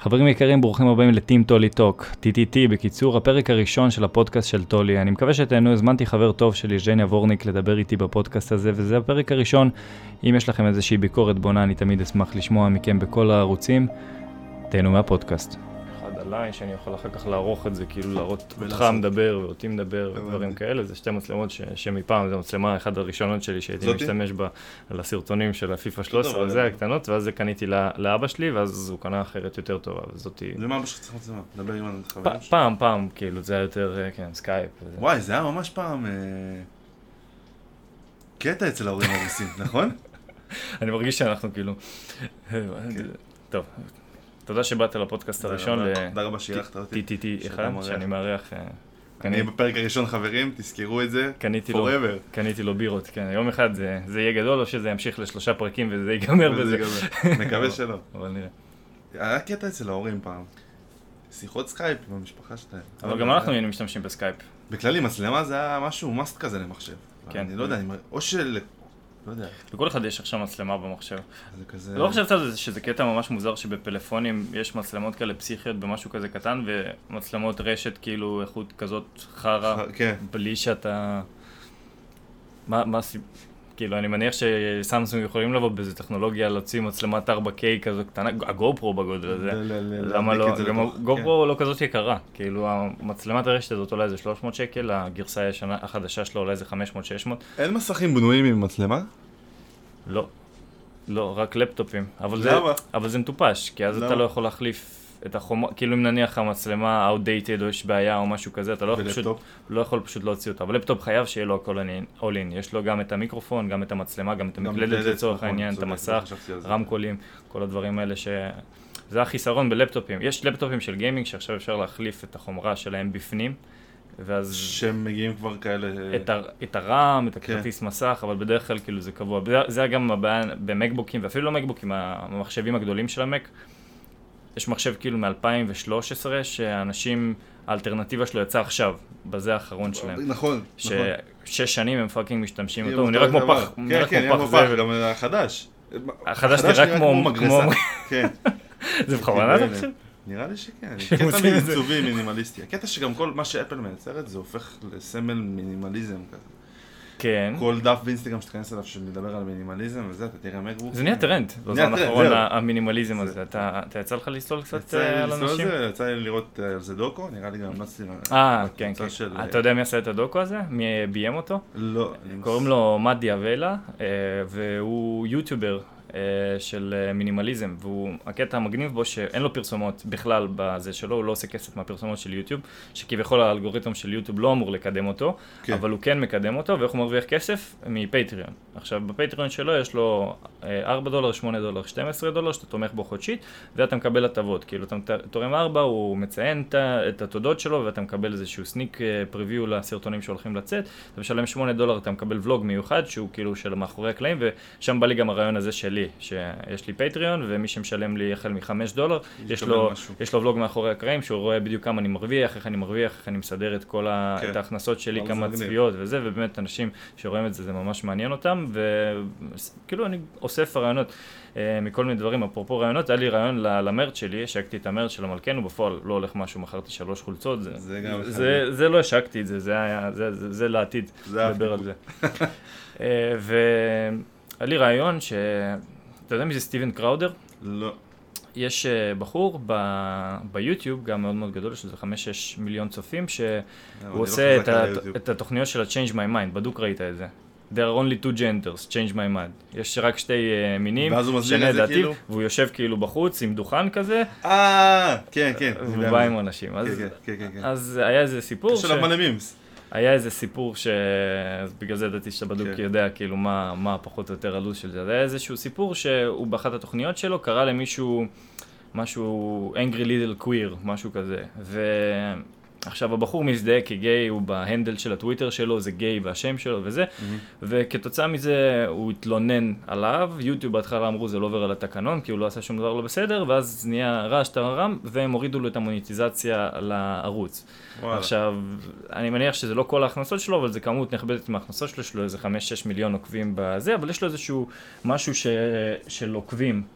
חברים יקרים, ברוכים הבאים לטים טולי טוק, TTT, בקיצור, הפרק הראשון של הפודקאסט של טולי. אני מקווה שתהנו, הזמנתי חבר טוב שלי, ז'ניה וורניק, לדבר איתי בפודקאסט הזה, וזה הפרק הראשון. אם יש לכם איזושהי ביקורת בונה, אני תמיד אשמח לשמוע מכם בכל הערוצים. תהנו מהפודקאסט. אחד עליי, שאני יכול אחר כך לערוך את זה, כאילו להראות אותך מדבר ואותי מדבר ודברים כאלה. זה שתי מצלמות שמפעם, זו מצלמה אחת הראשונות שלי שהייתי משתמש בה על הסרטונים של הפיפה 13, וזה הקטנות, ואז זה קניתי לאבא שלי, ואז הוא קנה אחרת יותר טובה, וזאתי... זה מה בשביל צריך מצלמה? לדבר עם החברים שלך? פעם, כאילו, זה היה יותר, כן, סקייפ. וואי, זה היה ממש פעם... קטע אצל ההורים הרוסים, נכון? אני מרגיש שאנחנו כאילו... טוב. תודה שבאת לפודקאסט הראשון ל-TTT 1, שאני מארח... אני בפרק הראשון חברים, תזכרו את זה, forever. קניתי לו בירות, כן. יום אחד זה יהיה גדול או שזה ימשיך ל3 פרקים וזה ייגמר בזה. מקווה שלא. אבל נראה. היה קטע אצל ההורים פעם. שיחות סקייפ עם המשפחה שלהם. אבל גם אנחנו היינו משתמשים בסקייפ. בכללי, מצלמה זה היה משהו מאסט כזה למחשב. כן. אני לא יודע, או של... לא יודע. לכל אחד יש עכשיו מצלמה במחשב. זה כזה... לא חשבת על זה שזה קטע ממש מוזר שבפלאפונים יש מצלמות כאלה פסיכיות במשהו כזה קטן ומצלמות רשת כאילו איכות כזאת חרה, בלי שאתה... כאילו אני מניח שסמסונג יכולים לבוא באיזה טכנולוגיה להוציא מצלמת 4K כזו קטנה, הגופרו בגודל הזה. למה לא? גם הגופרו לא כזאת יקרה. כאילו המצלמת הרשת הזאת עולה איזה 300 שקל, הגרסה החדשה שלו עולה איזה 500-600. אין מסכים בנויים עם מצלמה? לא, רק לפטופים. אבל זה מטופש, כי אז אתה לא יכול להחליף את החומר, כאילו אם נניח המצלמה outdated או יש בעיה או משהו כזה, אתה לא יכול פשוט להוציא אותה. אבל לפטופ חייב שיהיה לו הכל all-in. יש לו גם את המיקרופון, גם את המצלמה, גם את המקלדת לצורך העניין, את המסך, רמקולים, כל הדברים האלה זה החיסרון בלפטופים. יש לפטופים של גיימינג שעכשיו אפשר להחליף את החומרה שלהם בפנים. שהם מגיעים כבר כאלה... את הרם, את הכרטיס מסך, אבל בדרך כלל כאילו זה קבוע. זה גם הבעיה במקבוקים, ואפילו לא מקבוקים, המחשבים הגדולים של המק. יש מחשב כאילו מ-2013, שהאנשים, האלטרנטיבה שלו יצא עכשיו, בזה האחרון שלהם. נכון. ש6 שנים הם פאקינג משתמשים אותו, הוא נראה כמו פח. כן, נראה כמו פח, גם החדש. החדש נראה כמו מגרסה. כן. זה בכוונה אתה חושב? נראה לי שכן. קטע מעיצובי מינימליסטי. הקטע שגם כל מה שאפל מייצרת זה הופך לסמל מינימליזם כזה. כן. כל דף באינסטגרם שתכנס עליו שמדבר על מינימליזם וזה, אתה תראה מקבוק. זה נהיה טרנד, בזמן האחרון המינימליזם הזה. אתה יצא לך לסלול קצת על אנשים? יצא לי לראות על זה דוקו, נראה לי גם נצתי כן. אתה יודע מי עשה את הדוקו הזה? מי ביים אותו? לא. קוראים לו מאט דיאבלה, והוא יוטיובר של מינימליזם, והקטע המגניב בו שאין לו פרסומות בכלל בזה שלו, הוא לא עושה כסף מהפרסומות של יוטיוב, שכביכול האלגוריתם של יוטיוב לא אמור לקדם אותו, אבל הוא כן מקדם אותו, ואיך הוא מרוויח כסף? מפטריון. עכשיו, בפטריון שלו יש לו $4, $8, $12, שאתה תומך בו חודשית, ואתה מקבל הטבות, כאילו אתה תורם 4, הוא מציין את התודות שלו, ואתה מקבל איזשהו סניק פריוויו לסרטונים שהולכים לצאת, אתה משלם $8, אתה מקבל ולוג מיוחד, שהוא כאילו של מאחורי הקלעים, ושם בא לי גם הרעיון הזה שלי, שיש לי פטריון, ומי שמשלם לי החל $5, יש לו ולוג מאחורי הקרעים, שהוא רואה בדיוק כמה אני מרוויח, איך אני מרוויח, איך אני מסדר את כל את ההכנסות שלי, כמה צפיות וזה, ובאמת אנשים שרואים את זה, זה ממש מעניין אותם, וכאילו אני אוסף הרעיונות מכל מיני דברים, אפרופו רעיונות, היה לי רעיון למרץ שלי, השקתי את המרץ של המלכנו, בפועל לא הולך משהו, מכרתי 3 חולצות, זה לא השקתי את זה, זה לעתיד, לדבר על זה. והיה לי רעיון אתה יודע מי זה סטיבן קראודר? לא. יש בחור ביוטיוב, גם מאוד מאוד גדול, שזה 5-6 מיליון צופים, שהוא עושה את התוכניות של ה-Change My Mind, בדוק ראית את זה. There are only two genders, change my mind. יש רק 2 מינים, שני דעתי, והוא יושב כאילו בחוץ עם דוכן כזה. כן. והוא בא עם אנשים. אז היה איזה סיפור של מלא מימס. היה איזה סיפור בגלל זה ידעתי שאתה בדוק יודע כאילו מה פחות או יותר הלו"ז של זה. היה איזשהו סיפור שהוא באחת התוכניות שלו קרא למישהו משהו angry little queer, משהו כזה. עכשיו הבחור מזדהה כגיי, הוא בהנדל של הטוויטר שלו, זה גיי והשם שלו וזה, וכתוצאה מזה הוא התלונן עליו, יוטיוב בהתחלה אמרו זה לא עובר על התקנון, כי הוא לא עשה שום דבר לא בסדר, ואז נהיה רעש טררם, והם הורידו לו את המוניטיזציה לערוץ. עכשיו, אני מניח שזה לא כל ההכנסות שלו, אבל זה כמות נכבדת מההכנסות שלו, יש לו איזה 5-6 מיליון עוקבים בזה, אבל יש לו איזשהו משהו של עוקבים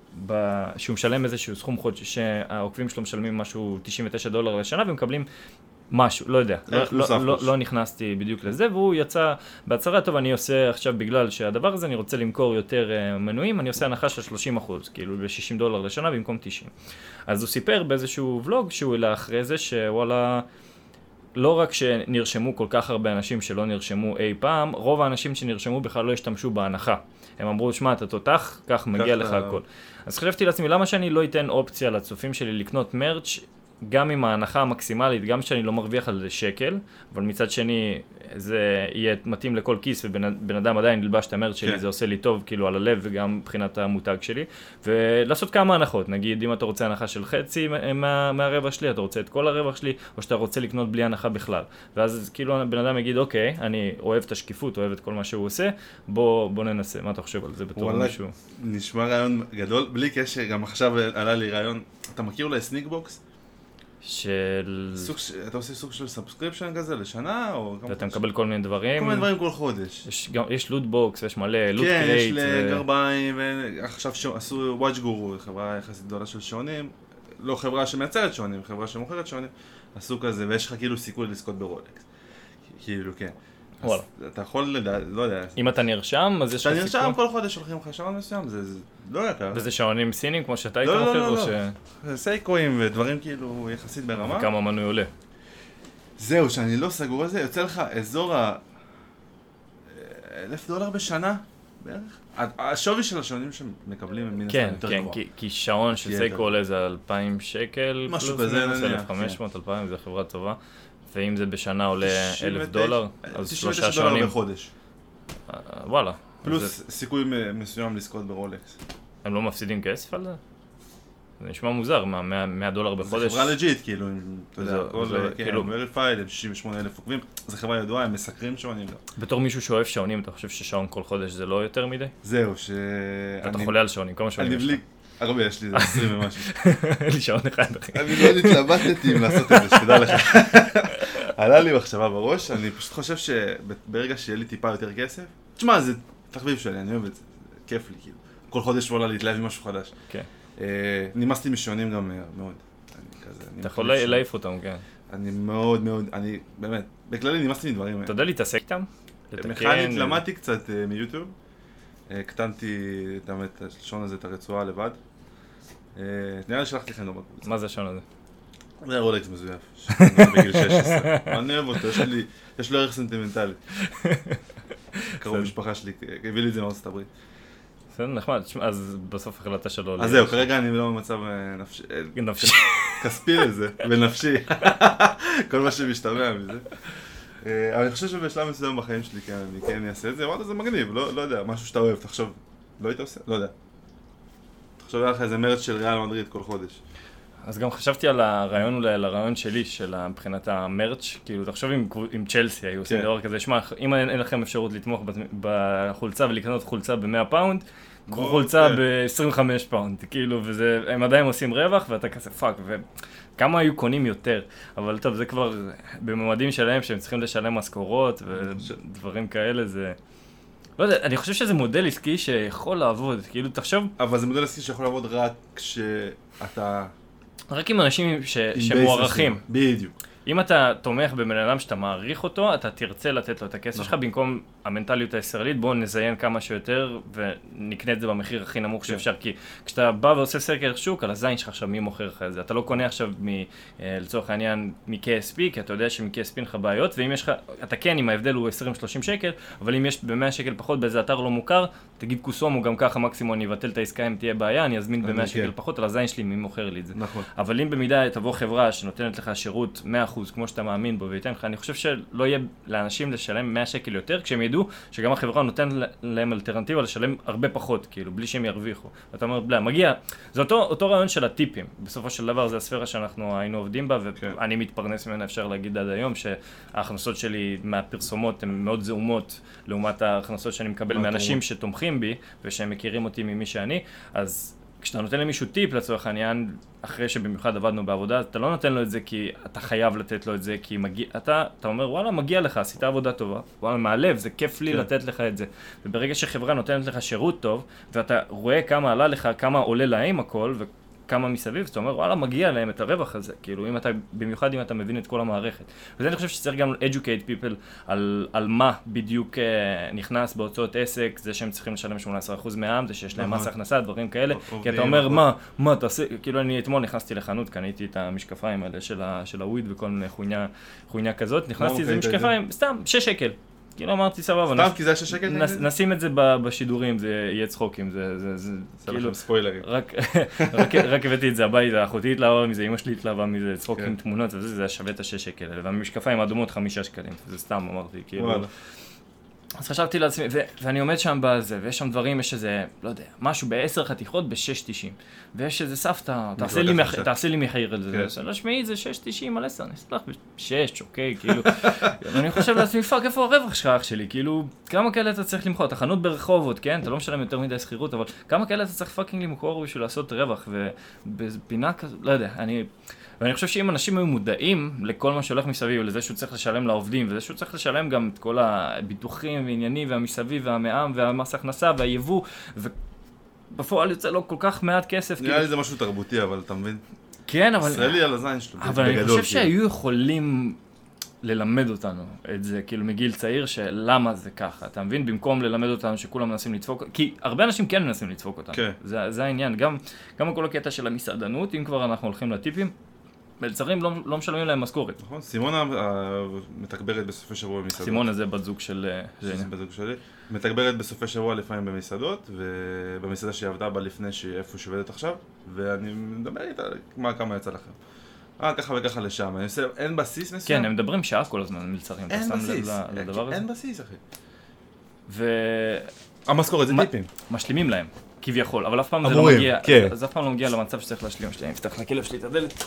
שהוא משלם איזשהו סכום חודשי, שהעוקבים שלו משלמים משהו $99 לשנה, ומקבלים משהו, לא יודע, לא נכנסתי בדיוק לזה, והוא יצא בהצהרה, טוב, אני עושה עכשיו בגלל שהדבר הזה, אני רוצה למכור יותר מנויים, אני עושה הנחה של 30%, כאילו ב$60 לשנה במקום 90. אז הוא סיפר באיזשהו ולוג שהוא העלה אחרי זה, שוואלה, לא רק שנרשמו כל כך הרבה אנשים שלא נרשמו אי פעם, רוב האנשים שנרשמו בכלל לא השתמשו בהנחה. הם אמרו, שמע, אתה תותח, כך מגיע לך הכל. אז חשבתי לעצמי, למה שאני לא אתן אופציה לצופים שלי לקנות מרץ' גם עם ההנחה המקסימלית, גם שאני לא מרוויח על זה שקל, אבל מצד שני זה יהיה מתאים לכל כיס, ובן אדם עדיין ילבש את המרץ' שלי, זה עושה לי טוב כאילו על הלב וגם מבחינת המותג שלי, ולעשות כמה הנחות, נגיד אם אתה רוצה הנחה של חצי מהרווח שלי, אתה רוצה את כל הרווח שלי, או שאתה רוצה לקנות בלי הנחה בכלל, ואז כאילו בן אדם יגיד, אוקיי, אני אוהב את השקיפות, אוהב את כל מה שהוא עושה, בוא ננסה, מה אתה חושב על זה בתור מישהו? נשמע רעיון גדול, בלי קשר, גם עכשיו עלה לי רעיון, אתה מכיר אולי סניקבוקס? אתה עושה סוג של סאבסקריפשן כזה לשנה, או... ואתה מקבל כל מיני דברים. כל מיני דברים כל חודש. יש לוטבוקס, יש מלא, לוט קרייט. כן, יש לגרביים, ועכשיו עשו וואץ' גורו, חברה יחסית גדולה של שעונים, לא חברה שמייצרת שעונים, חברה שמוכרת שעונים, עשו כזה, ויש לך כאילו סיכוי לזכות ברולקס. כאילו, כן. וואלה. אתה יכול, לא יודע. אם אתה נרשם, אז יש לך סיכוי. אתה נרשם כל חודש, הולכים לך שעון מסוים, זה לא יקר. וזה שעונים סינים כמו שאתה היית מוכר? לא. זה סייקויים ודברים כאילו יחסית ברמה. וכמה מנוי עולה? זהו, שאני לא סגור על זה, יוצא לך אזור $1,000 בשנה בערך. השווי של השעונים שמקבלים הם מן הסתם יותר גבוה. כן, כי שעון של סייקו עולה זה 2,000 שקל, משהו כזה, 1,500, 2,000, זה חברה טובה. ואם זה בשנה עולה $1,000, אז $3 שעונים. $99 בחודש. וואלה. פלוס סיכוי מסוים לזכות ברולקס. הם לא מפסידים כסף על זה? זה נשמע מוזר, $100 בחודש. זה חברה לג'יט, כאילו, אתה יודע, כאילו, וריפייד, 68,000 עוקבים, זו חברה ידועה, הם מסקרים שעונים. בתור מישהו שאוהב שעונים, אתה חושב ששעון כל חודש זה לא יותר מדי? זהו, אתה חולה על שעונים, כמה שעונים יש לך? הרבה, יש לי 20 ומשהו. אין לי שעון אחד. אני לא התלבטתי אם לעשות את זה, שתדע לך. עלה לי מחשבה בראש, אני פשוט חושב שברגע שיהיה לי טיפה יותר כסף, תשמע, זה תחביב שלי, אני אוהב את זה, כיף לי, כאילו. כל חודש וואלה להתלהב עם משהו חדש. כן. נמאסתי משעונים גם מאוד. אתה יכול להעיף אותם, כן. אני מאוד, אני באמת, בכללי נמאסתי מדברים. אתה יודע להתעסק איתם? מכנית, למדתי קצת מיוטיוב. קטנתי את השעון הזה, את הרצועה לבד. נראה לי שלחתי לכם לא בקבוצה. מה זה השעון הזה? זה רולקס מזויף, בגיל 16. אני אוהב אותו, יש לו ערך סנטימנטלי. קרוב משפחה שלי, הביא לי את זה מארצות הברית. בסדר, נחמד, אז בסוף החלטה שלו... אז זהו, כרגע אני לא במצב נפשי. כספי לזה, ונפשי. כל מה שמשתמע מזה. אבל אני חושב שבשלב מסוים בחיים שלי, אני כן אעשה את זה, וואלה זה מגניב, לא יודע, משהו שאתה אוהב, תחשוב, לא היית עושה? לא יודע. תחשוב לך איזה מרץ של ריאל מדריד כל חודש. אז גם חשבתי על הרעיון, אולי על הרעיון שלי, של מבחינת המרץ', כאילו תחשוב עם צ'לסי, היו עושים דבר כזה, שמע, אם אין לכם אפשרות לתמוך בחולצה ולקנות חולצה ב$100, קחו חולצה ב$25, כאילו, הם עדיין עושים רווח, ואתה כזה פאק, וכמה היו קונים יותר, אבל טוב, זה כבר בממדים שלהם, שהם צריכים לשלם משכורות, ודברים כאלה, זה... לא יודע, אני חושב שזה מודל עסקי שיכול לעבוד, כאילו, תחשוב... אבל זה מודל עסקי שיכול לעבוד רק כשאתה... רק עם אנשים שמוערכים. בדיוק. אם אתה תומך בבן אדם שאתה מעריך אותו, אתה תרצה לתת לו את הכסף שלך, במקום המנטליות הישראלית, בואו נזיין כמה שיותר ונקנה את זה במחיר הכי נמוך שאפשר, כי כשאתה בא ועושה סקר שוק, על הזין שלך עכשיו מי מוכר לך את זה, אתה לא קונה עכשיו לצורך העניין מ-KSP, כי אתה יודע שמ-KSP אין לך בעיות, ואם יש לך, אתה כן, אם ההבדל הוא 20-30 שקל, אבל אם יש ב-100 שקל פחות באיזה אתר לא מוכר, תגיד קוסום, הוא גם ככה מקסימום, אני אבטל את העסקה אם תהיה בעיה, אני אזמין ב-100 שקל פחות, על הזין שלי מי מוכר לי את זה. אבל אם במידה תבוא חברה שנותנת לך שירות 100% כמו שאתה מאמין בו וייתן לך, אני חושב שלא יהיה לאנשים לשלם 100 שקל יותר, כשהם ידעו שגם החברה נותן להם אלטרנטיבה לשלם הרבה פחות, כאילו, בלי שהם ירוויחו. ואתה אומר, בלה, מגיע, זה אותו רעיון של הטיפים. בסופו של דבר, זה הספירה שאנחנו היינו עובדים בה, ואני מתפרנס ממנה, אפשר להגיד עד היום, שההכנסות שלי מהפרסומות הן מאוד זעומות, לעומת ההכנסות שאני מקבל מאנשים שתומכים בי, ושהם מכירים אותי ממי שאני, אז כשאתה נותן למישהו טיפ לצורך העניין, אחרי שבמיוחד עבדנו בעבודה, אתה לא נותן לו את זה כי אתה חייב לתת לו את זה, כי אתה אומר, וואלה, מגיע לך, עשית עבודה טובה, וואלה, מהלב, זה כיף לי לתת לך את זה. וברגע שחברה נותנת לך שירות טוב, ואתה רואה כמה עלה לך, כמה עולה להם הכל, וכמה מסביב, אתה אומר, וואלה, מגיע להם את הרווח הזה, כאילו, במיוחד אם אתה מבין את כל המערכת. וזה אני חושב שצריך גם educate people על מה בדיוק נכנס בהוצאות עסק, זה שהם צריכים לשלם 18% מע"מ, זה שיש להם מס הכנסה, דברים כאלה, כי אתה אומר, מה תעשה, כאילו אני אתמול נכנסתי לחנות, קניתי את המשקפיים האלה של הוויד וכל מיני חויניה כזאת, נכנסתי איזה משקפיים, סתם, 6 שקל. כאילו אמרתי סבבה, סתם כי זה 6 שקל? נשים את זה בשידורים, זה יהיה צחוקים, זה כאילו ספוילרים. רק הבאתי את זה הביתה, אחותי התלהבה מזה, אמא שלי התלהבה מזה, צחוקים תמונות וזה, זה שווה את ה6 שקל, והמשקפיים האדומות 5 שקלים, זה סתם אמרתי, כאילו. אז חשבתי לעצמי, ואני עומד שם בזה, ויש שם דברים, יש איזה, לא יודע, משהו ב10 חתיכות ב6.90, ויש איזה סבתא, תעשה לי מחיר על זה, לא שמעי, זה 6.90 על 10, אני אסלח ב6, אוקיי, כאילו, ואני חושב לעצמי, פאק, איפה הרווח שלך אח שלי, כאילו, כמה כאלה אתה צריך למכור, אתה חנות ברחובות, כן, אתה לא משלם יותר מדי שכירות, אבל כמה כאלה אתה צריך פאקינג למכור בשביל לעשות רווח, ובפינה כזו, לא יודע, ואני חושב שאם אנשים היו מודעים לכל מה שהולך מסביב, לזה שהוא צריך לשלם לעובדים, וזה שהוא צריך לשלם גם את כל הביטוחים ועניינים והמסביב והמע"מ והמס הכנסה והיבוא, ובפועל יוצא לו כל כך מעט כסף. נראה לי זה משהו תרבותי, אבל אתה מבין? כן, אבל... ישראלי על הזין שלו, אבל אני חושב שהיו יכולים ללמד אותנו את זה, כאילו מגיל צעיר, שלמה זה ככה, אתה מבין? במקום ללמד אותנו שכולם מנסים לדפוק, כי הרבה אנשים כן מנסים לדפוק אותנו. זה העניין, גם כל הקטע של המסעדנות, אם כבר אנחנו הולכים לטיפים, מלצרים לא משלמים להם משכורת. נכון, סימונה מתגברת בסופי שבוע במסעדות. סימונה זה בת זוג של... זה בת זוג שלי. מתגברת בסופי שבוע לפעמים במסעדות, ובמסעדה שהיא עבדה בה לפני איפה שהיא עובדת עכשיו, ואני מדבר איתה כמה יצא לכם. ככה וככה לשם, אני עושה, אין בסיס מסוים. כן, הם מדברים שעה כל הזמן, מלצרים. אין בסיס, אין בסיס, אחי. המשכורת זה טיפים. משלימים להם, כביכול, אבל אף פעם זה לא מגיע, אז אף פעם לא מגיע למצב שצריך להשלים. אני אפתח לכלב שלי את הדלת.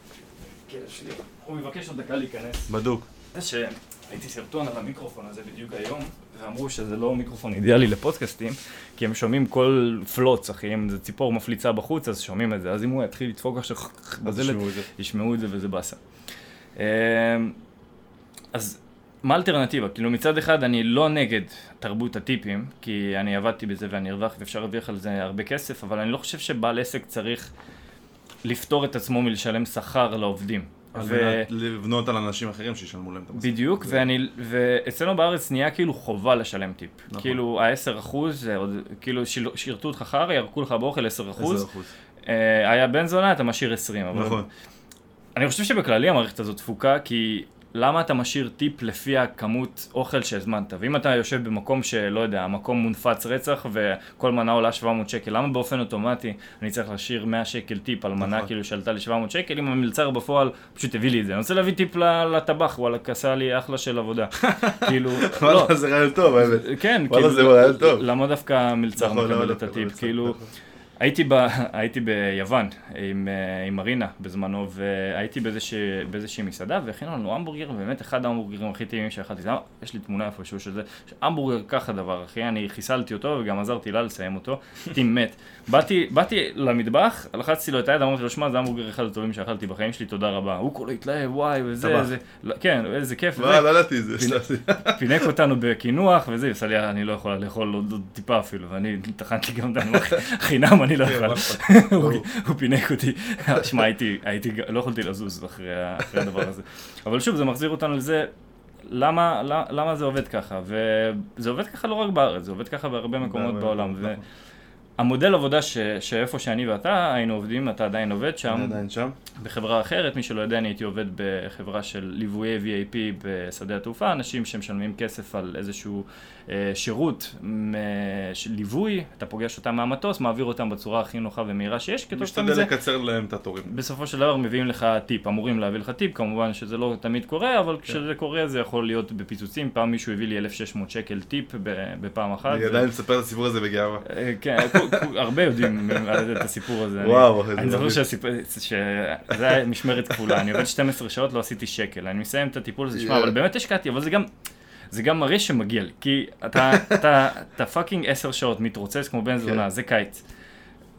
הוא מבקש עוד דקה להיכנס. בדוק. זה שהייתי סרטון על המיקרופון הזה בדיוק היום, ואמרו שזה לא מיקרופון אידיאלי לפודקאסטים, כי הם שומעים כל פלוץ, אחי, אם זה ציפור מפליצה בחוץ, אז שומעים את זה. אז אם הוא יתחיל לדפוק עכשיו בדלת, ישמעו את זה וזה באסה. אז מה האלטרנטיבה? כאילו מצד אחד אני לא נגד תרבות הטיפים, כי אני עבדתי בזה ואני ארווח ואפשר להרוויח על זה הרבה כסף, אבל אני לא חושב שבעל עסק צריך לפתור את עצמו מלשלם שכר לעובדים. לבנות על אנשים אחרים שישלמו להם את המשכורת. בדיוק, ואצלנו בארץ נהיה כאילו חובה לשלם טיפ. כאילו ה-10%, כאילו שירתו אותך חרי, ירקו לך באוכל 10%. היה בן זונה, אתה משאיר 20. נכון. אני חושב שבכללי המערכת הזאת תפוקה, כי למה אתה משאיר טיפ לפי הכמות אוכל שהזמנת? ואם אתה יושב במקום שלא יודע, המקום מונפץ רצח וכל מנה עולה 700 שקל, למה באופן אוטומטי אני צריך להשאיר 100 שקל טיפ על מנה כאילו שעלתה לי 700 שקל, אם המלצר בפועל פשוט הביא לי את זה. אני רוצה להביא טיפ לטבח, וואלה, כעשה לי אחלה של עבודה. כאילו, וואלה, זה רעיון טוב, האמת. כן, וואלה, זה רעיון טוב. למה דווקא המלצר מקבל את הטיפ? כאילו... הייתי ביוון עם מרינה בזמנו, והייתי באיזושהי מסעדה, והכינו לנו המבורגר, ובאמת אחד ההמבורגרים הכי טעימים שאכלתי, יש לי תמונה איפשהו שזה, המבורגר ככה דבר, אחי, אני חיסלתי אותו וגם עזרתי לה לסיים אותו, טים מת. באתי למטבח, לחצתי לו את היד, אמרתי לו, שמע, זה המבורגר אחד הטובים שאכלתי בחיים שלי, תודה רבה. הוא כולו התלהב, וואי, וזה, כן, איזה כיף. לא ידעתי את זה. פינק אותנו בכינוח, וזה, עשה לי, אני לא יכולה לאכול עוד טיפה אפילו, ואני טחנתי גם חינם, אני לא יכול. הוא פינק אותי. שמע, לא יכולתי לזוז אחרי הדבר הזה. אבל שוב, זה מחזיר אותנו לזה, למה זה עובד ככה? וזה עובד ככה לא רק בארץ, זה עובד ככה בהרבה מקומות בעולם. המודל עבודה שאיפה שאני ואתה היינו עובדים, אתה עדיין עובד שם. בחברה אחרת, מי שלא יודע, אני הייתי עובד בחברה של ליוויי VIP בשדה התעופה, אנשים שמשלמים כסף על איזשהו שירות של ליווי, אתה פוגש אותם מהמטוס, מעביר אותם בצורה הכי נוחה ומהירה שיש, משתדל לקצר להם את התורים. בסופו של דבר מביאים לך טיפ, אמורים להביא לך טיפ, כמובן שזה לא תמיד קורה, אבל כשזה קורה זה יכול להיות בפיצוצים, פעם מישהו הביא לי 1,600 שקל טיפ בפעם אחת. אני עדיין מספר את הסיפור הזה בגאווה. כן, הרבה יודעים את הסיפור הזה. וואו, אני זוכר שזה היה משמרת כפולה, אני עובד 12 שעות, לא עשיתי שקל, אני מסיים את הטיפול הזה, שמע, אבל באמת השקעתי, אבל זה גם מראה שמגיע לי, כי אתה פאקינג 10 שעות מתרוצץ כמו בן זונה, זה קיץ.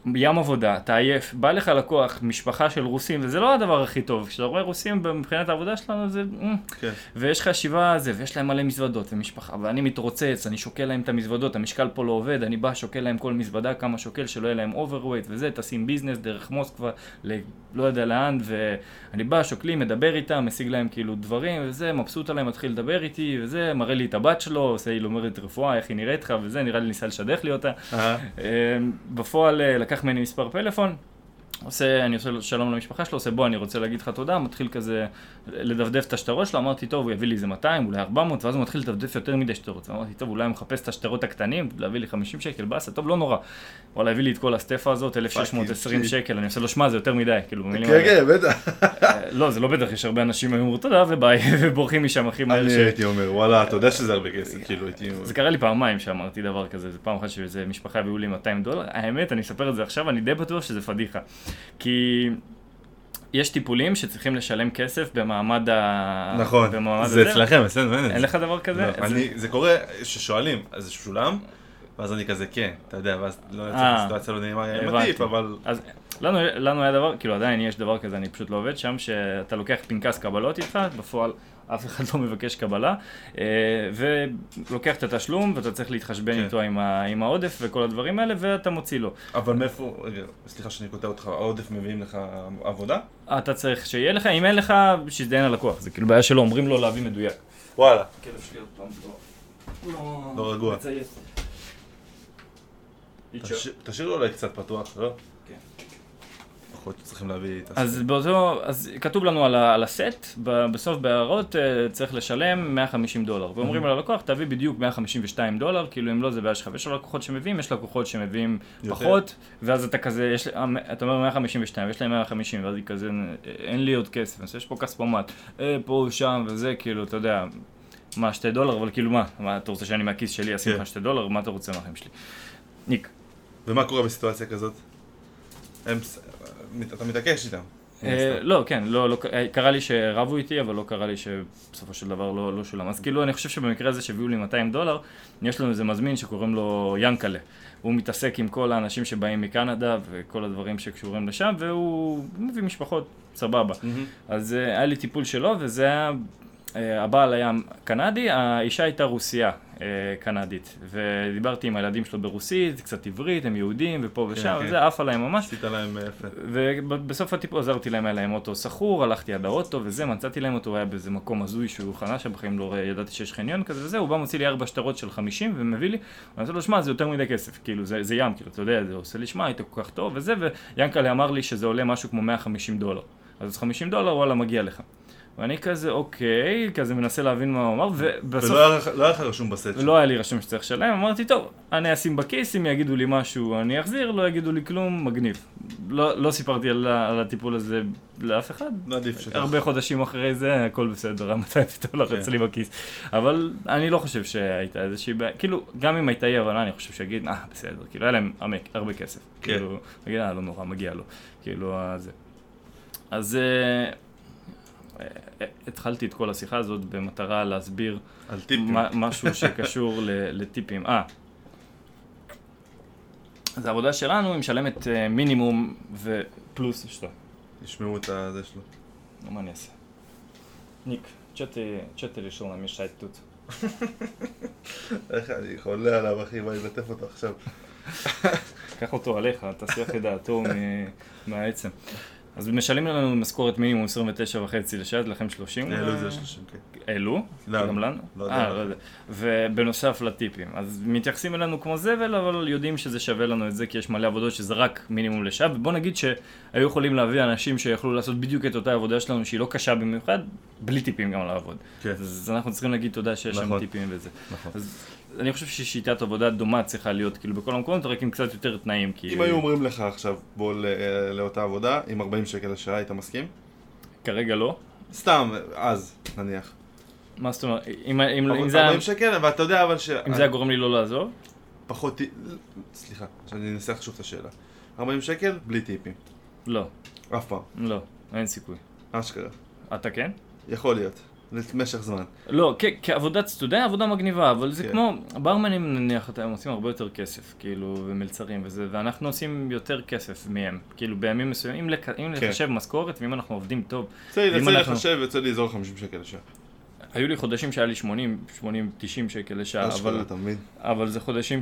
ים עבודה, אתה עייף, בא לך לקוח, משפחה של רוסים, וזה לא הדבר הכי טוב, כשאתה רואה רוסים מבחינת העבודה שלנו, זה... כן. ויש לך ישיבה הזה, ויש להם מלא מזוודות ומשפחה, ואני מתרוצץ, אני שוקל להם את המזוודות, המשקל פה לא עובד, אני בא, שוקל להם כל מזוודה, כמה שוקל, שלא יהיה להם overweight וזה, תשים ביזנס דרך מוסקבה, לא יודע לאן, ואני בא, שוקלים, מדבר איתם, משיג להם כאילו דברים, וזה, מבסוט עליהם, מתחיל לדבר איתי, וזה, מראה לי את הבת שלו, עושה לי לומדת רפואה, איך היא נראית לך, וזה, נראה לי ניסה לשדך לי אותה. בפועל לקח ממני מספר פלאפון, אני עושה שלום למשפחה שלו, עושה בוא, אני רוצה להגיד לך תודה, מתחיל כזה לדפדף את השטרות שלו, אמרתי טוב, הוא יביא לי איזה 200, אולי 400, ואז הוא מתחיל לדפדף יותר מדי שטרות, אמרתי טוב, אולי הוא מחפש את השטרות הקטנים, להביא לי 50 שקל, בסה, טוב, לא נורא, וואלה, הביא לי את כל הסטפה הזאת, 1620 שקל, אני עושה לו שמה, זה יותר מדי, כאילו, במילים האלה. כן, בטח. לא, זה לא בטח, יש הרבה אנשים אומרים תודה וביי, ובורחים משם הכי מהר. אני הייתי אומר, וואלה, אתה יודע שזה הרבה כסף, כאילו, הייתי... זה קרה לי פעמיים שאמרתי דבר כזה, זה פעם אחת שזה משפחה הביאו לי $200, האמת, אני אספר את זה עכשיו, אני די בטוח שזה פדיחה. כי יש טיפולים שצריכים לשלם כסף במעמד נכון, זה אצלכם, אצלנו אין את זה. אין לך דבר כזה? זה קורה ששואלים, אז זה שולם, ואז אני כזה כן, אתה יודע, ואז לא יוצא בסיטואציה לא נעימה מטיף, אבל... אז לנו היה דבר, כאילו עדיין יש דבר כזה, אני פשוט לא עובד שם, שאתה לוקח פנקס קבלות איתך, בפועל אף אחד לא מבקש קבלה, ולוקח את התשלום, ואתה צריך להתחשבן איתו עם העודף וכל הדברים האלה, ואתה מוציא לו. אבל מאיפה, רגע, סליחה שאני קוטע אותך, העודף מביאים לך עבודה? אתה צריך שיהיה לך, אם אין לך, שיזדיין הלקוח, זה כאילו בעיה שלא, אומרים לו להביא מדויק. וואלה. כלב שלי עוד פעם, לא רגוע. מצייץ. תשאיר לו אולי קצת פתוח, לא? כן. יכול להיות שצריכים להביא את הסט. אז כתוב לנו על הסט, בסוף בהערות צריך לשלם $150, ואומרים ללקוח, תביא בדיוק $152, כאילו אם לא זה בעיה שלך, ויש לקוחות שמביאים, יש לקוחות שמביאים פחות, ואז אתה כזה, אתה אומר 152, ויש להם 150, ואז היא כזה, אין לי עוד כסף, אז יש פה כספומט, פה, שם, וזה, כאילו, אתה יודע, מה, $2, אבל כאילו מה, אתה רוצה שאני מהכיס שלי אשים לך $2, מה אתה רוצה מהחיים שלי? ניק. ומה קורה בסיטואציה כזאת? אתה מתעקש איתם? לא, כן, לא, קרה לי שרבו איתי, אבל לא קרה לי שבסופו של דבר לא שולם. אז כאילו אני חושב שבמקרה הזה שהביאו לי $200, יש לנו איזה מזמין שקוראים לו ינקלה. הוא מתעסק עם כל האנשים שבאים מקנדה וכל הדברים שקשורים לשם, והוא מביא משפחות סבבה. אז היה לי טיפול שלו, וזה היה... הבעל היה קנדי, האישה הייתה רוסייה קנדית, ודיברתי עם הילדים שלו ברוסית, קצת עברית, הם יהודים ופה ושם, וזה עף עליהם ממש. עשית להם יפה. ובסוף הטיפול עזרתי להם, היה להם אוטו סחור, הלכתי עד האוטו וזה, מצאתי להם אותו, הוא היה באיזה מקום הזוי שהוא חנה שבחיים לא ידעתי שיש חניון כזה וזה, הוא בא מוציא לי 4 שטרות של 50 ומביא לי, ואני עושה לו, שמע, זה יותר מדי כסף, כאילו, זה ים, כאילו, אתה יודע, זה עושה לי, שמע, היית כל כך טוב וזה, ויאנקלה אמר לי שזה עולה משהו כמו $150, אז $50, וואלה, מגיע לך. ואני כזה, אוקיי, כזה מנסה להבין מה הוא אמר, ובסוף... ולא היה לך רשום בסט. ולא היה לי רשום שצריך לשלם, אמרתי, טוב, אני אשים בכיס, אם יגידו לי משהו, אני אחזיר, לא יגידו לי כלום, מגניב. לא סיפרתי על הטיפול הזה לאף אחד. עדיף שכך. הרבה חודשים אחרי זה, הכל בסדר, $200 אצלי בכיס. אבל אני לא חושב שהייתה איזושהי בעיה, כאילו, גם אם הייתה אי הבנה, אני חושב שיגיד, בסדר, כאילו, היה להם הרבה כסף. כאילו, נגיד, לא נורא, מגיע לו. כאילו, זה. אז... התחלתי את כל השיחה הזאת במטרה להסביר על טיפים. משהו שקשור לטיפים. אז העבודה שלנו היא משלמת מינימום ופלוס אשתו. ישמעו את זה שלו. מה אני אעשה? ניק, что ты решил намешать тут? איך אני חולה עליו אחי, מה ילטף אותו עכשיו? קח אותו עליך, תסיח את דעתו מהעצם. אז משלמים לנו משכורת מינימום 29.5 לשעה, לכם 30. העלו זה 30, כן. העלו? גם לנו? לא יודע. ובנוסף לטיפים. אז מתייחסים אלינו כמו זבל, אבל יודעים שזה שווה לנו את זה, כי יש מלא עבודות שזה רק מינימום לשעה, ובוא נגיד שהיו יכולים להביא אנשים שיכולו לעשות בדיוק את אותה עבודה שלנו, שהיא לא קשה במיוחד, בלי טיפים גם לעבוד. אז אנחנו צריכים להגיד תודה שיש שם טיפים וזה. אז אני חושב ששיטת עבודה דומה צריכה להיות כאילו בכל המקומות, רק עם קצת יותר תנאים. אם היו אומרים לך עכשיו, בוא לאותה עבודה, עם 40 שקל לשעה, היית מסכים? כרגע לא. סתם, אז, נניח. מה זאת אומרת? אם זה... 40 שקל, ואתה יודע אבל ש... אם זה היה גורם לי לא לעזוב? פחות... סליחה, שאני אנסח שוב את השאלה. 40 שקל, בלי טיפים. לא. אף פעם. לא, אין סיכוי. אשכרה. אתה כן? יכול להיות. למשך זמן. לא, כעבודת סטודנט, עבודה מגניבה, אבל זה כמו, ברמנים נניח, הם עושים הרבה יותר כסף, כאילו, ומלצרים וזה, ואנחנו עושים יותר כסף מהם, כאילו, בימים מסוימים, אם לחשב משכורת, ואם אנחנו עובדים טוב. יצא לי לחשב, יצא לי אזור 50 שקל לשעה. היו לי חודשים שהיה לי 90 שקל לשעה, אבל זה חודשים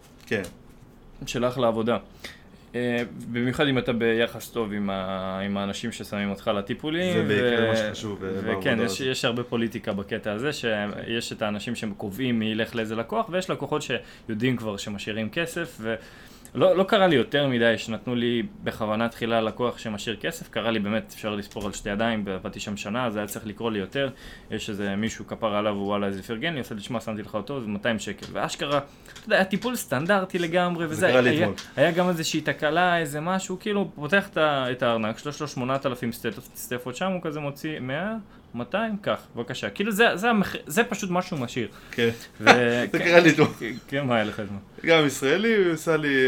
של אחלה עבודה. במיוחד אם אתה ביחס טוב עם האנשים ששמים אותך לטיפולים. זה בעיקר מה שחשוב. וכן, יש הרבה פוליטיקה בקטע הזה, שיש את האנשים שקובעים מי ילך לאיזה לקוח, ויש לקוחות שיודעים כבר שמשאירים כסף, לא קרה לי יותר מדי שנתנו לי בכוונה תחילה לקוח שמשאיר כסף, קרה לי באמת, אפשר לספור על שתי ידיים, עבדתי שם שנה, זה היה צריך לקרוא לי יותר, יש איזה מישהו כפר עליו, וואלה איזה פרגן לי, עושה לי שמע, שמתי לך אותו, זה 200 שקל, ואשכרה, אתה יודע, היה טיפול סטנדרטי לגמרי, וזה היה גם איזושהי תקלה, איזה משהו, כאילו, פותח את הארנק, 8,000 סטפות שם, הוא כזה מוציא 100, 200, כך, בבקשה. כאילו זה פשוט משהו משאיר. כן. זה קרה לי טוב. כן, מה היה לך זמן? גם ישראלי, הוא עושה לי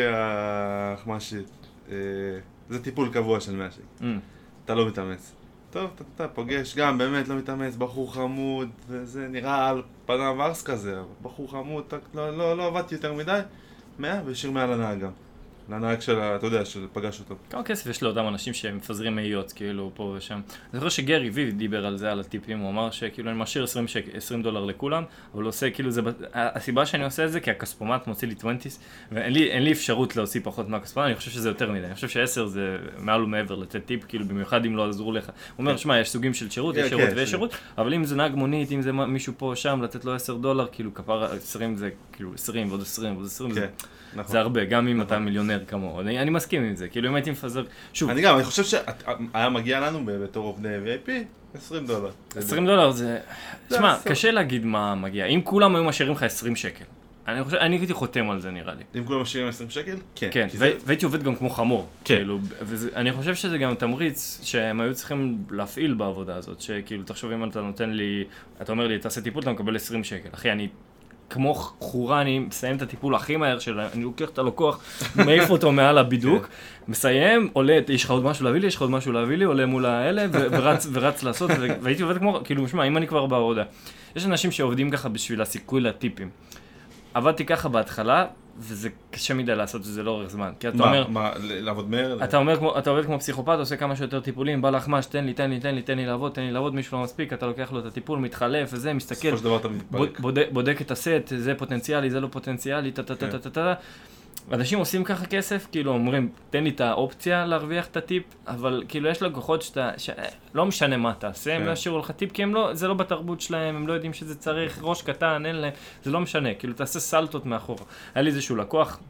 חמשית. זה טיפול קבוע של 100 שקל. אתה לא מתאמץ. טוב, אתה פוגש, גם באמת לא מתאמץ, בחור חמוד, וזה נראה על פניו ארס כזה, בחור חמוד, לא עבדתי יותר מדי, 100 והשאיר 100 לנהג גם. לנהג של, אתה יודע, שפגש אותו. כמה כסף יש לאותם אנשים שמפזרים מאיות, כאילו, פה ושם. אני חושב שגרי ויב דיבר על זה, על הטיפים, הוא אמר שכאילו אני משאיר $20 לכולם, אבל הוא עושה, כאילו, הסיבה שאני עושה את זה, כי הכספומט מוציא לי 20, ואין לי אפשרות להוציא פחות מהכספומט, אני חושב שזה יותר מדי. אני חושב ש10 זה מעל ומעבר לתת טיפ, כאילו, במיוחד אם לא עזרו לך. הוא אומר, שמע, יש סוגים של שירות, יש שירות ויש שירות, אבל אם זה נהג מונית, אם זה מישהו פה או שם, לתת לו $10, כאילו, כפר 20 זה, כאילו, 20 ועוד 20 ועוד 20 זה הרבה, גם אם אתה מיליונר כמוהו. אני מסכים עם זה, כאילו אם הייתי מפזר, שוב. אני חושב שהיה מגיע לנו בתור עובדי VIP, $20. $20 זה, תשמע, קשה להגיד מה מגיע. אם כולם היו משאירים לך 20 שקל, אני הייתי חותם על זה נראה לי. אם כולם משאירים 20 שקל? כן, והייתי עובד גם כמו חמור. אני חושב שזה גם תמריץ שהם היו צריכים להפעיל בעבודה הזאת, שכאילו תחשוב אם אתה נותן לי, אתה אומר לי, תעשה טיפול, אתה מקבל 20 שקל. אחי, אני כמו חורה, אני מסיים את הטיפול הכי מהר שלה, אני לוקח את הלקוח, מעיף אותו מעל הבידוק, מסיים, עולה, יש לך עוד משהו להביא לי, יש לך עוד משהו להביא לי, עולה מול האלה, ורץ לעשות, והייתי עובד כמו, כאילו, משמע, אם אני כבר בעבודה. יש אנשים שעובדים ככה בשביל הסיכוי לטיפים. עבדתי ככה בהתחלה, וזה קשה מדי לעשות, וזה לא אורך זמן. כי אתה אומר... מה, לעבוד מהר? אתה עובד כמו פסיכופת, עושה כמה שיותר טיפולים, בא לך ממש, תן לי לעבוד, מישהו לא מספיק, אתה לוקח לו את הטיפול, מתחלף, וזה, מסתכל, בודק את הסט, זה פוטנציאלי, זה לא פוטנציאלי, אנשים עושים ככה כסף, כאילו אומרים, תן לי את האופציה להרוויח את הטיפ, אבל כאילו יש לקוחות לא משנה מה תעשה, הם לא ישאירו לך טיפ, כי זה לא בתרבות שלהם, הם לא יודעים שזה צריך, ראש קטן, אין להם, זה לא משנה, כאילו תעשה סלטות מאחורה. היה לי איזשהו לקוח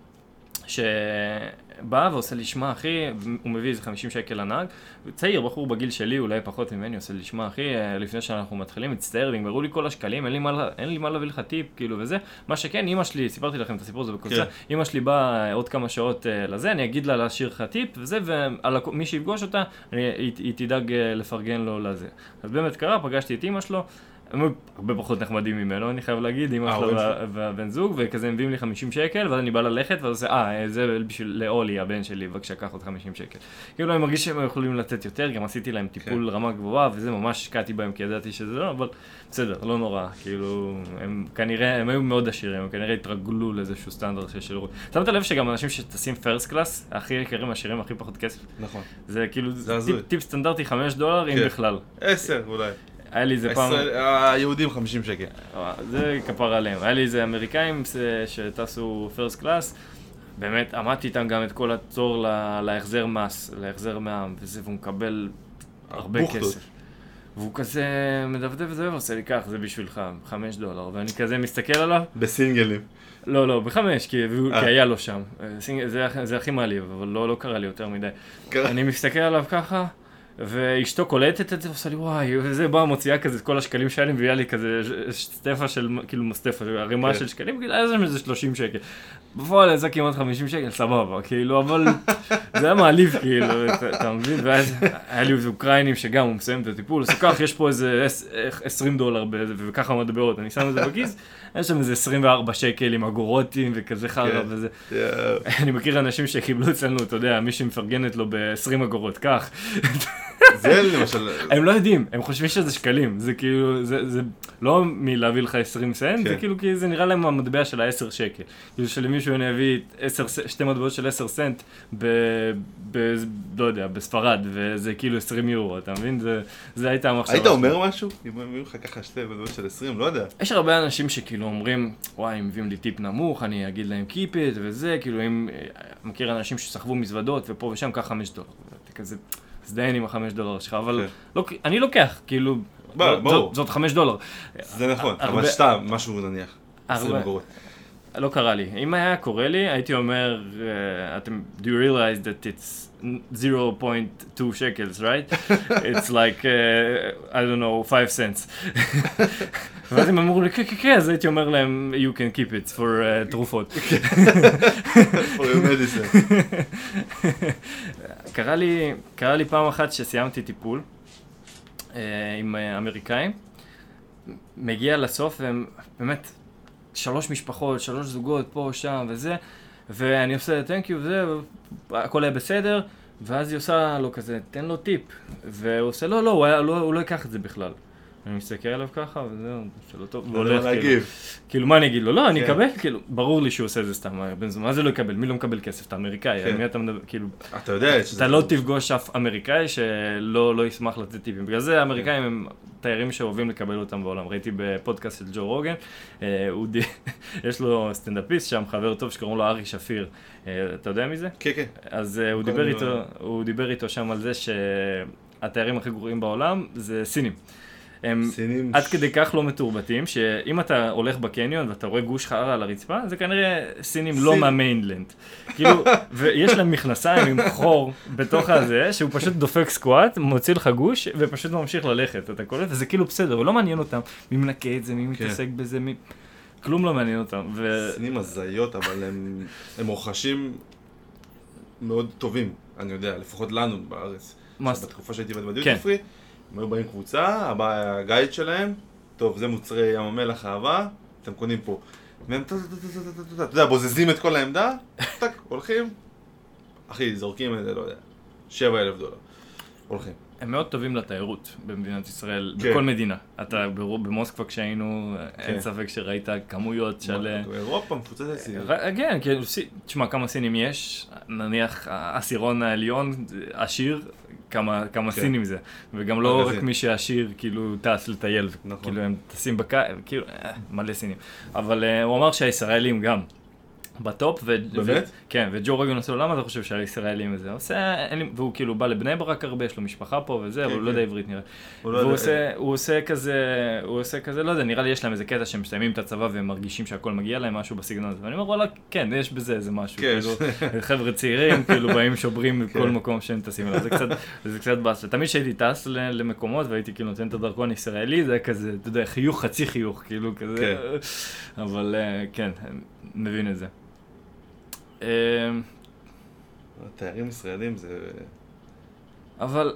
שבא ועושה לי שמה, אחי, הוא מביא איזה 50 שקל לנהג, צעיר, בחור בגיל שלי, אולי פחות ממני, עושה לי שמה, אחי, לפני שאנחנו מתחילים, מצטער, נגמרו לי כל השקלים, אין לי מה להביא לך טיפ, כאילו, וזה. מה שכן, אמא שלי, סיפרתי לכם את הסיפור הזה בקוצה, אמא שלי באה עוד כמה שעות לזה, אני אגיד לה להשאיר לך טיפ, וזה, ומי שיפגוש אותה, היא תדאג לפרגן לו לזה. אז באמת קרה, פגשתי את אמא שלו, הם הרבה פחות נחמדים ממנו, אני חייב להגיד, אמא שלו והבן זוג, וכזה מביאים לי 50 שקל, ואז אני בא ללכת, ואז עושה, זה בשביל לאולי, הבן שלי, בבקשה, קח עוד 50 שקל. כאילו, אני מרגיש שהם יכולים לתת יותר, גם עשיתי להם טיפול רמה גבוהה, וזה ממש השקעתי בהם, כי ידעתי שזה לא, אבל בסדר, לא נורא, כאילו, הם כנראה, הם היו מאוד עשירים, הם כנראה התרגלו לאיזשהו סטנדרט של שירות. שמת לב שגם אנשים שטסים פרסט קלאס, הכי יקרים, עשירים, הכי פחות כסף. נכון. זה כאילו, טיפ סטנדרטי $5, אם בכלל. 10 אולי. היה לי איזה פעם... היהודים 50 שקל. זה כפר עליהם. היה לי איזה אמריקאים שטסו פרסט קלאס, באמת עמדתי איתם גם את כל התור להחזר מס, להחזר מע"מ, וזה, והוא מקבל הרבה כסף. והוא כזה מדפדף וזה, ועושה לי כך, זה בשבילך, $5, ואני כזה מסתכל עליו. בסינגלים. לא, ב5, כי היה לו שם. זה הכי מעליב, אבל לא קרה לי יותר מדי. אני מסתכל עליו ככה, ואשתו קולטת את זה, ועושה לי וואי, וזה בא מוציאה כזה את כל השקלים שלי, והביאה לי כזה סטפה של, כאילו סטפה, הרימה של שקלים, כאילו, היה שם איזה 30 שקל. בפועל זה כמעט 50 שקל, סבבה, כאילו, אבל זה היה מעליב, כאילו, אתה מבין? ואז היה לי אוקראינים שגם הוא מסיים את הטיפול, אז כך, יש פה איזה $20 וככה מדברות, אני שם את זה בכיס, יש שם איזה 24 שקל עם אגורותים וכזה חרא וזה. אני מכיר אנשים שקיבלו אצלנו, אתה יודע, מי שמפרגנת לו ב-20 אגורות, כך. זה למשל... הם לא יודעים, הם חושבים שזה שקלים, זה כאילו, זה לא מלהביא לך 20 סנט, זה כאילו כי זה נראה להם המטבע של ה-10 שקל. כאילו שלמישהו אני אביא 2 מטבעות של 10 סנט לא יודע, בספרד, וזה כאילו 20 יורו, אתה מבין? זה הייתה המחשבה. היית אומר משהו? אם היו לך ככה 2 מטבעות של 20, לא יודע. יש הרבה אנשים שכאילו אומרים, וואי, הם מביאים לי טיפ נמוך, אני אגיד להם keep it וזה, כאילו אם מכיר אנשים שסחבו מזוודות ופה ושם ככה $5. כזה, זדיין עם $5 שלך, אבל אני לוקח, כאילו, זאת $5. זה נכון, אבל סתם, משהו נניח, 20 אגורות. לא קרה לי. אם היה קורה לי, הייתי אומר, do you realize that it's 0.2 shekels, right? It's like, I don't know, 5 cents. ואז הם אמרו לי, כן, אז הייתי אומר להם, you can keep it for תרופות. for your medicine. קרה לי פעם אחת שסיימתי טיפול עם אמריקאים, מגיע לסוף והם באמת 3 משפחות, 3 זוגות פה, שם וזה, ואני עושה thank you וזה, הכל היה בסדר, ואז היא עושה לו כזה, תן לו טיפ, והוא עושה, לא, הוא לא ייקח את זה בכלל. אני מסתכל עליו ככה, וזהו, שלא טוב, והולך כאילו, מה אני אגיד לו? לא, אני אקבל, כאילו, ברור לי שהוא עושה את זה סתם, מה זה לא יקבל? מי לא מקבל כסף? אתה אמריקאי, מי אתה מדבר, כאילו, אתה יודע, אתה לא תפגוש אף אמריקאי שלא ישמח לתת טיפים, בגלל זה האמריקאים הם תיירים שאוהבים לקבל אותם בעולם. ראיתי בפודקאסט של ג'ו רוגן, יש לו סטנדאפיסט שם, חבר טוב שקוראים לו ארי שפיר, אתה יודע מי זה? כן, כן. אז הוא דיבר איתו שם על זה שהתיירים הכי גרועים בעולם זה סינים. הם עד כדי כך לא מתורבתים, שאם אתה הולך בקניון ואתה רואה גוש חרא על הרצפה, זה כנראה סינים לא מהמיינלנד. כאילו, ויש להם מכנסיים עם חור בתוך הזה, שהוא פשוט דופק סקואט, מוציא לך גוש, ופשוט ממשיך ללכת, אתה קולט, וזה כאילו בסדר, ולא מעניין אותם מי מנקה את זה, מי מתעסק בזה, כלום לא מעניין אותם. סינים הזיות, אבל הם רוכשים מאוד טובים, אני יודע, לפחות לנו בארץ. בתקופה שהייתי בדיוטי פרי, הם היו באים קבוצה, הבא היה הגייד שלהם, טוב, זה מוצרי ים המלח אהבה, אתם קונים פה. והם אתה יודע, בוזזים את כל העמדה, טק, הולכים, אחי, זורקים את זה, לא יודע, $7,000, הולכים. הם מאוד טובים לתיירות במדינת ישראל, בכל מדינה. אתה במוסקבה כשהיינו, אין ספק שראית כמויות של... אירופה, מפוצצת סינים. כן, תשמע, כמה סינים יש, נניח העשירון העליון, עשיר, כמה סינים זה. וגם לא רק מי שעשיר, כאילו, טס לטייל, כאילו, הם טסים כאילו, מלא סינים. אבל הוא אמר שהישראלים גם. בטופ, באמת? כן, וג'ו רוגן עושה לו, למה אתה חושב שהישראלים וזה? והוא כאילו בא לבני ברק הרבה, יש לו משפחה פה וזה, אבל הוא לא יודע עברית נראה. והוא עושה כזה, לא יודע, נראה לי יש להם איזה קטע שהם מסיימים את הצבא והם מרגישים שהכל מגיע להם משהו בסגנון הזה. ואני אומר, וואלה, כן, יש בזה איזה משהו, כאילו, חבר'ה צעירים, כאילו באים שוברים בכל מקום שהם טסים אליו, זה קצת באס. תמיד שהייתי טס למקומות והייתי כאילו נותן את הדרכון ישראלי, זה היה כזה, אתה יודע, חיוך, חצי חיוך, כאילו כזה, אבל כן, מבין את זה. תיירים ישראלים זה... אבל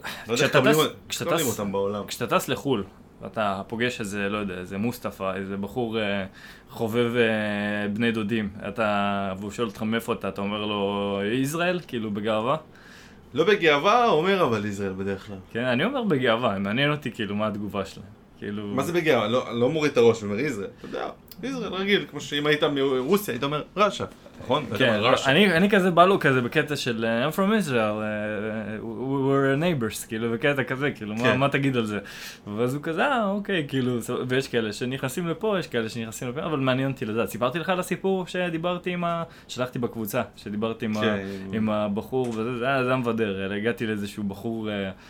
כשאתה טס לחול, אתה פוגש איזה, לא יודע, איזה מוסטפא, איזה בחור חובב בני דודים, והוא שואל אותך מאיפה אתה אומר לו ישראל, כאילו בגאווה? לא בגאווה, הוא אומר אבל ישראל בדרך כלל. כן, אני אומר בגאווה, מעניין אותי כאילו מה התגובה שלהם. מה זה בגאווה? לא מוריד את הראש, אומר ישראל, אתה יודע, ישראל רגיל, כמו שאם היית מרוסיה, היית אומר רש"א. נכון? כן, אני כזה בא לו כזה בקטע של I'm from Israel, we were neighbors, כאילו בקטע כזה, כאילו מה תגיד על זה? ואז הוא כזה, אוקיי, כאילו, ויש כאלה שנכנסים לפה, יש כאלה שנכנסים לפה, אבל מעניין אותי לדעת. סיפרתי לך על הסיפור שדיברתי שלחתי בקבוצה, שדיברתי עם הבחור, וזה היה מבדר, הגעתי לאיזשהו בחור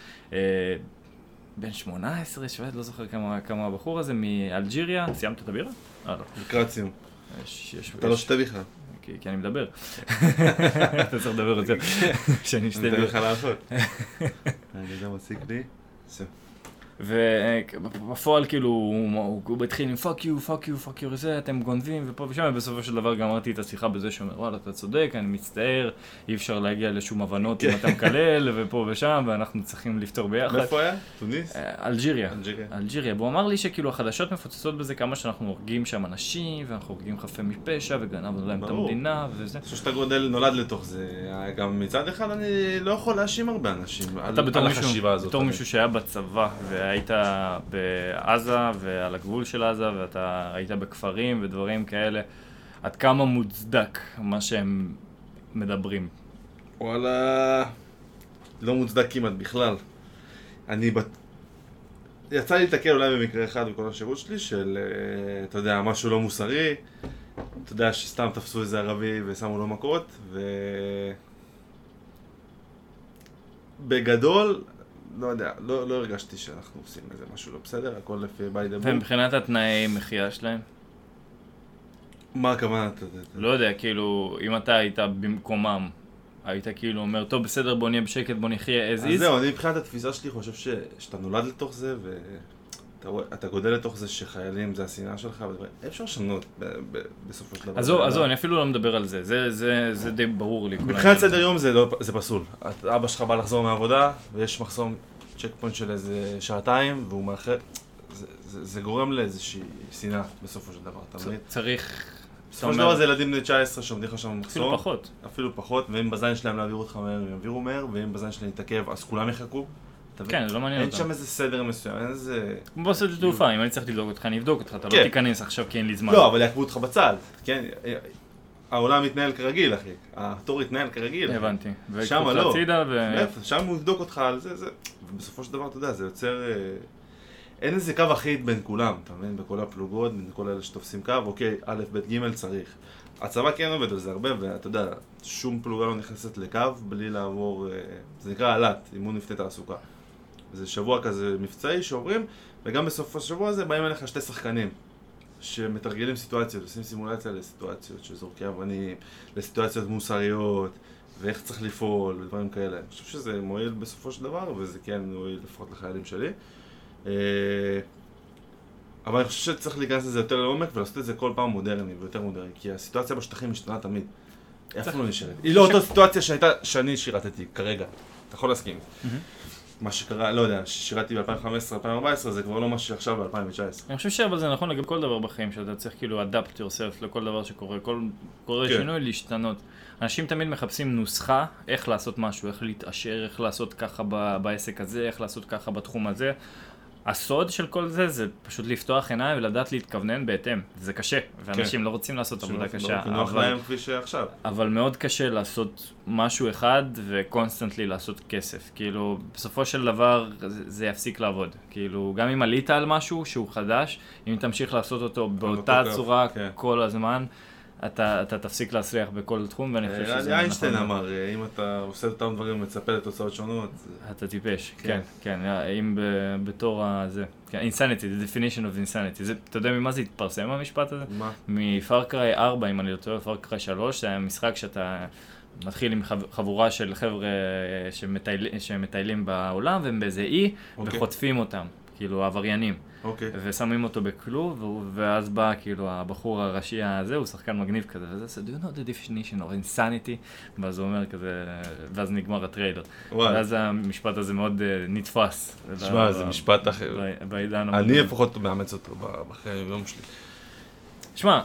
בן 18, 17, לא זוכר כמה הבחור הזה, מאלג'יריה. סיימת את הבירה? לא. לקראת סיום. אתה לא שתה בכלל. כי אני מדבר. אתה צריך לדבר יותר. שאני שתה בירה. אני אתן לך לעשות. אני זה מציק לי. ובפועל כאילו הוא התחיל עם fuck you, זה, אתם גונבים ופה ושם, ובסופו של דבר גמרתי את השיחה בזה שאומר, וואלה, אתה צודק, אני מצטער, אי אפשר להגיע לשום הבנות אם אתה מקלל, ופה ושם, ואנחנו צריכים לפתור ביחד. מאיפה היה? תוניס? אלג'יריה. והוא אמר לי שכאילו החדשות מפוצצות בזה כמה שאנחנו הורגים שם אנשים, ואנחנו הורגים חפי מפשע, וגנבנו להם את המדינה, וזה. אני חושב שאתה נולד לתוך זה. גם מצד אחד אני לא יכול להאשים הרבה אנשים על החשיבה הזאת. בתור מישהו שהיה בצבא, והיית בעזה ועל הגבול של עזה, ואתה היית בכפרים ודברים כאלה, עד כמה מוצדק מה שהם מדברים? וואלה, לא מוצדק כמעט בכלל. יצא לי להתקל אולי במקרה אחד בכל השירות שלי של, אתה יודע, משהו לא מוסרי, אתה יודע שסתם תפסו איזה ערבי ושמו לו מכות, בגדול, לא יודע, לא הרגשתי שאנחנו עושים איזה משהו לא בסדר, הכל לפי ביי דבור. ומבחינת התנאי מחיה שלהם? מה הכוונה? לא יודע, כאילו, אם אתה היית במקומם, היית כאילו אומר, טוב, בסדר, בוא נהיה בשקט, בוא נחיה as is. אז זהו, אני מבחינת התפיסה שלי חושב שאתה נולד לתוך זה, ואתה גודל לתוך זה שחיילים זה השנאה שלך, אפשר לשנות בסופו של דבר. אז אני אפילו לא מדבר על זה, זה די ברור לי. מבחינת סדר יום זה פסול. אבא שלך בא לחזור מהעבודה, ויש מחסום צ'ק פוינט של איזה שעתיים, והוא מאחר, זה גורם לאיזושהי שנאה בסופו של דבר, אתה מבין? צריך... בסופו של דבר זה ילדים בני 19 שעומדים לך שם מחסום. אפילו פחות. אפילו פחות, ואם בזין שלהם להעביר אותך מהר, הם יעבירו מהר, ואם בזין שלהם יתעכב, אז כולם יחכו. כן, זה לא מעניין אותם. אין שם איזה סדר מסוים, אין איזה... כמו בעשת תעופה, אם אני צריך לבדוק אותך, אני אבדוק אותך, אתה לא תיכנס עכשיו כי אין לי זמן. לא, אבל יעקבו אותך בצד, כן? העולם מתנהל כרגיל, אחי. התור יתנהל כרגיל. הבנתי. שם לא. ו... שם הוא יבדוק אותך על זה, ובסופו של דבר, אתה יודע, זה יוצר... אין איזה קו אחיד בין כולם, אתה מבין? בכל הפלוגות, בין כל אלה שתופסים קו, אוקיי, א', ב', ג' צריך. הצבא כן עובד על זה הרבה, ואתה יודע, שום פלוגה לא נכנסת לקו בלי לעבור, זה נקרא עלת, אימון מפתה תעסוקה. זה שבוע כזה מבצעי שעוברים, וגם בסוף השבוע הזה באים אליך שתי שחקנים שמתרגלים סיטואציות, עושים סימולציה לסיטואציות של זורקי אבנים, לסיטואציות מוסריות, ואיך צריך לפעול ודברים כאלה. אני חושב שזה מועיל בסופו של דבר, וזה כן מועיל לפחות לחיילים שלי. אבל אני חושב שצריך להיכנס לזה יותר לעומק ולעשות את זה כל פעם מודרני ויותר מודרני, כי הסיטואציה בשטחים משתנה תמיד. איפה לא נשארת? היא לא אותה סיטואציה שאני שירתתי כרגע, אתה יכול להסכים. מה שקרה, לא יודע, ששירתי ב-2015-2014 זה כבר לא מה שעכשיו ב-2019. אני חושב שאבל זה נכון לגבי כל דבר בחיים, שאתה צריך כאילו adapt yourself לכל דבר שקורה, קורה שינוי להשתנות. אנשים תמיד מחפשים נוסחה, איך לעשות משהו, איך להתעשר, איך לעשות ככה בעסק הזה, איך לעשות ככה בתחום הזה. הסוד של כל זה זה פשוט לפתוח עיניים ולדעת להתכוונן בהתאם. זה קשה, ואנשים לא רוצים לעשות עבודה קשה. אבל מאוד קשה לעשות משהו אחד וקונסטנטלי לעשות כסף. כאילו, בסופו של דבר זה יפסיק לעבוד. כאילו, גם אם עלית על משהו שהוא חדש, אם תמשיך לעשות אותו באותה צורה כל הזמן, אתה תפסיק להצליח בכל תחום, ואני חושב שזה נכון. איינשטיין אמר, אם אתה עושה אותם דברים ומצפה לתוצאות שונות... אתה טיפש, כן, אם בתור הזה... Insanity, the definition of insanity. אתה יודע ממה זה התפרסם המשפט הזה? מה? מפארקריי 4, אם אני לא טועה, פארקריי 3, זה היה משחק שאתה מתחיל עם חבורה של חבר'ה שמטיילים בעולם, והם באיזה אי, וחוטפים אותם. כאילו, עבריינים. ושמים אותו בכלוב, ואז בא כאילו הבחור הראשי הזה, הוא שחקן מגניב כזה, וזה עושה, do you know the definition of insanity? ואז הוא אומר כזה, ואז נגמר הטריילר. ואז המשפט הזה מאוד נתפס. תשמע, זה משפט אחר. אני לפחות מאמץ אותו בחיים יום שלי. תשמע,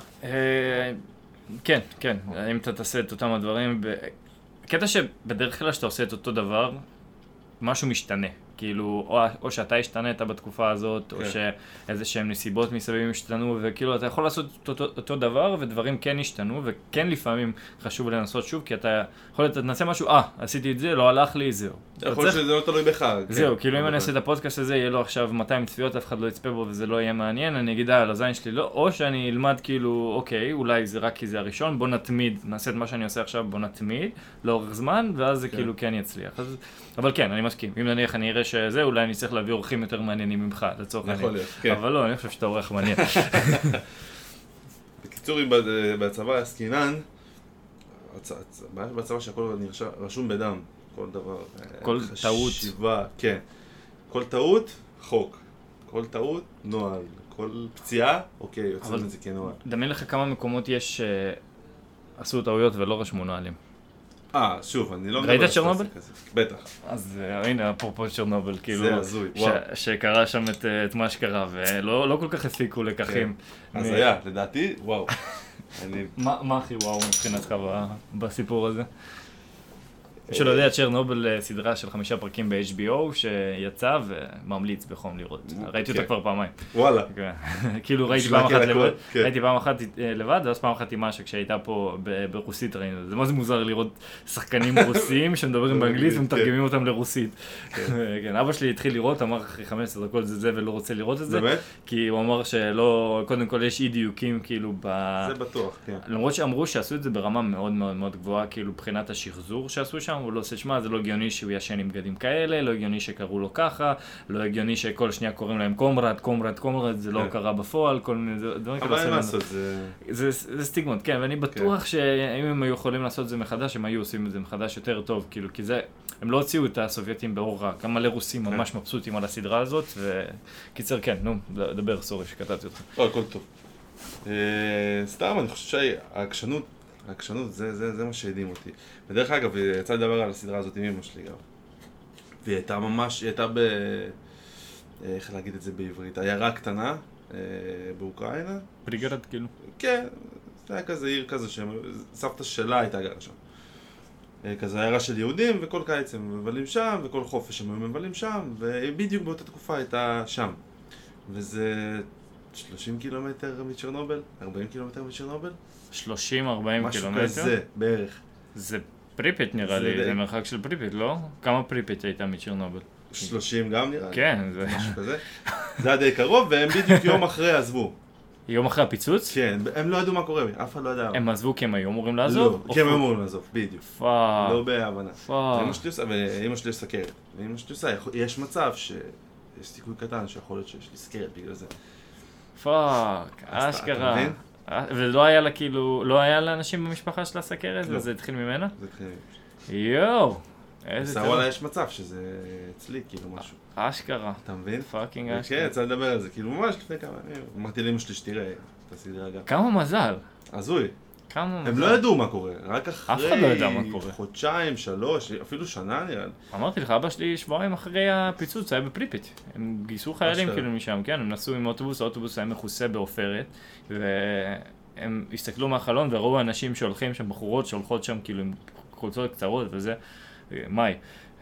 כן, אם אתה תעשה את אותם הדברים, קטע שבדרך כלל שאתה עושה את אותו דבר, משהו משתנה. כאילו, או שאתה השתנית בתקופה הזאת, או שאיזה שהם נסיבות מסביבים השתנו, וכאילו אתה יכול לעשות אותו דבר, ודברים כן השתנו, וכן לפעמים חשוב לנסות שוב, כי אתה יכול לנסה משהו, עשיתי את זה, לא הלך לי, זהו. יכול להיות שזה לא תלוי בך. זהו, כאילו אם אני אעשה את הפודקאסט הזה, יהיה לו עכשיו 200 צפיות, אף אחד לא יצפה בו וזה לא יהיה מעניין, אני אגיד, על הזין שלי לא, או שאני אלמד כאילו, אוקיי, אולי זה רק כי זה הראשון, בוא נתמיד, נעשה את מה שאני עושה עכשיו, בוא נתמיד, לאורך זמן, ואז זה כאילו כן יצליח. אבל כן, אני מסכים. אם נניח אני אראה שזה, אולי אני צריך להביא אורחים יותר מעניינים ממך, לצורך העניין. אבל לא, אני חושב שאתה אורח מעניין. בקיצור, אם בצבא עסקינן, בצבא שהכל רשום בדם, כל דבר. כל טעות. כן. כל טעות, חוק. כל טעות, נוהל. כל פציעה, אוקיי, יוצאים את זה כנוהל. דמיין לך כמה מקומות יש שעשו טעויות ולא רשמו נהלים. שוב, אני לא... ראית את צ'רנוביל? בטח. אז הנה, אפרופו צ'רנוביל, כאילו... זה הזוי, וואו. שקרה שם את מה שקרה, ולא כל כך הפיקו לקחים. אז היה, לדעתי, וואו. מה הכי וואו מבחינתך בסיפור הזה? מי שלא יודע, צ'רנוביל סדרה של 5 פרקים ב-HBO שיצא וממליץ בחום לראות. ראיתי אותה כבר פעמיים. וואלה. כאילו ראיתי פעם אחת לבד, ואז פעם אחת עם משה כשהייתה פה ברוסית ראינו. זה מה זה מוזר לראות שחקנים רוסיים שמדברים באנגלית ומתרגמים אותם לרוסית. אבא שלי התחיל לראות, אמר אחרי 15 דקות זה ולא רוצה לראות את זה. באמת? כי הוא אמר שלא, קודם כל יש אי דיוקים כאילו זה בטוח, כן. למרות שאמרו שעשו את זה ברמה מאוד מאוד מאוד גבוהה, כאילו מבחינת השחזור שעשו שם, הוא לא עושה שמה, זה לא הגיוני שהוא ישן עם בגדים כאלה, לא הגיוני שקראו לו ככה, לא הגיוני שכל שנייה קוראים להם קומרד, זה לא קרה בפועל, כל מיני דברים כאלה. אבל אין לעשות, זה סטיגמות, כן, ואני בטוח שאם הם היו יכולים לעשות את זה מחדש, הם היו עושים את זה מחדש יותר טוב, כאילו, כי זה, הם לא הוציאו את הסובייטים באור רע, גם מלא רוסים ממש מבסוטים על הסדרה הזאת, וקיצר, כן, נו, דבר, סורי שקטעתי אותך. הכל טוב. סתם, אני חושב שהעקשנות, זה מה שהדהים אותי. בדרך אגב, יצא לדבר על הסדרה הזאת עם אמא שלי גם. והיא הייתה ממש, היא הייתה איך להגיד את זה בעברית, עיירה קטנה באוקראינה. פריגרד כאילו? כן, זה היה כזה עיר כזה, סבתא שלה הייתה גרה שם. כזה עיירה של יהודים, וכל קיץ הם מבלים שם, וכל חופש הם מבלים שם, ובדיוק באותה תקופה הייתה שם. וזה 30 קילומטר מצ'רנובל? 40 קילומטר מצ'רנובל? 30-40 קילומטר? משהו כזה, בערך. זה פריפט נראה לי, זה מרחק של פריפט, לא? כמה פריפט הייתה מצ'רנובל? 30 גם נראה לי. כן, זה... משהו כזה. זה היה די קרוב, והם בדיוק יום אחרי עזבו. יום אחרי הפיצוץ? כן, הם לא ידעו מה קורה, אף אחד לא ידע. הם עזבו כי הם היו אמורים לעזוב? לא, כי הם היו אמורים לעזוב, בדיוק. פאק. לא בהבנה. פאק. ואמא שלי יש סכרת. ואמא שלי עושה, יש מצב שיש סיכוי קטן שיכול להיות שיש לי סכרת בגלל זה. פאק, אשכרה. ולא היה לה כאילו, לא היה לאנשים במשפחה שלה סכרת? וזה התחיל ממנה? זה התחיל ממנה. יואו. איזה טוב. וואלה, יש מצב שזה אצלי, כאילו משהו. אשכרה. אתה מבין? פאקינג אשכרה. כן, יצא לדבר על זה, כאילו ממש לפני כמה ימים. אמרתי לאמא שלי שתראה את הסדרה גם. כמה מזל. הזוי. כמה מזל. הם לא ידעו מה קורה, רק אף אחד לא ידע מה קורה. אחרי חודשיים, 3, אפילו שנה נראה לי. אמרתי לך, אבא שלי שבועיים אחרי הפיצוץ היה בפריפט. הם גייסו חיילים כאילו משם, כן, הם נסעו עם אוטובוס, האוטובוס היה מכוסה בעופרת, והם הסתכלו מהחלון וראו אנשים שהולכים שם, בחורות שהולכות שם כאילו עם חולצות קצרות וזה, מאי.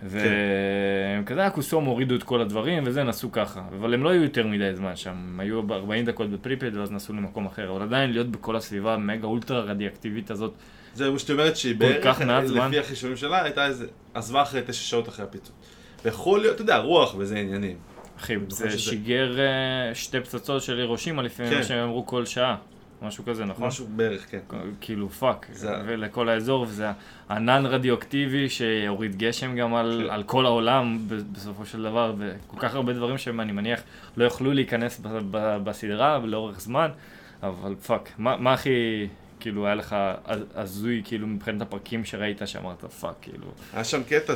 והם כזה הקוסום הורידו את כל הדברים וזה, נסעו ככה. אבל הם לא היו יותר מדי זמן שם, הם היו ב-40 דקות בפריפט ואז נסעו למקום אחר. אבל עדיין להיות בכל הסביבה המגה אולטרה רדיאקטיבית הזאת. זה מה שאת אומרת שהיא בערך, לפי החישובים שלה, הייתה איזה, עזבה אחרי 9 שעות אחרי הפיצוץ. ויכול להיות, אתה יודע, רוח וזה עניינים. אחי, זה שיגר 2 פצצות של הירושימה לפעמים מה שהם אמרו כל שעה. משהו כזה, נכון? משהו בערך, כן. כאילו פאק, ולכל האזור, וזה ענן רדיואקטיבי שהוריד גשם גם על כל העולם בסופו של דבר, וכל כך הרבה דברים שהם, אני מניח, לא יוכלו להיכנס בסדרה לאורך זמן, אבל פאק, מה הכי, כאילו, היה לך הזוי, כאילו, מבחינת הפרקים שראית שאמרת, פאק, כאילו... היה שם קטע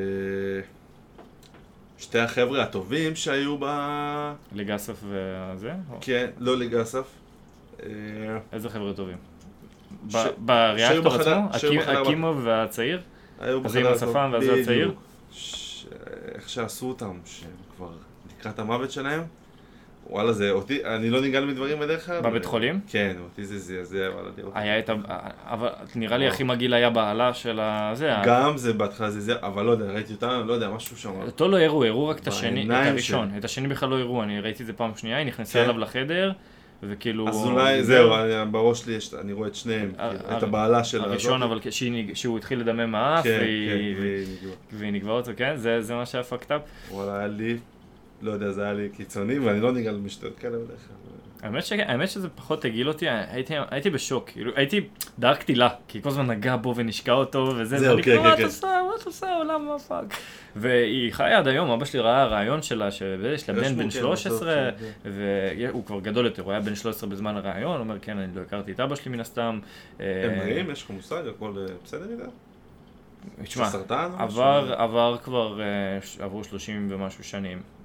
שתי החבר'ה הטובים שהיו לגסף וזה? כן, לא לגסף. איזה חבר'ה טובים? בריאקטור עצמו? הקימו והצעיר? אז עם השפם וזה הצעיר? איך שעשו אותם, שהם כבר לקראת המוות שלהם. וואלה, זה אותי, אני לא ניגע מדברים בדרך כלל. בבית חולים? כן, אותי זה זעזע, וואלה, לראות. היה את אבל נראה לי הכי מגעיל היה בעלה של הזה. גם זה בהתחלה זעזע, אבל לא יודע, ראיתי אותה, לא יודע, משהו שם. אותו לא הראו רק את השני, את הראשון. את השני בכלל לא הראו, אני ראיתי את זה פעם שנייה, היא נכנסה אליו לחדר. וכאילו... אז אולי, זהו, בראש שלי אני רואה את שניהם, את הבעלה של הראשון, אבל שהוא התחיל לדמם מהאף, והיא נגבה אותו, כן? זה מה שהיה פאקט אפ. וואלה, היה לי, לא יודע, זה היה לי קיצוני, ואני לא ניגע למשטרת כאלה בדרך כלל. האמת שזה פחות הגיל אותי, הייתי בשוק, דאגתי לה, כי כל הזמן נגע בו ונשקע אותו וזה, זהו, כן, מה את עושה, עולם, מה פאק. והיא חיה עד היום, אבא שלי ראה הרעיון שלה, שיש לה בן 13, והוא כבר גדול יותר, הוא היה בן 13 בזמן הרעיון, הוא אומר, כן, אני לא הכרתי את אבא שלי מן הסתם. הם נראים, יש לך מושג, הכל בסדר איתה? תשמע, עברו 30 ומשהו שנים,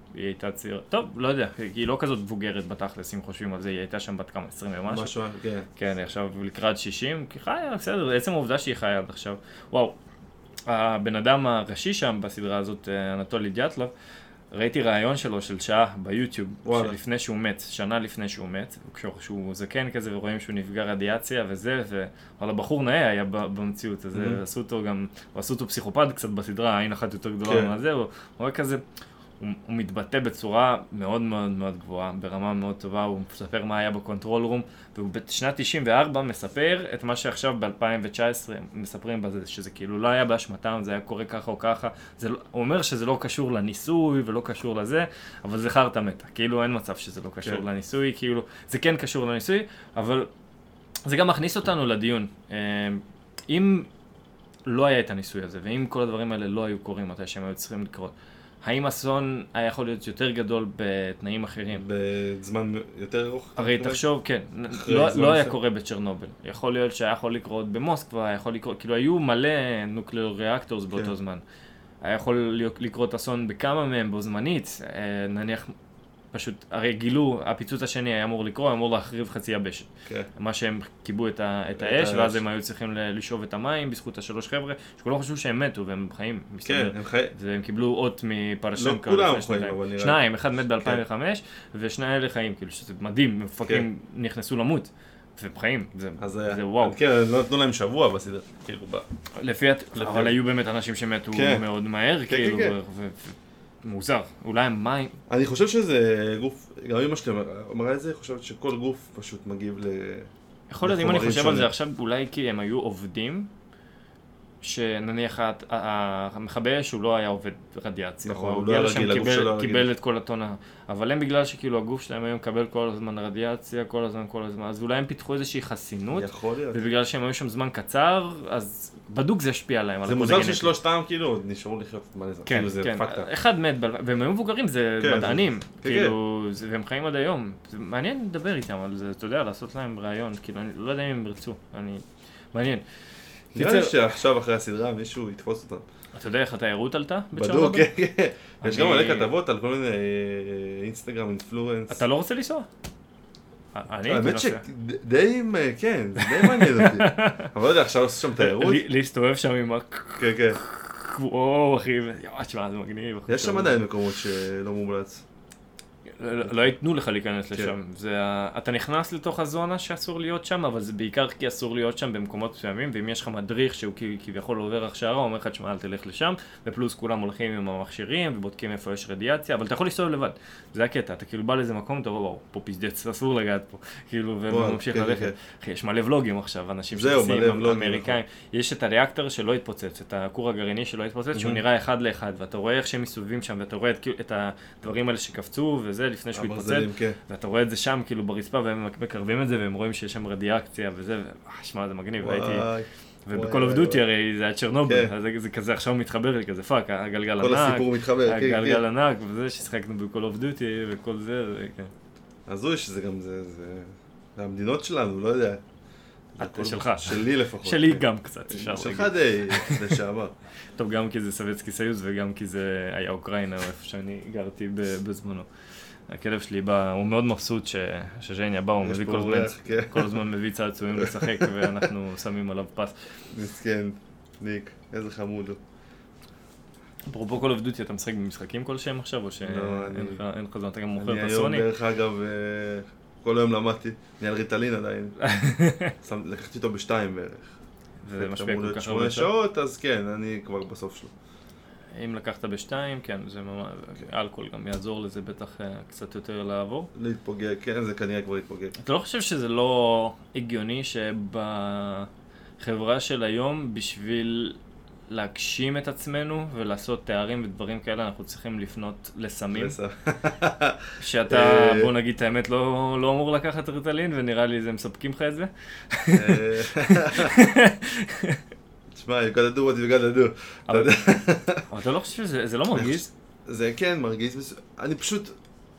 היא הייתה צעירה, טוב, לא יודע, היא לא כזאת מבוגרת בתכלס, אם חושבים על זה, היא הייתה שם בת כמה, 20 ומשהו. משהו, כן. כן, עכשיו לקראת 60, כי חיה, בסדר, עצם העובדה שהיא חיה עד עכשיו. וואו, הבן אדם הראשי שם בסדרה הזאת, אנטולי דיאטלוב, ראיתי ראיון שלו של שעה ביוטיוב, שלפני שהוא מת, שנה לפני שהוא מת, כשהוא זקן כזה ורואים שהוא נפגע רדיאציה וזה, אבל הבחור נאה היה במציאות, אז עשו אותו גם, עשו אותו פסיכופד קצת בסדרה, עין אחת יותר גדולה מהזה, הוא רואה כזה, הוא מתבטא בצורה מאוד מאוד מאוד גבוהה, ברמה מאוד טובה, הוא מספר מה היה בקונטרול רום, והוא בשנת 94 מספר את מה שעכשיו ב-2019 מספרים בזה, שזה כאילו לא היה באשמתם, זה היה קורה ככה או ככה, הוא אומר שזה לא קשור לניסוי ולא קשור לזה, אבל זה חרטה מתה, כאילו אין מצב שזה לא קשור לניסוי, כאילו זה כן קשור לניסוי, אבל זה גם מכניס אותנו לדיון. אם לא היה את הניסוי הזה, ואם כל הדברים האלה לא היו קורים מתי שהם היו צריכים לקרות, האם אסון היה יכול להיות יותר גדול בתנאים אחרים? בזמן יותר ארוך? הרי תחשוב, כן, לא היה קורה בצ'רנובל. יכול להיות שהיה יכול לקרות במוסקבה, היה יכול לקרות, כאילו היו מלא נוקלר ריאקטורס באותו זמן. היה יכול לקרות אסון בכמה מהם בו זמנית, נניח פשוט, הרי גילו, הפיצוץ השני היה אמור לקרות, אמור להחריב חצי יבשת. מה שהם קיבו את האש, ואז הם היו צריכים לשאוב את המים בזכות השלוש חבר'ה, שכולם חשבו שהם מתו והם חיים, מסתבר. והם קיבלו אות מפרשנקה. לא כולם חיים, אבל נראה. שניים, אחד מת ב-2005, ושני אלה חיים, כאילו שזה מדהים, מפקים נכנסו למות. והם חיים, זה וואו. כן, לא נתנו להם שבוע בסדר, כאילו. אבל היו באמת אנשים שמתו מאוד מהר, כאילו. מוזר, אולי הם מים. אני חושב שזה גוף, גם אמא שלי אמרה את זה, אני חושבת שכל גוף פשוט מגיב יכול להיות, אם אני חושב על זה עכשיו, אולי כי הם היו עובדים, שנניח המכבה אש הוא לא היה עובד רדיאציה, הוא לא היה רגיל, הגוף שלו היה קיבל את כל הטונה, אבל הם בגלל שכאילו הגוף שלהם היום מקבל כל הזמן רדיאציה, כל הזמן, אז אולי הם פיתחו איזושהי חסינות, ובגלל שהם היו שם זמן קצר, אז בדוק זה השפיע עליהם. זה מוזר ששלושתם כאילו נשארו לחיות את מה לזה, כאילו זה פקטה. אחד מת, והם היו מבוגרים, זה מדענים, כאילו, והם חיים עד היום, מעניין לדבר איתם על זה, אתה יודע, לעשות להם רעיון, כאילו, אני לא יודע אם הם ירצו, מעניין. נראה לי שעכשיו אחרי הסדרה מישהו יתפוס אותם. אתה יודע איך התיירות עלתה? בדוק, כן, כן. יש גם מלא כתבות על כל מיני אינסטגרם, אינפלואנס. אתה לא רוצה לנסוע? האמת שדי, כן, זה די מעניין אותי. אבל לא יודע, עכשיו עושה שם תיירות. להסתובב שם עם כן, כן. וואו, אחי, תשמע, זה מגניב. יש שם עדיין מקומות שלא מומלץ. לא ייתנו לך להיכנס לשם. אתה נכנס לתוך הזונה שאסור להיות שם, אבל זה בעיקר כי אסור להיות שם במקומות מסוימים, ואם יש לך מדריך שהוא כביכול עובר הכשרה, הוא אומר לך, תשמע, אל תלך לשם, ופלוס כולם הולכים עם המכשירים, ובודקים איפה יש רדיאציה, אבל אתה יכול לנסוע לבד. זה הקטע, אתה כאילו בא לאיזה מקום, אתה אומר, וואו, פה פזדץ, אסור לגעת פה, כאילו, וממשיך ללכת. יש מלא ולוגים עכשיו, אנשים שעושים, אמריקאים. יש את הריאקטור שלא התפוצץ, את הכור הגרעיני שלא התפוצץ, שהוא נראה אחד לאחד, ואתה רואה איך שהם מסתובבים שם, ואתה רואה את הדברים האלה שקפצו וזה לפני שהוא התפוצץ, ואתה רואה את זה שם כאילו ברצפה, והם מקרבים את זה, והם רואים שיש שם רדיאקציה וזה, שמע, זה מגניב, הייתי... ובכל אוף דוטי הרי זה היה צ'רנובל, זה כזה עכשיו מתחבר לי כזה, פאק, הגלגל ענק, כל הסיפור מתחבר, הגלגל ענק, וזה ששחקנו בכל אוף דוטי וכל זה, כן. הזוי שזה גם זה המדינות שלנו, לא יודע. שלך. שלי לפחות. שלי גם קצת, אפשר להגיד. שלך די, לשעבר. טוב, גם כי זה סובייטסקי סיוס וגם כי זה היה אוקראינה, איפה שאני גרתי בזמנו. הכלב שלי בא, הוא מאוד מבסוט שז'ניה בא, הוא מביא כל הזמן מביא צעצועים לשחק ואנחנו שמים עליו פס. מסכן, ניק, איזה חמוד הוא. אפרופו כל עבדותי, אתה משחק במשחקים כלשהם עכשיו או שאין לך זמן, אתה גם מוכר את הסוני? אני היום דרך אגב, כל היום למדתי, אני על ריטלין עדיין, לקחתי אותו בשתיים בערך. וזה משפיע כל כך הרבה 8 שעות, אז כן, אני כבר בסוף שלו. אם לקחת בשתיים, כן, זה ממש, אלכוהול גם יעזור לזה בטח קצת יותר לעבור. להתפוגג, כן, זה כנראה כבר להתפוגג. אתה לא חושב שזה לא הגיוני שבחברה של היום, בשביל להגשים את עצמנו ולעשות תארים ודברים כאלה, אנחנו צריכים לפנות לסמים? שאתה, בוא נגיד את האמת, לא אמור לקחת ריטלין, ונראה לי זה מספקים לך את זה? תשמע, you gotta do what you gotta do. אבל אתה לא חושב שזה לא מרגיז? זה כן מרגיז, אני פשוט...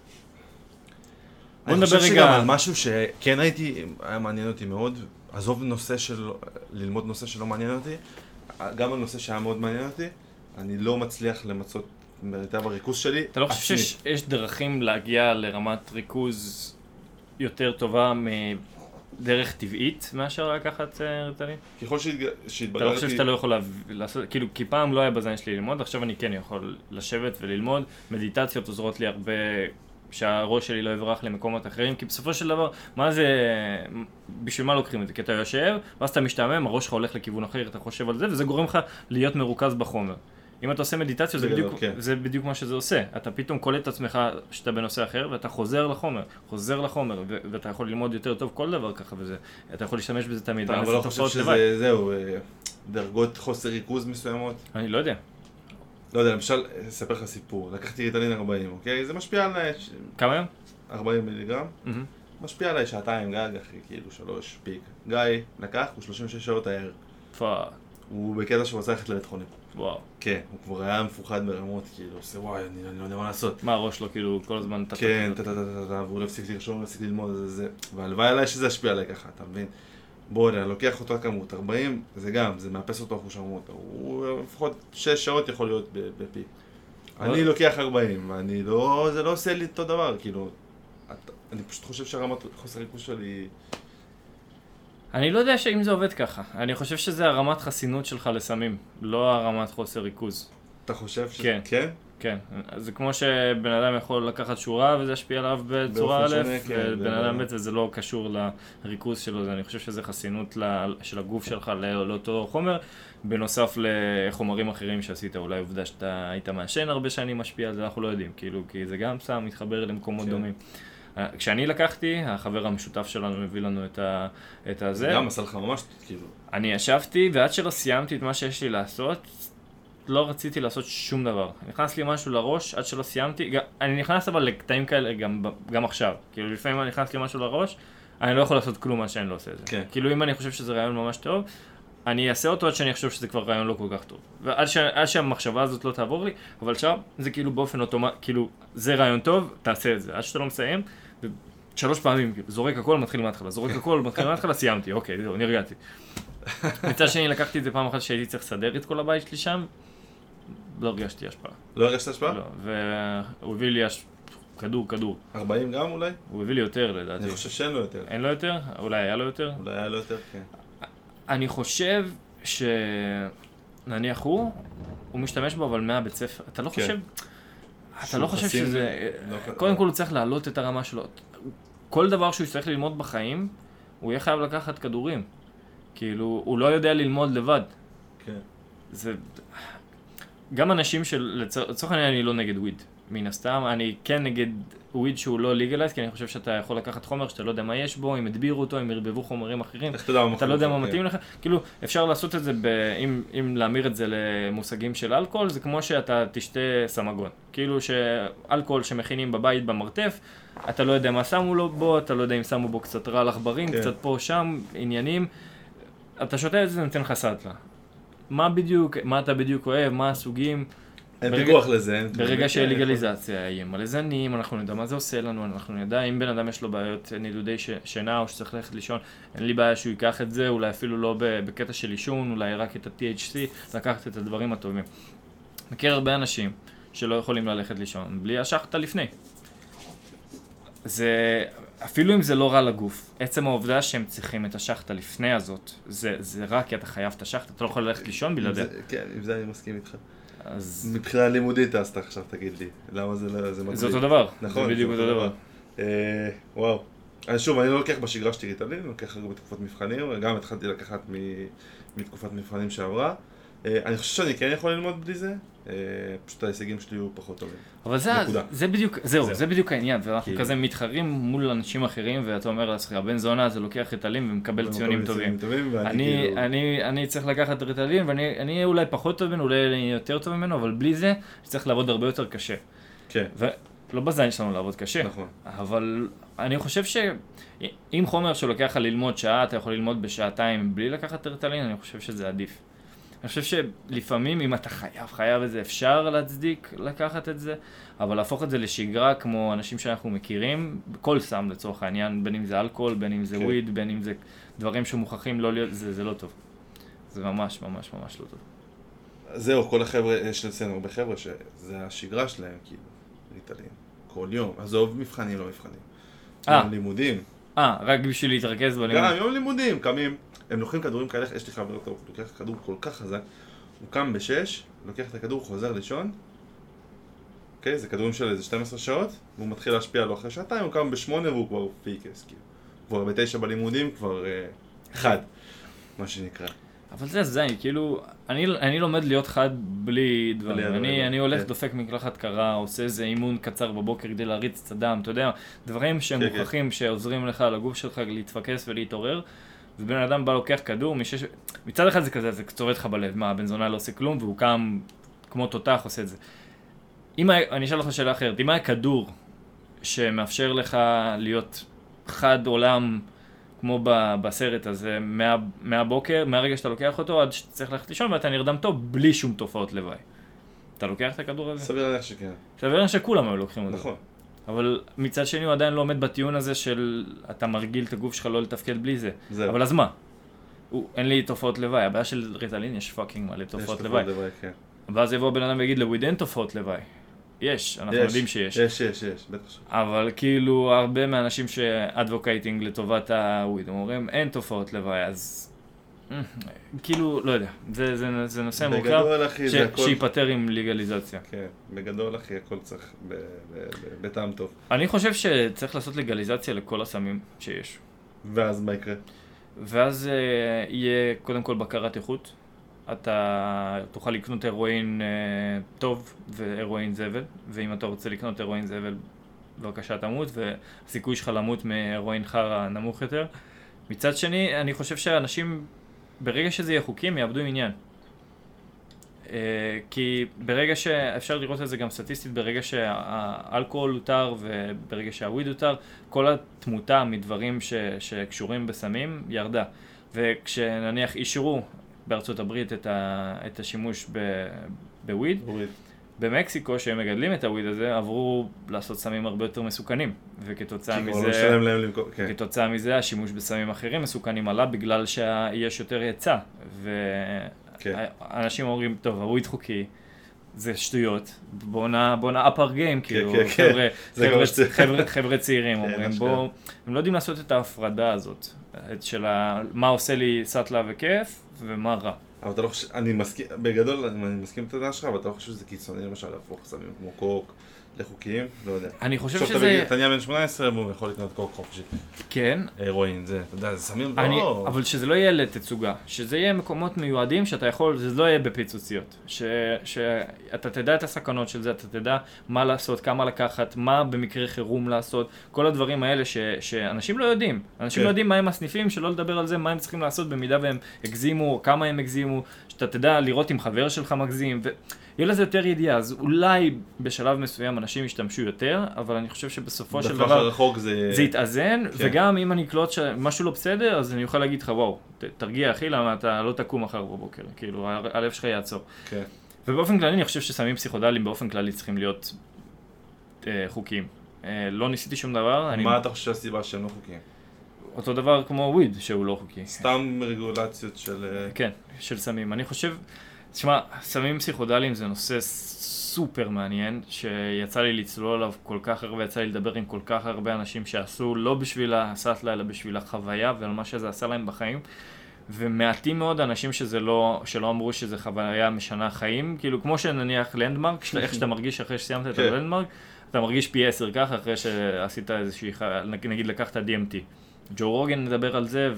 בוא נדבר רגע... אני חושב שגם על משהו שכן היה מעניין אותי מאוד, עזוב נושא של... ללמוד נושא שלא מעניין אותי, גם על נושא שהיה מאוד מעניין אותי, אני לא מצליח למצות מיטב הריכוז שלי. אתה לא חושב שיש דרכים להגיע לרמת ריכוז יותר טובה מדרך טבעית מאשר לקחת ריטלין? ככל שהתבגרתי... אתה לא חושב שאתה לא יכול לעשות, כאילו, כי פעם לא היה בזמן שלי ללמוד, עכשיו אני כן יכול לשבת וללמוד. מדיטציות עוזרות לי הרבה, שהראש שלי לא יברח למקומות אחרים, כי בסופו של דבר, מה זה, בשביל מה לוקחים את זה? כי אתה יושב, ואז אתה משתעמם, הראש שלך הולך לכיוון אחר, אתה חושב על זה, וזה גורם לך להיות מרוכז בחומר. אם אתה עושה מדיטציות, זה בדיוק מה שזה עושה. אתה פתאום קולט את עצמך שאתה בנושא אחר, ואתה חוזר לחומר, ואתה יכול ללמוד יותר טוב כל דבר ככה, ואתה יכול להשתמש בזה תמיד. אבל לא חושב שזהו, דרגות חוסר ריכוז מסוימות? אני לא יודע. לא יודע, למשל, אספר לך סיפור. לקחתי ריטלין 40, אוקיי? זה משפיע על... כמה יום? 40 מיליגרם. משפיע עליי שעתיים גג, אחי, כאילו 3 פיק. גיא לקח, הוא 36 שעות הערב. פאק. הוא בקטע שהוא רצה ללכת לבית חולים. וואו. כן, הוא כבר היה מפוחד ברמות, כאילו, עושה וואי, אני לא יודע מה לעשות. מה הראש שלו, כאילו, כל הזמן... כן, והוא לא הפסיק לרשום, לא הפסיק ללמוד, זה. והלוואי עליי שזה ישפיע עליי ככה, אתה מבין? בוא, אני לוקח אותו כמות, 40, זה גם, זה מאפס אותו אחוז שמות. הוא לפחות 6 שעות יכול להיות בפיק. אני לוקח 40, זה לא עושה לי אותו דבר, כאילו, אני פשוט חושב שהרמת חוסר ריכוז שלי... אני לא יודע שאם זה עובד ככה. אני חושב שזה הרמת חסינות שלך לסמים, לא הרמת חוסר ריכוז. אתה חושב ש... כן. כן? כן. זה כמו שבן אדם יכול לקחת שורה וזה ישפיע עליו בצורה א', ובן אדם ב' וזה לא קשור לריכוז שלו. אני חושב שזה חסינות של הגוף שלך לאותו חומר, בנוסף לחומרים אחרים שעשית. אולי עובדה שאתה היית מעשן הרבה שנים משפיע על זה, אנחנו לא יודעים, כאילו, כי זה גם סם מתחבר למקומות דומים. כשאני לקחתי, החבר המשותף שלנו מביא לנו את הזה. גם עשה לך ממש, כאילו. אני ישבתי, ועד שלא סיימתי את מה שיש לי לעשות, לא רציתי לעשות שום דבר. נכנס לי משהו לראש, עד שלא סיימתי. אני נכנס אבל לקטעים כאלה גם עכשיו. כאילו, לפעמים אני נכנס לי משהו לראש, אני לא יכול לעשות כלום עד שאני לא עושה את זה. כן. כאילו, אם אני חושב שזה רעיון ממש טוב, אני אעשה אותו עד שאני חושב שזה כבר רעיון לא כל כך טוב. ועד שהמחשבה הזאת לא תעבור לי, אבל עכשיו זה כאילו באופן אוטומטי, כאילו, זה רעיון טוב, תעשה את זה. עד שאתה לא מסיים, 3 פעמים, זורק הכל, מתחיל מההתחלה, סיימתי, אוקיי, זהו, נרגעתי. מצד שני, לקחתי את זה פעם אחת שהייתי צריך לסדר את כל הבית שלי שם, לא הרגשתי השפעה. לא הרגשת השפעה? לא, והוא הביא לי כדור. 40 גם אולי? הוא הביא לי יותר לדעתי. אני חושב שאין לו יותר. אין לו יותר? אולי היה לו יותר? אולי היה לו יותר, כן. אני חושב נניח הוא משתמש בו אבל מהבית ספר. אתה לא חושב... אתה לא חושב שזה... קודם כל הוא צריך להעלות את הרמה שלו. כל דבר שהוא יצטרך ללמוד בחיים, הוא יהיה חייב לקחת כדורים. כאילו, הוא לא יודע ללמוד לבד. כן. זה... גם אנשים לצורך העניין אני לא נגד וויד. מן הסתם, אני כן נגד וויד שהוא לא ליגלייז, כי אני חושב שאתה יכול לקחת חומר שאתה לא יודע מה יש בו, אם הדבירו אותו, אם ירבבו חומרים אחרים, אתה לא יודע מה מתאים לך. כאילו, אפשר לעשות את זה, אם להמיר את זה למושגים של אלכוהול, זה כמו שאתה תשתה סמגון. כאילו שאלכוהול שמכינים בבית במרתף, אתה לא יודע מה שמו לו בו, אתה לא יודע אם שמו בו קצת רעל עכברים, קצת פה שם, עניינים. אתה שותה את זה, נותן לך סטלה. מה אתה בדיוק אוהב, מה הסוגים. אין פיקוח לזה. ברגע של לגליזציה, יהיה מלא זנים, אנחנו נדע מה זה עושה לנו, אנחנו נדע אם בן אדם יש לו בעיות נידודי שינה או שצריך ללכת לישון, אין לי בעיה שהוא ייקח את זה, אולי אפילו לא בקטע של לישון, אולי רק את ה-THC, לקחת את הדברים הטובים. מכיר הרבה אנשים שלא יכולים ללכת לישון, בלי השחטה לפני. זה, אפילו אם זה לא רע לגוף, עצם העובדה שהם צריכים את השחטה לפני הזאת, זה רק כי אתה חייב את השחטה, אתה לא יכול ללכת לישון בלעדיה. כן, עם זה אני מסכים איתך. מבחינה לימודית אז אתה עכשיו תגיד לי, למה זה מגביל? זה אותו דבר, נכון, זה בדיוק אותו דבר. וואו. שוב, אני לא לוקח בשגרה שלי ריטלין, אני לוקח רק בתקופות מבחנים, גם התחלתי לקחת מתקופת מבחנים שעברה. אני חושב שאני כן יכול ללמוד בלי זה, פשוט ההישגים שלי הוא פחות טובים. אבל זה בדיוק, זה בדיוק העניין, ואנחנו כזה מתחרים מול אנשים אחרים, ואתה אומר לעצמך, הבן זונה זה לוקח ריטלין ומקבל ציונים טובים. אני צריך לקחת ריטלין, ואני אהיה אולי פחות טוב ממנו, אולי אני יותר טוב ממנו, אבל בלי זה, צריך לעבוד הרבה יותר קשה. כן. ולא בזין שלנו לעבוד קשה. נכון. אבל אני חושב שאם חומר שלוקח לך ללמוד שעה, אתה יכול ללמוד בשעתיים בלי לקחת ריטלין, אני חושב שזה עדיף. אני חושב שלפעמים אם אתה חייב את זה, אפשר להצדיק לקחת את זה, אבל להפוך את זה לשגרה כמו אנשים שאנחנו מכירים, כל סם לצורך העניין, בין אם זה אלכוהול, בין אם זה וויד, בין אם זה דברים שמוכחים לא להיות, זה לא טוב. זה ממש ממש ממש לא טוב. זהו, כל החבר'ה, יש לציין הרבה חבר'ה שזה השגרה שלהם, כאילו, ריטלין, כל יום. עזוב מבחנים, לא מבחנים. יום לימודים. רק בשביל להתרכז בלימוד. גם יום לימודים, קמים, הם לוקחים כדורים כאלה, יש לי חבר טוב, לוקח כדור כל כך חזק, הוא קם ב-6, לוקח את הכדור, חוזר לישון, אוקיי, זה כדורים של איזה 12 שעות, והוא מתחיל להשפיע לו אחרי שעתיים, הוא קם ב-8 והוא כבר פיקס, כאילו. כבר ב-9 בלימודים, כבר חד, מה שנקרא. אבל זה זין, כאילו, אני לומד להיות חד בלי דברים. אני הולך, דופק מקלחת קרה, עושה איזה אימון קצר בבוקר כדי להריץ את הדם, אתה יודע, דברים שהם מוכחים שעוזרים לך לגוף שלך להתפקס ולהתעורר, ובן אדם בא לוקח כדור, מצד אחד זה כזה, זה צובט לך בלב, מה, הבן זונה לא עושה כלום, והוא קם כמו תותח עושה את זה. אני אשאל לך שאלה אחרת, אם היה כדור שמאפשר לך להיות חד עולם, כמו בסרט הזה, מהבוקר, מהרגע שאתה לוקח אותו, עד שצריך ללכת לישון, ואתה נרדם טוב בלי שום תופעות לוואי. אתה לוקח את הכדור הזה? סביר להניח שכן. סביר להניח שכולם היו לוקחים אותו. נכון. אבל מצד שני הוא עדיין לא עומד בטיעון הזה של אתה מרגיל את הגוף שלך לא לתפקד בלי זה. זהו. אבל אז מה? אין לי תופעות לוואי. הבעיה של ריטלין יש פאקינג מלא תופעות לוואי. כן. ואז יבוא בן אדם ויגיד לוויד אין תופעות לוואי. יש, אנחנו יודעים שיש. יש, בטח. אבל כאילו הרבה מהאנשים שאדבוקייטינג לטובת הוויד, הם אומרים אין תופעות לוואי, אז כאילו, לא יודע, זה נושא מורכב שיפטר עם לגליזציה. כן, בגדול אחי, הכל צריך בטעם טוב. אני חושב שצריך לעשות לגליזציה לכל הסמים שיש. ואז מה יקרה? ואז יהיה קודם כל בקרת איכות. אתה תוכל לקנות הרואין טוב והרואין זבל, ואם אתה רוצה לקנות הרואין זבל, בבקשה תמות, והסיכוי שלך למות מהרואין חרא נמוך יותר. מצד שני, אני חושב שאנשים, ברגע שזה יהיה חוקים, יאבדו עם עניין. כי ברגע שאפשר לראות את זה גם סטטיסטית, ברגע שהאלכוהול הותר וברגע שהוויד הותר, כל התמותה מדברים שקשורים בסמים ירדה. וכשנניח אישרו בארצות הברית את השימוש בוויד, במקסיקו שהם מגדלים את הוויד הזה עברו לעשות סמים הרבה יותר מסוכנים, וכתוצאה מזה השימוש בסמים אחרים מסוכנים עלה בגלל שיש יותר היצע, ואנשים אומרים טוב הוויד חוקי זה שטויות, בוא נא upper game, כאילו חבר'ה צעירים אומרים בוא, הם לא יודעים לעשות את ההפרדה הזאת של מה עושה לי סטלה וכיף ומה רע. אבל אתה לא חושב, אני מסכים, בגדול אני מסכים את הדעה שלך, אבל אתה לא חושב שזה קיצוני למשל להפוך סמים כמו קוק לחוקיים? לא יודע. אני חושב שזה... אתה נהיה בן 18 והוא יכול לקנות קוק חופשי. כן. הרואין, זה, אתה יודע, זה סמים לא... אבל שזה לא יהיה לתצוגה, שזה יהיה מקומות מיועדים שאתה יכול, זה לא יהיה בפיצוציות. שאתה תדע את הסכנות של זה, אתה תדע מה לעשות, כמה לקחת, מה במקרה חירום לעשות, כל הדברים האלה שאנשים לא יודעים. אנשים לא יודעים מה הם הסניפים, שלא לדבר על זה, מה הם צריכים לעשות במידה והם הגזימו, כמה הם הגזימו, שאתה תדע לראות אם חבר שלך מגזים, יהיה לזה יותר ידיעה, אז אולי בשלב מסוים אנשים ישתמשו יותר, אבל אני חושב שבסופו של דבר זה יתאזן, וגם אם אני אקלוט שמשהו לא בסדר, אז אני אוכל להגיד לך, וואו, תרגיע אחי, למה אתה לא תקום מחר בבוקר, כאילו הלב שלך יעצור. ובאופן כללי אני חושב שסמים פסיכודליים באופן כללי צריכים להיות חוקיים. לא ניסיתי שום דבר. מה אתה חושב שהסיבה שהם לא חוקיים? אותו דבר כמו וויד, שהוא לא חוקי. סתם רגולציות של... כן, של סמים. אני חושב... תשמע, סמים פסיכודליים זה נושא סופר מעניין, שיצא לי לצלול עליו כל כך הרבה, יצא לי לדבר עם כל כך הרבה אנשים שעשו לא בשביל הסטלה, אלא בשביל החוויה ועל מה שזה עשה להם בחיים. ומעטים מאוד אנשים שלא אמרו שזה חוויה משנה חיים, כאילו כמו שנניח לנדמרק, איך שאתה מרגיש אחרי שסיימת את הלנדמרק, אתה מרגיש פי 10 ככה אחרי שעשית איזושהי, נגיד לקחת DMT. ג'ו רוגן נדבר על זה,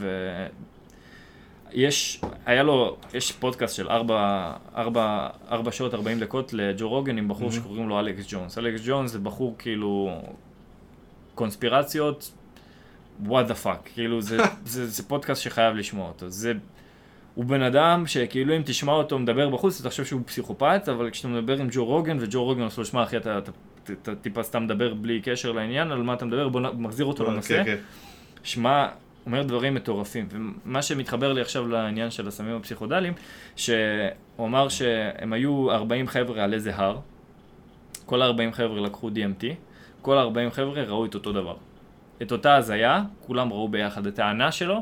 יש פודקאסט של 4 שעות 40 דקות לג'ו רוגן עם בחור שקוראים לו אלכס ג'ונס. אלכס ג'ונס זה בחור כאילו קונספירציות, what the fuck, כאילו זה פודקאסט שחייב לשמוע אותו. הוא בן אדם שכאילו אם תשמע אותו מדבר בחוץ, אתה חושב שהוא פסיכופת, אבל כשאתה מדבר עם ג'ו רוגן, וג'ו רוגן עושה לו, שמע אחי, אתה טיפה סתם מדבר בלי קשר לעניין, על מה אתה מדבר, בוא מחזיר אותו לנושא. שמע, אומר דברים מטורפים, ומה שמתחבר לי עכשיו לעניין של הסמים הפסיכודליים, שהוא אמר שהם היו 40 חבר'ה על איזה הר, כל 40 חבר'ה לקחו DMT, כל 40 חבר'ה ראו את אותו דבר. את אותה הזיה, כולם ראו ביחד. הטענה שלו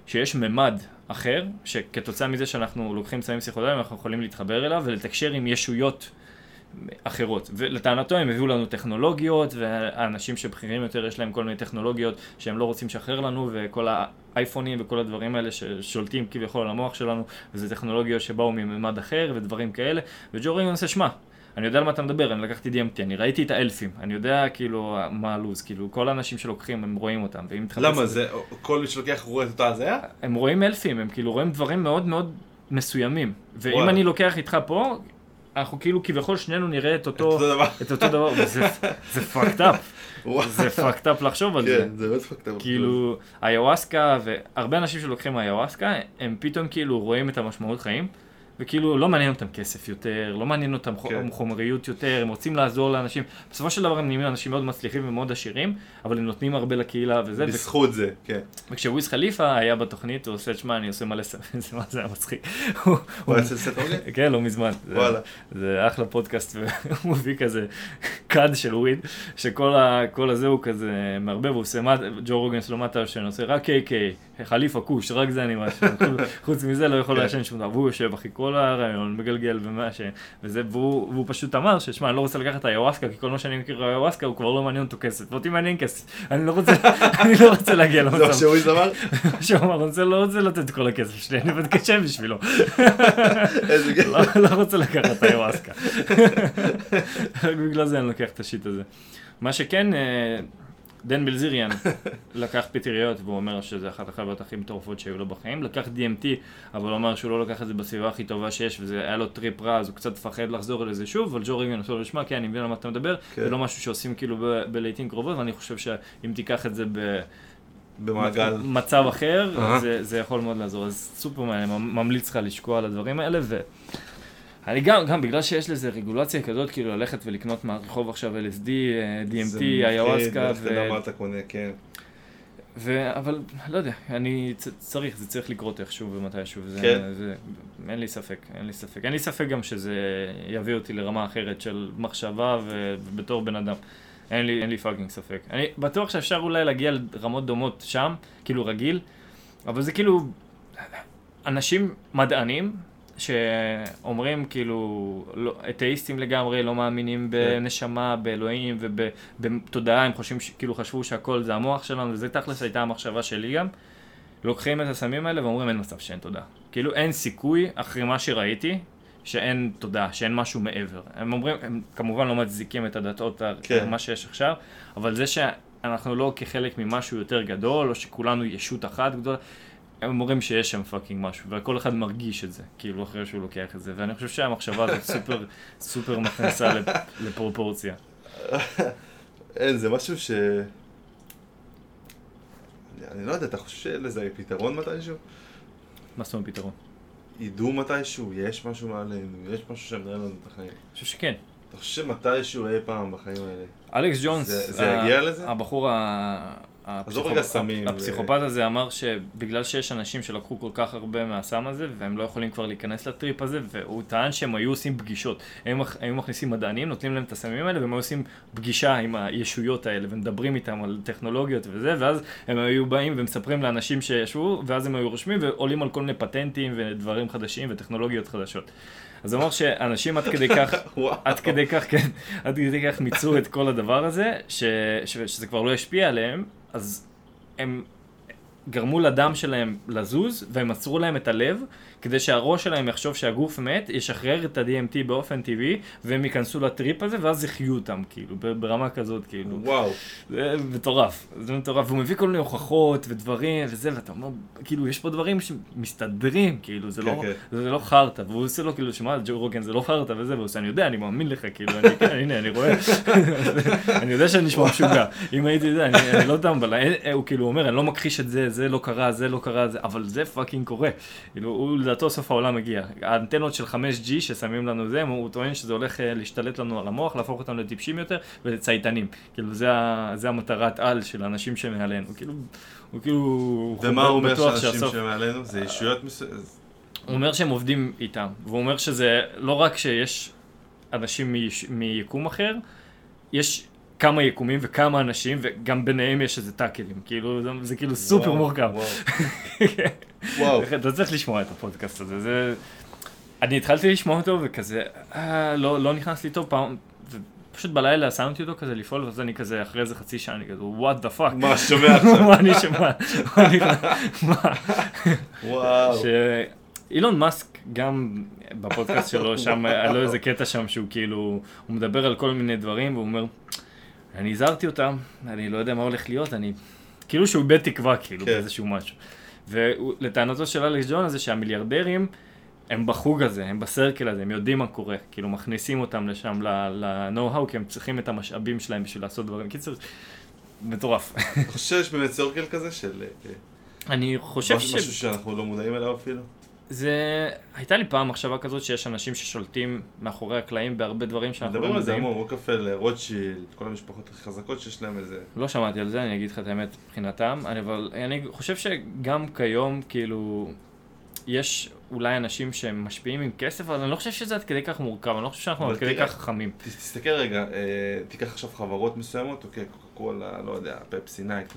שיש ממד אחר, שכתוצאה מזה שאנחנו לוקחים סמים פסיכודליים, אנחנו יכולים להתחבר אליו ולתקשר עם ישויות אחרות. ולטענתו הם הביאו לנו טכנולוגיות, והאנשים שבכירים יותר יש להם כל מיני טכנולוגיות שהם לא רוצים לשחרר לנו, וכל האייפונים וכל הדברים האלה ששולטים כביכול על המוח שלנו, וזה טכנולוגיות שבאו מממד אחר ודברים כאלה. וג'ו רוגן עושה, שמע, אני יודע על מה אתה מדבר, אני לקחתי DMT, אני ראיתי את האלפים, אני יודע כאילו מה הלוז, כאילו כל האנשים שלוקחים הם רואים אותם, למה זה, כל מי שלוקח רואה את אותה הזיה? הם רואים אלפים, הם כאילו רואים דברים מאוד מאוד מסוימים, ואם אני לוקח איתך פה, אנחנו כאילו כביכול שנינו נראה את אותו דבר, זה fucked up, זה fucked up לחשוב על זה. כן, זה מאוד fucked up. כאילו, איוואסקה, והרבה אנשים שלוקחים איוואסקה, הם פתאום כאילו רואים את המשמעות חיים, וכאילו לא מעניין אותם כסף יותר, לא מעניין אותם חומריות יותר, הם רוצים לעזור לאנשים. בסופו של דבר הם נהיים אנשים מאוד מצליחים ומאוד עשירים, אבל הם נותנים הרבה לקהילה וזה. בזכות זה, כן. וכשוויז חליפה היה בתוכנית, הוא עושה, שמה, אני עושה מלא סמים, זה היה מצחיק. הוא היה עושה סט אורגן? כן, לא מזמן. וואלה. זה אחלה פודקאסט, והוא מביא כזה קאד של וויד, שכל הזה הוא כזה מערבב, הוא עושה, ג'ו רוגן שלו מטה, שאני עושה רק KK, חליפה כוש, רק זה אני משהו. חוץ מזה לא יכול לעשן שום דבר, והוא יושב אחי כל הרעיון, מגלגל וזה, והוא פשוט אמר ששמע, אני לא רוצה לקחת איוואסקה, כי כל מה שאני מכיר איוואסקה הוא כבר לא מעניין אותו כסף, ואותי מעניין כסף, אני לא רוצה להגיע למצב. זה מה שהוא אמר? שהוא אמר, אני לא רוצה לתת את כל הכסף שלי, אני עובד קשה בשבילו. איזה גדול. לא רוצה לקחת איוואסקה. רק בגלל זה אני לוקח את השיט הזה. מה שכן, דן בלזיריאן לקח פטריות, והוא אומר שזה אחת החברות הכי מטורפות שהיו לו בחיים. לקח DMT, אבל הוא אמר שהוא לא לקח את זה בסביבה הכי טובה שיש, וזה היה לו טריפ רע, אז הוא קצת פחד לחזור אל זה שוב, אבל ג'ו רוגן עושה לו לשמע, כן, אני מבין על מה אתה מדבר, זה לא משהו שעושים כאילו בלעיתים קרובות, ואני חושב שאם תיקח את זה במעגל מצב אחר, זה יכול מאוד לעזור. אז סופרמן, אני ממליץ לך לשקוע על הדברים האלה, אני גם בגלל שיש לזה רגולציה כזאת, כאילו ללכת ולקנות מהרחוב עכשיו LSD, DMT, איוואסקה זה מה אתה קונה, כן. אבל לא יודע, זה צריך לקרות איכשהו ומתישהו, אין לי ספק גם שזה יביא אותי לרמה אחרת של מחשבה ובתור בן אדם, אין לי פאקינג ספק. אני בטוח שאפשר אולי להגיע לרמות דומות שם, כאילו רגיל, אבל זה כאילו אנשים מדענים, שאומרים כאילו, אתאיסטים לגמרי, לא מאמינים בנשמה, באלוהים ובתודעה, הם כאילו חשבו שהכל זה המוח שלנו, וזה תכלס הייתה המחשבה שלי גם. לוקחים את הסמים האלה ואומרים אין מצב שאין תודעה. כאילו אין סיכוי אחרי מה שראיתי, שאין תודעה, שאין משהו מעבר. הם אומרים, הם כמובן לא מצדיקים את הדתות, מה שיש עכשיו, אבל זה שאנחנו לא כחלק ממשהו יותר גדול, או שכולנו ישות אחת גדולה, הם אומרים שיש שם פאקינג משהו, וכל אחד מרגיש את זה, כאילו אחרי שהוא לוקח את זה, ואני חושב שהמחשבה הזאת סופר מכניסה לפרופורציה. אין, זה משהו אני לא יודע, אתה חושב שלזה פתרון מתישהו? מה זאת אומרת פתרון? ידעו מתישהו, יש משהו מעלינו, יש משהו שמנהל לנו את החיים. אני חושב שכן. אתה חושב שמתישהו אי פעם בחיים האלה? אלכס ג'ונס, זה יגיע לזה? הבחור הפסיכופת הזה אמר שבגלל שיש אנשים שלקחו כל כך הרבה מהסם הזה והם לא יכולים כבר להיכנס לטריפ הזה, והוא טען שהם היו עושים פגישות, הם היו מכניסים מדענים, נותנים להם את הסמים האלה והם היו עושים פגישה עם הישויות האלה ומדברים איתם על טכנולוגיות וזה, ואז הם היו באים ומספרים לאנשים שישבו, ואז הם היו רושמים ועולים על כל מיני פטנטים ודברים חדשים וטכנולוגיות חדשות. אז הוא אמר שאנשים עד כדי כך מיצו את כל הדבר הזה, שזה כבר לא ישפיע עליהם, אז הם גרמו לדם שלהם לזוז, והם עצרו להם את הלב, כדי שהראש שלהם יחשוב שהגוף מת, ישחרר את ה-DMT באופן טבעי, והם ייכנסו לטריפ הזה, ואז יחיו אותם, כאילו, ברמה כזאת, כאילו. וואו. זה מטורף, והוא מביא כל מיני הוכחות ודברים וזה, ואתה אומר, כאילו, יש פה דברים שמסתדרים, כאילו, זה לא חרטה, והוא עושה לו, כאילו, שמה, ג'ו רוגן, זה לא חרטה וזה, והוא עושה, אני יודע, אני מאמין לך, כאילו, הנה, אני רואה, אני יודע שאני נשמע משוגע, אם הייתי יודע, אני לא טמבל, הוא כאילו אומר, אני לא מכחיש את זה, זה לא קרה, אבל זה פאקינג קורה. הוא לדעתו סוף העולם מגיע. האנטנות של 5G ששמים לנו זה, הוא טוען שזה הולך להשתלט לנו על המוח, להפוך אותנו לטיפשים יותר ולצייתנים. כאילו זה המטרת על של האנשים שמעלינו. הוא כאילו... ומה הוא אומר שאנשים שמעלינו? זה ישויות הוא אומר שהם עובדים איתם. והוא אומר שזה לא רק שיש אנשים מיקום אחר, יש כמה יקומים וכמה אנשים, וגם ביניהם יש איזה טאקלים, כאילו, זה כאילו סופר מורכב. וואו. אתה צריך לשמוע את הפודקאסט הזה, אני התחלתי לשמוע אותו וכזה, לא נכנס לי טוב פעם, ופשוט בלילה שמתי אותו כזה לפעול, ואז אני כזה, אחרי איזה חצי שעה, אני כזה, what the fuck? מה, שומע עכשיו? מה אני שומע? מה? וואו. אילון מאסק, גם בפודקאסט שלו, שם, היה לו איזה קטע שם שהוא כאילו, הוא מדבר על כל מיני דברים, והוא אומר, אני הזהרתי אותם, אני לא יודע מה הולך להיות, כאילו שהוא איבד תקווה, כאילו, באיזשהו משהו. ולטענתו של אלכס ג'ונס זה שהמיליארדרים, הם בחוג הזה, הם בסרקל הזה, הם יודעים מה קורה, כאילו מכניסים אותם לשם, ל-know-how, כי הם צריכים את המשאבים שלהם בשביל לעשות דברים. קיצור, מטורף. אני חושב שיש באמת סרקל כזה של... אני חושב משהו שאנחנו לא מודעים אליו אפילו. הייתה לי פעם מחשבה כזאת שיש אנשים ששולטים מאחורי הקלעים בהרבה דברים שאנחנו לא מדברים על זה מודעים. המון, רוקפלר, רוטשילד, כל המשפחות הכי חזקות שיש להם איזה... לא שמעתי על זה, אני אגיד לך את האמת מבחינתם, אבל אני חושב שגם כיום, כאילו, יש אולי אנשים שהם משפיעים עם כסף, אבל אני לא חושב שזה עד כדי כך מורכב, אני לא חושב שאנחנו עד כדי כך חכמים. תסתכל רגע, תיקח עכשיו חברות מסוימות, אוקיי, קוקה קולה, לא יודע, פפסי, נייק,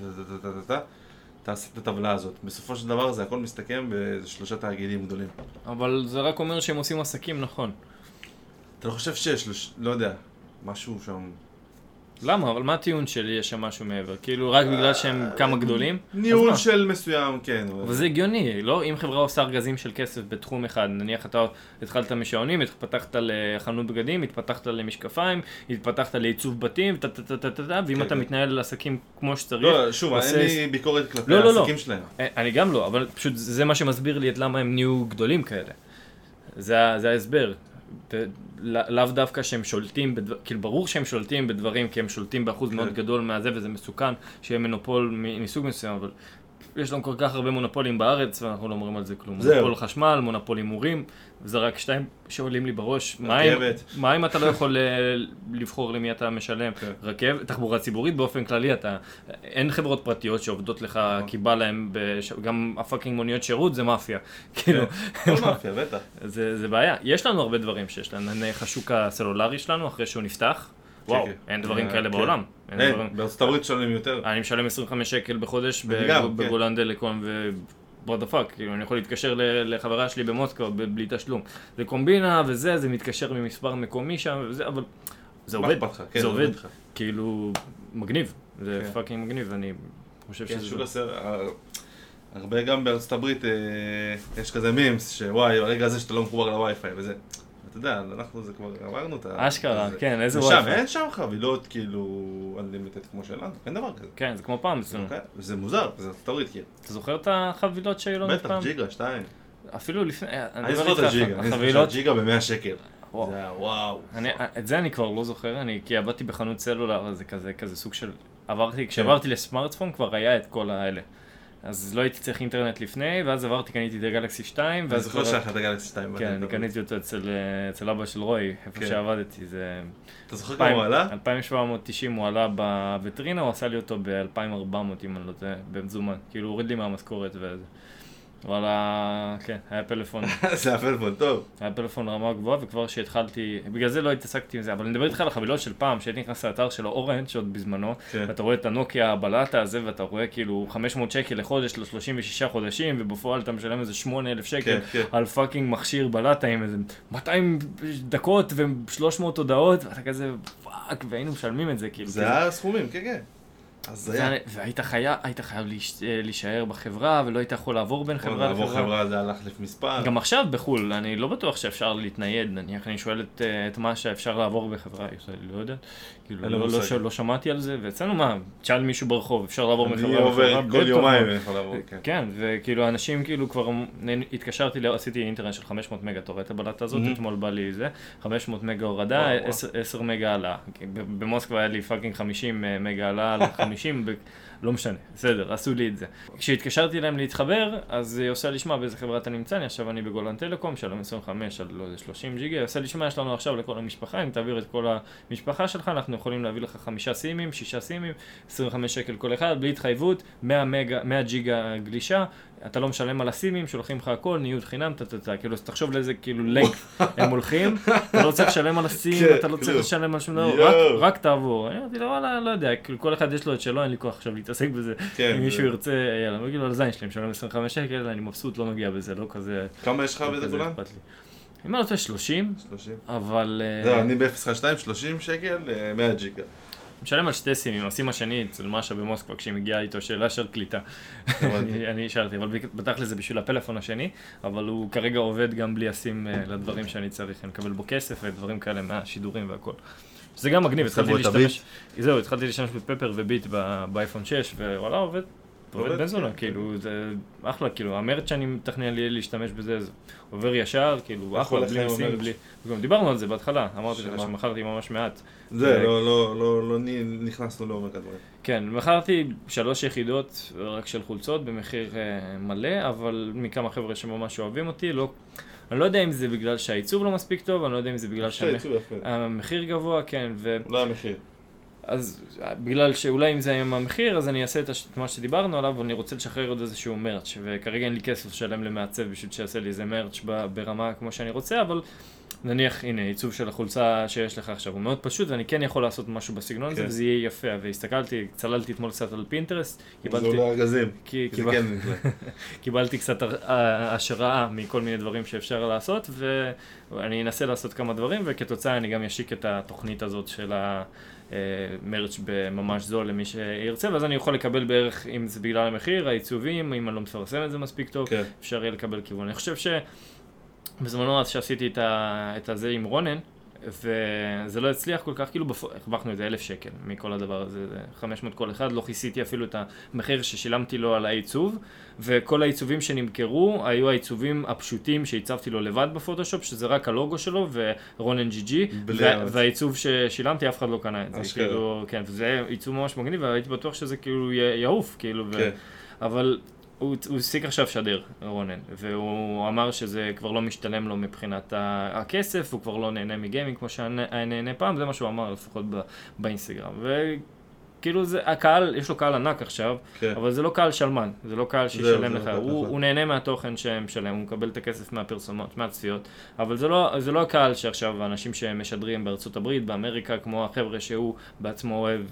תעשה את הטבלה הזאת. בסופו של דבר זה הכל מסתכם באיזה 3 תאגידים גדולים. אבל זה רק אומר שהם עושים עסקים נכון. אתה לא חושב שיש, לא יודע, משהו שם... למה? אבל מה הטיעון שלי יש שם משהו מעבר? כאילו רק בגלל שהם כמה גדולים? ניהול של מסוים, כן. אבל זה הגיוני, לא? אם חברה עושה ארגזים של כסף בתחום אחד, נניח אתה התחלת משעונים, התפתחת לחנות בגדים, התפתחת למשקפיים, התפתחת לעיצוב בתים, ואם אתה מתנהל על עסקים כמו שצריך... לא, שוב, אין לי ביקורת כלפי העסקים שלהם. אני גם לא, אבל פשוט זה מה שמסביר לי את למה הם נהיו גדולים כאלה. זה ההסבר. לאו דווקא שהם שולטים, כאילו ברור שהם שולטים בדברים, כי הם שולטים באחוז מאוד גדול מהזה, וזה מסוכן שיהיה מונופול מסוג מסוים, אבל יש לנו כל כך הרבה מונופולים בארץ, ואנחנו לא אומרים על זה כלום. מונופול חשמל, מונופול הימורים, וזה רק 2 שעולים לי בראש. מה אם אתה לא יכול לבחור למי אתה משלם? רכבת, תחבורה ציבורית באופן כללי, אין חברות פרטיות שעובדות לך, כי בא להם, גם הפאקינג מוניות שירות זה מאפיה. כאילו, כל מאפיה, בטח. זה בעיה. יש לנו הרבה דברים שיש לנו, נניח השוק הסלולרי שלנו, אחרי שהוא נפתח, וואו, אין דברים כאלה בעולם. אין, בארצות הברית שלנו יותר. אני משלם 25 שקל בחודש בגולן דלקום what the fuck, כאילו אני יכול להתקשר לחברה שלי במוסקו בלי תשלום. זה קומבינה וזה, זה מתקשר ממספר מקומי שם וזה, אבל זה עובד, זה עובד, כאילו מגניב, זה פאקינג מגניב, אני חושב שזה... הרבה גם בארצות הברית יש כזה מימס שוואי, הרגע הזה שאתה לא מחובר לווי-פיי וזה. אתה יודע, אנחנו זה כבר עברנו את ה... אשכרה, כן, איזה וואי-פיי. אין שם חבילות כאילו unlimited כמו שלנו, אין דבר כזה. כן, זה כמו פעם. זה מוזר, זה ארצות הברית כאילו. אתה זוכר את החבילות שהיו לנו פעם? בטח, ג'יגה, 2. אפילו לפני... אני זוכר את הג'יגה, אני זוכר את הג'יגה ב100 שקל. זה היה וואו. את זה אני כבר לא זוכר, כי עבדתי בחנות סלולר, זה כזה סוג של... כשעברתי לסמארטפון כבר היה את כל האלה. אז לא הייתי צריך אינטרנט לפני, ואז עברתי, קניתי את הגלקסי 2. אני זוכר שהיה לך את הגלקסי 2. כן, אני קניתי אותו אצל אבא של רוי, איפה שעבדתי. אתה זוכר כמה הוא עלה? 2,790 הוא עלה בווטרינה, הוא עשה לי אותו ב-2,400 אם אני לא יודע, במזומן. כאילו הוא הוריד לי מהמשכורת וזה. אבל כן, היה פלאפון. זה היה פלאפון טוב. היה פלאפון רמה גבוהה, וכבר שהתחלתי, בגלל זה לא התעסקתי עם זה, אבל אני מדבר איתך על החבילות של פעם, שהייתי נכנס לאתר של אורנג' שעוד בזמנו, ואתה רואה את הנוקיה הבלטה הזה, ואתה רואה כאילו 500 שקל לחודש ל-36 חודשים, ובפועל אתה משלם איזה 8,000 שקל על פאקינג מכשיר בלטה עם איזה 200 דקות ו-300 הודעות, ואתה כזה פאק, והיינו משלמים את זה כאילו. זה היה סכומים, כן, כן. והיית חייב להישאר בחברה, ולא היית יכול לעבור בין חברה לחברה. לעבור חברה זה הלך מספר. גם עכשיו בחול, אני לא בטוח שאפשר להתנייד, נניח אני שואל את מה שאפשר לעבור בחברה, לא יודע, כאילו לא שמעתי על זה, ואצלנו מה, תשאל מישהו ברחוב, אפשר לעבור מחברה לחברה. אני עובר כל יומיים יכול לעבור, כן. כן, וכאילו אנשים כאילו כבר, התקשרתי, עשיתי אינטרנט של 500 מגה, אתה רואה את הבלטה הזאת, אתמול בא לי זה, 500 מגה הורדה, 10 מגה עלה, במוסקבה היה לי פאקינג 50 מגה עלה על 50, לא משנה, בסדר, עשו לי את זה. כשהתקשרתי אליהם להתחבר, אז היא עושה לי שמע באיזה חברה אתה נמצא, עכשיו אני בגולן טלקום, שלום 25 עד 30 ג'יגה, היא עושה לי שמע, יש לנו עכשיו לכל המשפחה, אם תעביר את כל המשפחה שלך, אנחנו יכולים להביא לך 5 סימים, 6 סימים, 25 שקל כל אחד, בלי התחייבות, 100 ג'יגה גלישה, אתה לא משלם על הסימים, שולחים לך הכל, ניוד חינם, כאילו, תחשוב לאיזה, כאילו, לינק הם הולכים, אתה לא צריך לשלם על הסימים, אתה לא צריך לשלם על שום דבר, רק תעבור. אני אמרתי לו, וואלה, לא יודע, כל אחד יש לו את שלו, אין לי כוח עכשיו להתעסק בזה. אם מישהו ירצה, יאללה, אני אגיד לו, על זין שלי, משלם 25 שקל, אני מבסוט, לא נוגע בזה, לא כזה... כמה יש לך בזה גולן? אני לא רוצה 30, אבל... אני ב-0.2, 30 שקל, 100 ג'יגה. משלם על 2 סימים, הסים השני אצל משה במוסקבה כשהיא מגיעה איתו שאלה של קליטה. אני שאלתי, אבל בתכל'ס זה בשביל הפלאפון השני, אבל הוא כרגע עובד גם בלי הסים לדברים שאני צריך, אני מקבל בו כסף ודברים כאלה מהשידורים והכל. זה גם מגניב, התחלתי להשתמש בפפר וביט באייפון 6 ווואלה עובד בן זונה, כאילו זה אחלה, כאילו המרץ שאני מתכנן לי להשתמש בזה זה עובר ישר, כאילו אחלה, בלי מיסים, בלי... דיברנו על זה בהתחלה, אמרתי לך שמכרתי ממש מעט. זה, לא נכנסנו לעומק הדברים. כן, מכרתי 3 יחידות רק של חולצות במחיר מלא, אבל מכמה חבר'ה שממש אוהבים אותי, אני לא יודע אם זה בגלל שהעיצוב לא מספיק טוב, אני לא יודע אם זה בגלל שהמחיר גבוה, כן, אולי המחיר. אז בגלל שאולי אם זה עם המחיר, אז אני אעשה את מה שדיברנו עליו, ואני רוצה לשחרר עוד איזשהו מרץ', וכרגע אין לי כסף לשלם למעצב בשביל שיעשה לי איזה מרץ' ברמה כמו שאני רוצה, אבל נניח, הנה, עיצוב של החולצה שיש לך עכשיו הוא מאוד פשוט, ואני כן יכול לעשות משהו בסגנון הזה, וזה יהיה יפה, והסתכלתי, צללתי אתמול קצת על פינטרסט, זה אולי ארגזים, זה כן קיבלתי קצת השראה מכל מיני דברים שאפשר לעשות, ואני אנסה לעשות כמה דברים, וכתוצאה אני גם אשיק את התוכנית הזאת של מרץ' בממש זול למי שירצה, ואז אני יכול לקבל בערך, אם זה בגלל המחיר, העיצובים, אם אני לא מפרסם את זה מספיק טוב, אפשר יהיה לקבל כיוון. אני חושב שבזמנו אז שעשיתי את הזה עם רונן, וזה לא הצליח כל כך, כאילו הרווחנו איזה 1,000 שקל מכל הדבר הזה, 500 כל אחד, לא כיסיתי אפילו את המחיר ששילמתי לו על העיצוב, וכל העיצובים שנמכרו היו העיצובים הפשוטים שהצבתי לו לבד בפוטושופ, שזה רק הלוגו שלו ורונן ג'י, והעיצוב ששילמתי אף אחד לא קנה את זה, כאילו, כן, וזה עיצוב ממש מגניב, והייתי בטוח שזה כאילו יעוף, כאילו, אבל הוא הסיק עכשיו שדר, רונן, והוא אמר שזה כבר לא משתלם לו מבחינת הכסף, הוא כבר לא נהנה מגיימינג כמו שהיה נהנה פעם, זה מה שהוא אמר לפחות באינסטגרם. וכאילו הקהל, יש לו קהל ענק עכשיו, אבל זה לא קהל שלמן, זה לא קהל שישלם לך, הוא נהנה מהתוכן שהם משלם, הוא מקבל את הכסף מהפרסומות, מהצפיות, אבל זה לא הקהל שעכשיו האנשים שמשדרים בארצות הברית, באמריקה, כמו החבר'ה שהוא בעצמו אוהב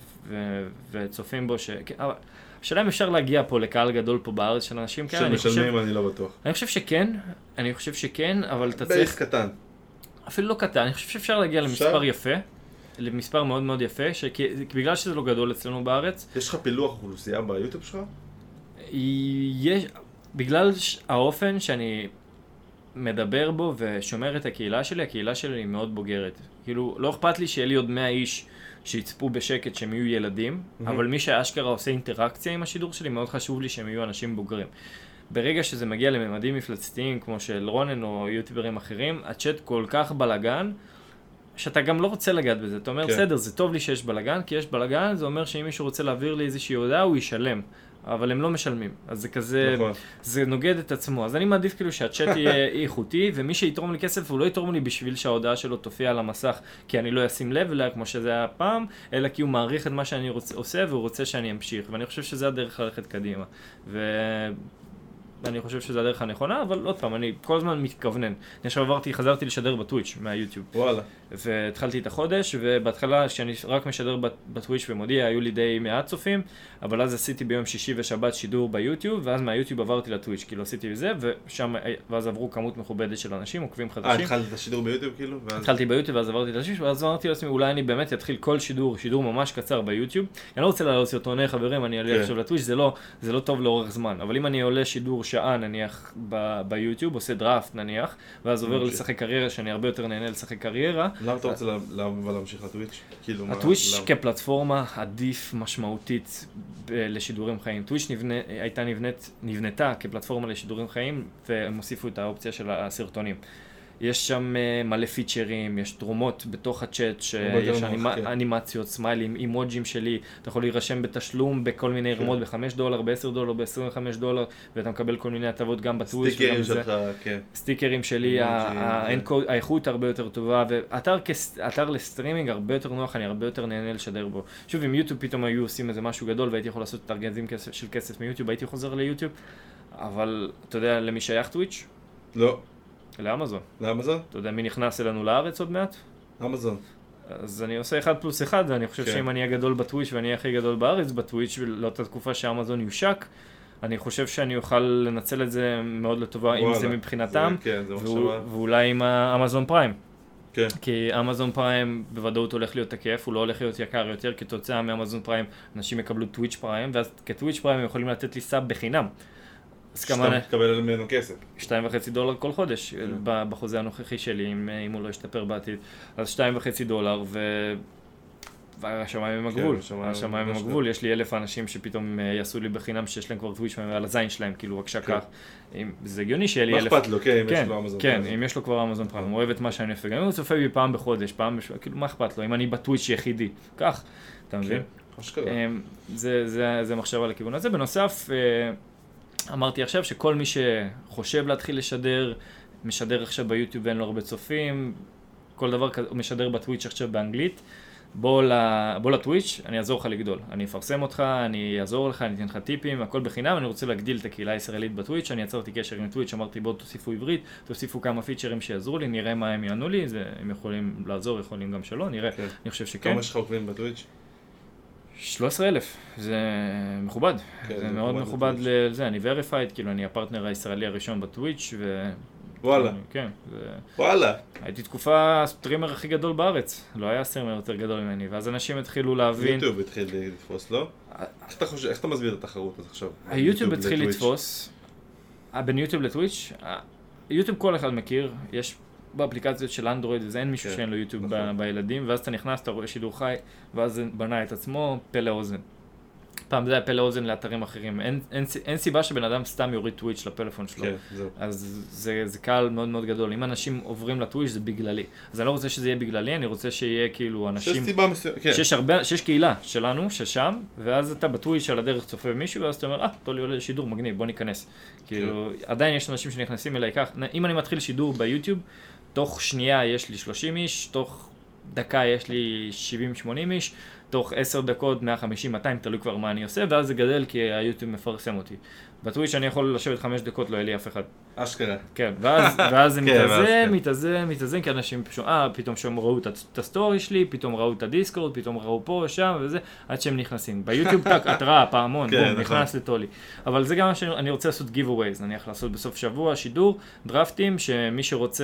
וצופים בו, השאלה אם אפשר להגיע פה לקהל גדול פה בארץ של אנשים כאלה, שמשלמים אני לא בטוח. אני חושב שכן, אבל אתה צריך... בייס קטן. אפילו לא קטן, אני חושב שאפשר להגיע למספר יפה, למספר מאוד מאוד יפה, בגלל שזה לא גדול אצלנו בארץ. יש לך פילוח אוכלוסייה ביוטיוב שלך? בגלל האופן שאני מדבר בו ושומר את הקהילה שלי היא מאוד בוגרת. כאילו, לא אכפת לי שיהיה לי עוד 100 איש שיצפו בשקט שהם יהיו ילדים, אבל מי שאשכרה עושה אינטראקציה עם השידור שלי, מאוד חשוב לי שהם יהיו אנשים בוגרים. ברגע שזה מגיע לממדים מפלצתיים, כמו של רונן או יוטיוברים אחרים, הצ'אט כל כך בלגן, שאתה גם לא רוצה לגעת בזה. אתה אומר, בסדר, זה טוב לי שיש בלגן, כי יש בלגן, זה אומר שאם מישהו רוצה להעביר לי איזושהי הודעה, הוא ישלם. אבל הם לא משלמים, אז זה כזה, זה נוגד את עצמו. אז אני מעדיף כאילו שהצ'אט יהיה איכותי, ומי שיתרום לי כסף הוא לא יתרום לי בשביל שההודעה שלו תופיע על המסך, כי אני לא אשים לב אליה כמו שזה היה פעם, אלא כי הוא מעריך את מה שאני עושה והוא רוצה שאני אמשיך, ואני חושב שזה הדרך ללכת קדימה. ואני חושב שזה הדרך הנכונה, אבל עוד פעם, אני כל הזמן מתכוונן. אני עכשיו חזרתי לשדר בטוויץ' מהיוטיוב. וואלה. והתחלתי את החודש, ובהתחלה, כשאני רק משדר בטוויץ' ומודיע, היו לי די מעט צופים, אבל אז עשיתי ביום שישי ושבת שידור ביוטיוב, ואז מהיוטיוב עברתי לטוויץ', כאילו עשיתי זה, ואז עברו כמות מכובדת של אנשים, עוקבים חדשים. התחלת את השידור ביוטיוב כאילו? התחלתי ביוטיוב, ואז עברתי לטוויץ', ואז אמרתי לעצמי, אולי אני באמת אתחיל כל שידור ממש קצר ביוטיוב. אני לא רוצה לעלות סרטוני חברים, אני אעלה עכשיו לטוויץ', זה לא טוב לאורך זמן, אבל אם אני עולה שידור שעה נניח ביוטיוב, עושה דראפט נניח, ואז עובר לשחק קריירה, שאני הרבה יותר נהנה לשחק קריירה. למה אתה רוצה להמשיך לטוויץ'? הטוויץ' כפלטפורמה עדיף משמעותית לשידורים חיים. טוויץ' נבנתה כפלטפורמה לשידורים חיים, והם הוסיפו את האופציה של הסרטונים. יש שם מלא פיצ'רים, יש תרומות בתוך הצ'אט, שיש אנימציות, סמיילים, אימוג'ים שלי, אתה יכול להירשם בתשלום בכל מיני רמות, $5, $10, $25, ואתה מקבל כל מיני הטבות גם בטוויץ' סטיקרים שלך, כן. סטיקרים שלי, האיכות הרבה יותר טובה, ואתר לסטרימינג הרבה יותר נוח, אני הרבה יותר נהנה לשדר בו. שוב, אם יוטיוב פתאום היו עושים איזה משהו גדול, והייתי יכול לעשות תרגזים של כסף מיוטיוב, הייתי חוזר ליוטיוב, אבל אתה יודע למי שייך טוויץ'? לא. לאמזון. לאמזון? אתה יודע מי נכנס אלינו לארץ עוד מעט? אמזון. אז אני עושה 1+1, ואני חושב שאם אני אהיה גדול בטוויץ' ואני אהיה הכי גדדול בארץ בטוויץ' ולאותה תקופה שאמזון יושק, אני חושב שאני אוכל לנצל את זה מאוד לטובה, אם זה מבחינתם, ואולי עם אמזון פריים. כי אמזון פריים בוודאות הולך להיות תקף, הוא לא הולך להיות יקר יותר, כתוצאה מאמזון פריים אנשים יקבלו טוויץ' פריים, ואז כטוויץ' פריים הם יכולים לתת לי סאב בחינם. שאתה מתקבל ממנו כסף. $2.5 כל חודש, בחוזה הנוכחי שלי, אם הוא לא ישתפר בעתיד. אז $2.5, והשמיים הם הגבול. השמיים הם הגבול, יש לי 1,000 אנשים שפתאום יעשו לי בחינם שיש להם כבר טוויץ' על הזין שלהם, כאילו בבקשה כך. זה הגיוני שיהיה לי 1,000. מה אכפת לו, כן, אם יש לו אמזון פריים. כן, אם יש לו כבר אמזון פריים, הוא אוהב את מה שאני נפגע. אם הוא צופה בי פעם בחודש, פעם בשבוע, כאילו מה אכפת לו, אם אני בטוויץ' יחידי, כך, אתה מבין? זה מחשבה לכיוון הזה. בנוסף, אמרתי עכשיו שכל מי שחושב להתחיל לשדר, משדר עכשיו ביוטיוב ואין לו הרבה צופים, כל דבר כזה, הוא משדר בטוויץ' עכשיו באנגלית, בוא לטוויץ', אני אעזור לך לגדול. אני אפרסם אותך, אני אעזור לך, אני אתן לך טיפים, הכל בחינם, אני רוצה להגדיל את הקהילה הישראלית בטוויץ', אני יצרתי קשר עם טוויץ', אמרתי בואו תוסיפו עברית, תוסיפו כמה פיצ'רים שיעזרו לי, נראה מה הם יענו לי, הם יכולים לעזור, יכולים גם שלא, נראה, אני חושב שכן. כמה יש לך עוקבים בטוויץ'? 13,000, זה מכובד, זה מאוד מכובד לזה, אני verified, כאילו אני הפרטנר הישראלי הראשון בטוויץ' וואלה. כן. וואלה. הייתי תקופה הסטרימר הכי גדול בארץ, לא היה סטרימר יותר גדול ממני, ואז אנשים התחילו להבין... יוטיוב התחיל לתפוס, לא? איך אתה מסביר את התחרות הזאת עכשיו? היוטיוב התחיל לתפוס, בין יוטיוב לטוויץ', יוטיוב כל אחד מכיר, יש באפליקציות של אנדרואיד, וזה אין מישהו שאין לו יוטיוב בילדים, ואז אתה נכנס, אתה רואה שידור חי, ואז זה בנה את עצמו, פה לאוזן. פעם זה היה פה לאוזן לאתרים אחרים. אין סיבה שבן אדם סתם יוריד טוויץ' לפלאפון שלו. כן, זהו. אז זה קהל מאוד מאוד גדול. אם אנשים עוברים לטוויץ' זה בגללי. אז אני לא רוצה שזה יהיה בגללי, אני רוצה שיהיה כאילו אנשים... שיש סיבה מסוימת, כן. שיש קהילה שלנו, ששם, ואז אתה בטוויץ' על הדרך צופה במישהו, ואז אתה אומר, תולי עולה לשידור, מגניב, בוא ניכנס. כאילו, עדיין יש אנשים שנכנסים אליי כך. אם אני מתחיל שידור ביוטיוב, תוך שנייה יש לי 30 איש, תוך דקה יש לי 70-80 איש, תוך 10 דקות, 150, 200, תלוי כבר מה אני עושה, ואז זה גדל כי היוטיוב מפרסם אותי. בטוויץ' אני יכול לשבת 5 דקות, לא יהיה לי אף אחד. אשכרה. כן, ואז זה מתאזן, כי אנשים פתאום שהם ראו את הסטורי שלי, פתאום ראו את הדיסקורד, פתאום ראו פה, שם וזה, עד שהם נכנסים. ביוטיוב טק, התראה, פעמון, בום, נכנס לטולי. אבל זה גם מה שאני רוצה לעשות giveaways, נניח לעשות בסוף שבוע, שידור, דרפטים, שמי שרוצה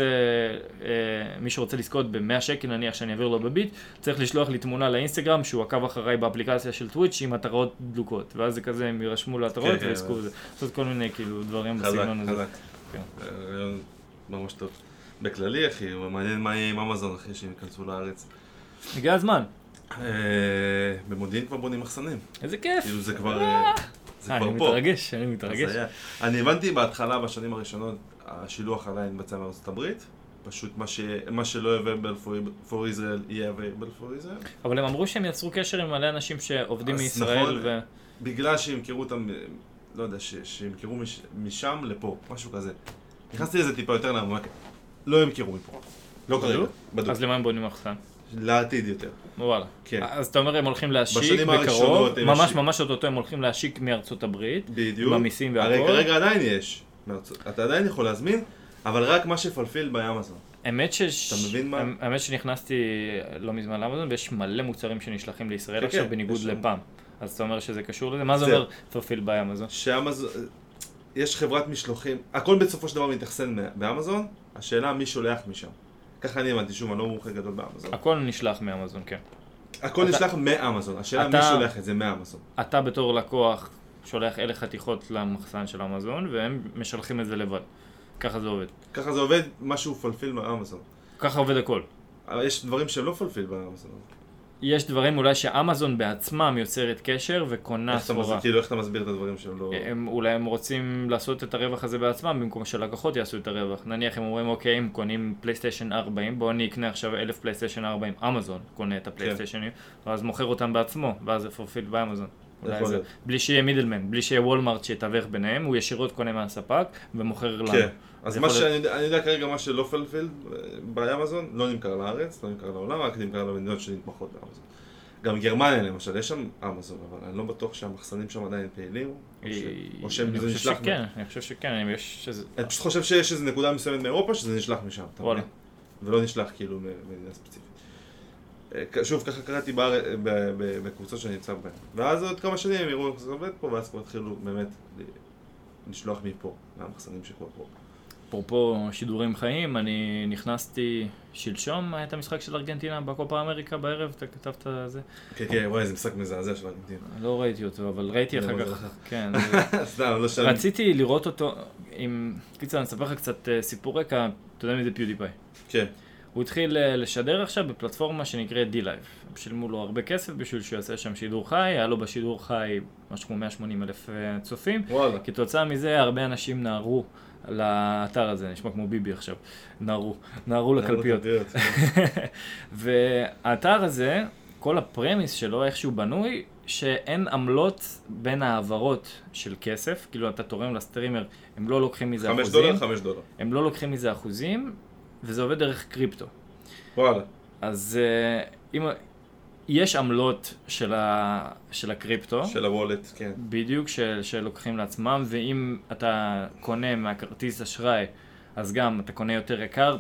לזכות ב100 שקל, נניח שאני אעביר לו בביט, צריך לשלוח לי תמונה לאינסטגרם, שהוא עקב אחריי באפליקציה של טוויץ' עם התראות דלוקות, ואז זה כזה, הם ירשמו להתראות ויסקו זה. לעשות כל מיני כאילו דברים בסגנון הזה. חזק. ממש טוב. בכללי אחי, מעניין מה יהיה עם אמזון אחרי שהם ייכנסו לארץ. הגיע הזמן. במודיעין כבר בונים מחסנים. איזה כיף. כאילו זה כבר פה. אני מתרגש. אני הבנתי בהתחלה, בשנים הראשונות, השילוח עדיין מתבצע מארצות הברית. פשוט מה שלא יהיה for Israel יהיה available for Israel. אבל הם אמרו שהם יצרו קשר עם מלא אנשים שעובדים מישראל ו... בגלל שימכרו אותם, לא יודע, שימכרו משם לפה, משהו כזה. נכנסתי לזה טיפה יותר לעמוק. לא ימכרו מפה. לא כרגע, בדוק. אז למה הם בונים מחסן? לעתיד יותר. וואלה. כן. אז אתה אומר הם הולכים להשיק בקרוב, ממש אותו הם הולכים להשיק מארצות הברית. בדיוק. במיסים והכל. הרי כרגע עדיין יש. אתה עדיין יכול להזמין, אבל רק מה שפלפיל באמזון. האמת שנכנסתי לא מזמן לאמזון, ויש מלא מוצרים שנשלחים לישראל עכשיו בניגוד לפעם. אז אתה אומר שזה קשור לזה? מה זה אומר פלפיל באמזון? יש חברת משלוחים, הכל בסופו של דבר מתאחסן באמזון, השאלה מי שולח משם. ככה אני אמרתי, שוב, אני לא מומחה גדול באמזון. הכל נשלח מאמזון, כן. הכל נשלח מאמזון, השאלה מי שולח את זה מאמזון. אתה בתור לקוח שולח 1,000 חתיכות למחסן של אמזון, והם משלחים את זה לבד. ככה זה עובד. ככה זה עובד, משהו פלפיל באמזון. ככה עובד הכל. אבל יש דברים שהם לא פלפיל באמזון. יש דברים אולי שאמזון בעצמם יוצרת קשר וקונה סחורה. כאילו איך אתה מסביר את הדברים שהם לא... אולי הם רוצים לעשות את הרווח הזה בעצמם, במקום שלקוחות יעשו את הרווח. נניח הם אומרים, אוקיי, הם קונים פלייסטיישן 40, בואו אני אקנה עכשיו 1,000 פלייסטיישן 40, אמזון קונה את הפלייסטיישנים, ואז מוכר אותם בעצמו, ואז זה פורפיל באמזון. בלי שיהיה מידלמן, בלי שיהיה וולמארט שיתווך ביניהם, הוא ישירות קונה מהספק ומוכר לנו. כן, אז מה שאני יודע כרגע, מה שלא פלפילד באמזון, לא נמכר לארץ, לא נמכר לעולם, רק נמכר למדינות שנתמכות באמזון. גם גרמניה למשל, יש שם אמזון, אבל אני לא בטוח שהמחסנים שם עדיין פעילים, או שזה נשלח... אני חושב שכן, אני פשוט חושב שיש איזו נקודה מסוימת מאירופה שזה נשלח משם, ולא נשלח כאילו ממדינה ספציפית. שוב, ככה קראתי בקבוצות שאני נמצא בהן. ואז עוד כמה שנים הם יראו איך זה עובד פה, ואז כבר התחילו באמת לשלוח מפה, מהמחסנים שפה פה. אפרופו שידורים חיים, אני נכנסתי שלשום, היה את המשחק של ארגנטינה בקופה אמריקה בערב, אתה כתבת זה? כן, כן, וואי, זה משחק מזעזע של ארגנטינה. לא ראיתי אותו, אבל ראיתי אחר כך, כן. סתם, לא שם. רציתי לראות אותו עם... קיצר, אני אספר לך קצת סיפור רקע, אתה יודע מי זה פיודיפיי. כן. הוא התחיל לשדר עכשיו בפלטפורמה שנקראת D-Live. הם שילמו לו הרבה כסף בשביל שהוא יעשה שם שידור חי, היה לו בשידור חי משהו כמו 180,000 צופים. וואלה. כתוצאה מזה הרבה אנשים נערו לאתר הזה, נשמע כמו ביבי עכשיו, נערו לקלפיות. והאתר הזה, כל הפרמיס שלו, איך שהוא בנוי, שאין עמלות בין העברות של כסף, כאילו אתה תורם לסטרימר, הם לא לוקחים מזה אחוזים. $5. הם לא לוקחים מזה אחוזים, וזה עובד דרך קריפטו. וואלה. אז אם... יש עמלות של הקריפטו. של הוולט, כן. בדיוק, שלוקחים לעצמם, ואם אתה קונה מהכרטיס אשראי, אז גם אתה קונה יותר יקר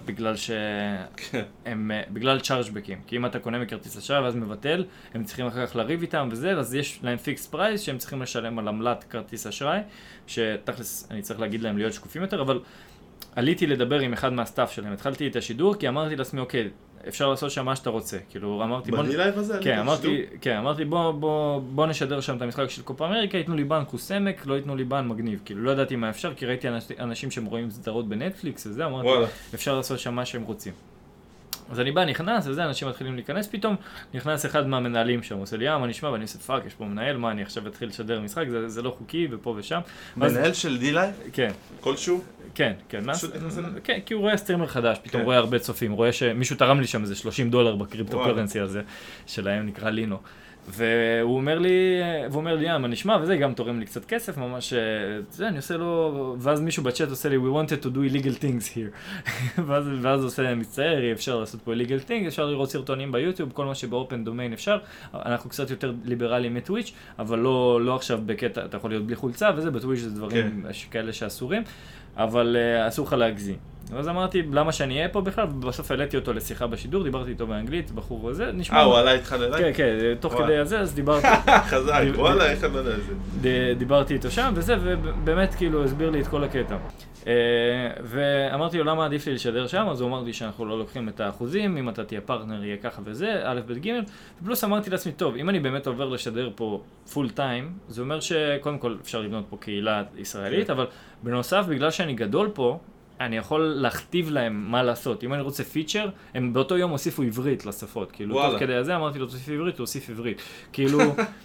בגלל צ'ארג'בקים. כי אם אתה קונה מכרטיס אשראי ואז מבטל, הם צריכים אחר כך לריב איתם וזה, אז יש להם פיקס פרייס שהם צריכים לשלם על עמלת כרטיס אשראי, שתכלס אני צריך להגיד להם להיות שקופים יותר, אבל עליתי לדבר עם אחד מהסטאפ שלהם, התחלתי את השידור כי אמרתי לעצמי, אוקיי, אפשר לעשות שם מה שאתה רוצה, כאילו אמרתי בלייב הזה? כן, אמרתי בוא נשדר שם את המשחק של קופה אמריקה, ייתנו לי בן קוסמק, לא ייתנו לי בן מגניב, כאילו לא ידעתי מה אפשר, כי ראיתי אנשים שהם רואים סדרות בנטפליקס וזה, אמרתי אפשר לעשות שם מה שהם רוצים. אז אני בא, נכנס, וזה, אנשים מתחילים להיכנס, פתאום נכנס אחד מהמנהלים שם, עושה לי, מה נשמע, ואני עושה פאק, יש פה מנהל, מה, אני עכשיו אתחיל לשדר משחק, זה לא חוקי, ופה ושם. מנהל של D-Live? כן. כלשהו? כן, כן, כי הוא רואה סטרימר חדש, פתאום רואה הרבה צופים, רואה שמישהו תרם לי שם איזה $30 בקריפטו קורנסי הזה, שלהם נקרא לינו. והוא אומר לי, מה נשמע, וזה גם תורם לי קצת כסף, ממש, זה, אני עושה לו, ואז מישהו בצ'אט עושה לי, we wanted to do illegal things here. ואז הוא עושה מצטער, אפשר לעשות פה illegal things, אפשר לראות סרטונים ביוטיוב, כל מה שבאופן דומיין אפשר, אנחנו קצת יותר ליברליים מטוויץ', אבל לא עכשיו בקטע, אתה יכול להיות בלי חולצה, וזה, בטוויץ' זה דברים כאלה שאסורים, אבל אסור לך להגזים. אז אמרתי, למה שאני אהיה פה בכלל? ובסוף העליתי אותו לשיחה בשידור, דיברתי איתו באנגלית, בחור הזה, נשמע... הוא עלה איתך ללייק? כן, כן, תוך כדי הזה, אז דיברתי... חזק, וואלה, איך אני לא יודע זה. דיברתי איתו שם וזה, ובאמת כאילו הסביר לי את כל הקטע. ואמרתי לו, למה עדיף לי לשדר שם? אז הוא אמר לי שאנחנו לא לוקחים את האחוזים, אם אתה תהיה פרטנר יהיה ככה וזה, א', ב', ג', ופלוס אמרתי לעצמי, טוב, אם אני באמת עובר לשדר פה פול טיים, זה אומר שקודם כל אפשר לבנות פה קהילה ישראלית, אבל בנוסף, בגלל שאני גדול פה, אני יכול להכתיב להם מה לעשות. אם אני רוצה פיצ'ר, הם באותו יום הוסיפו עברית לשפות. כאילו, תוך כדי הזה אמרתי לו, תוסיף עברית, תוסיף עברית. כאילו,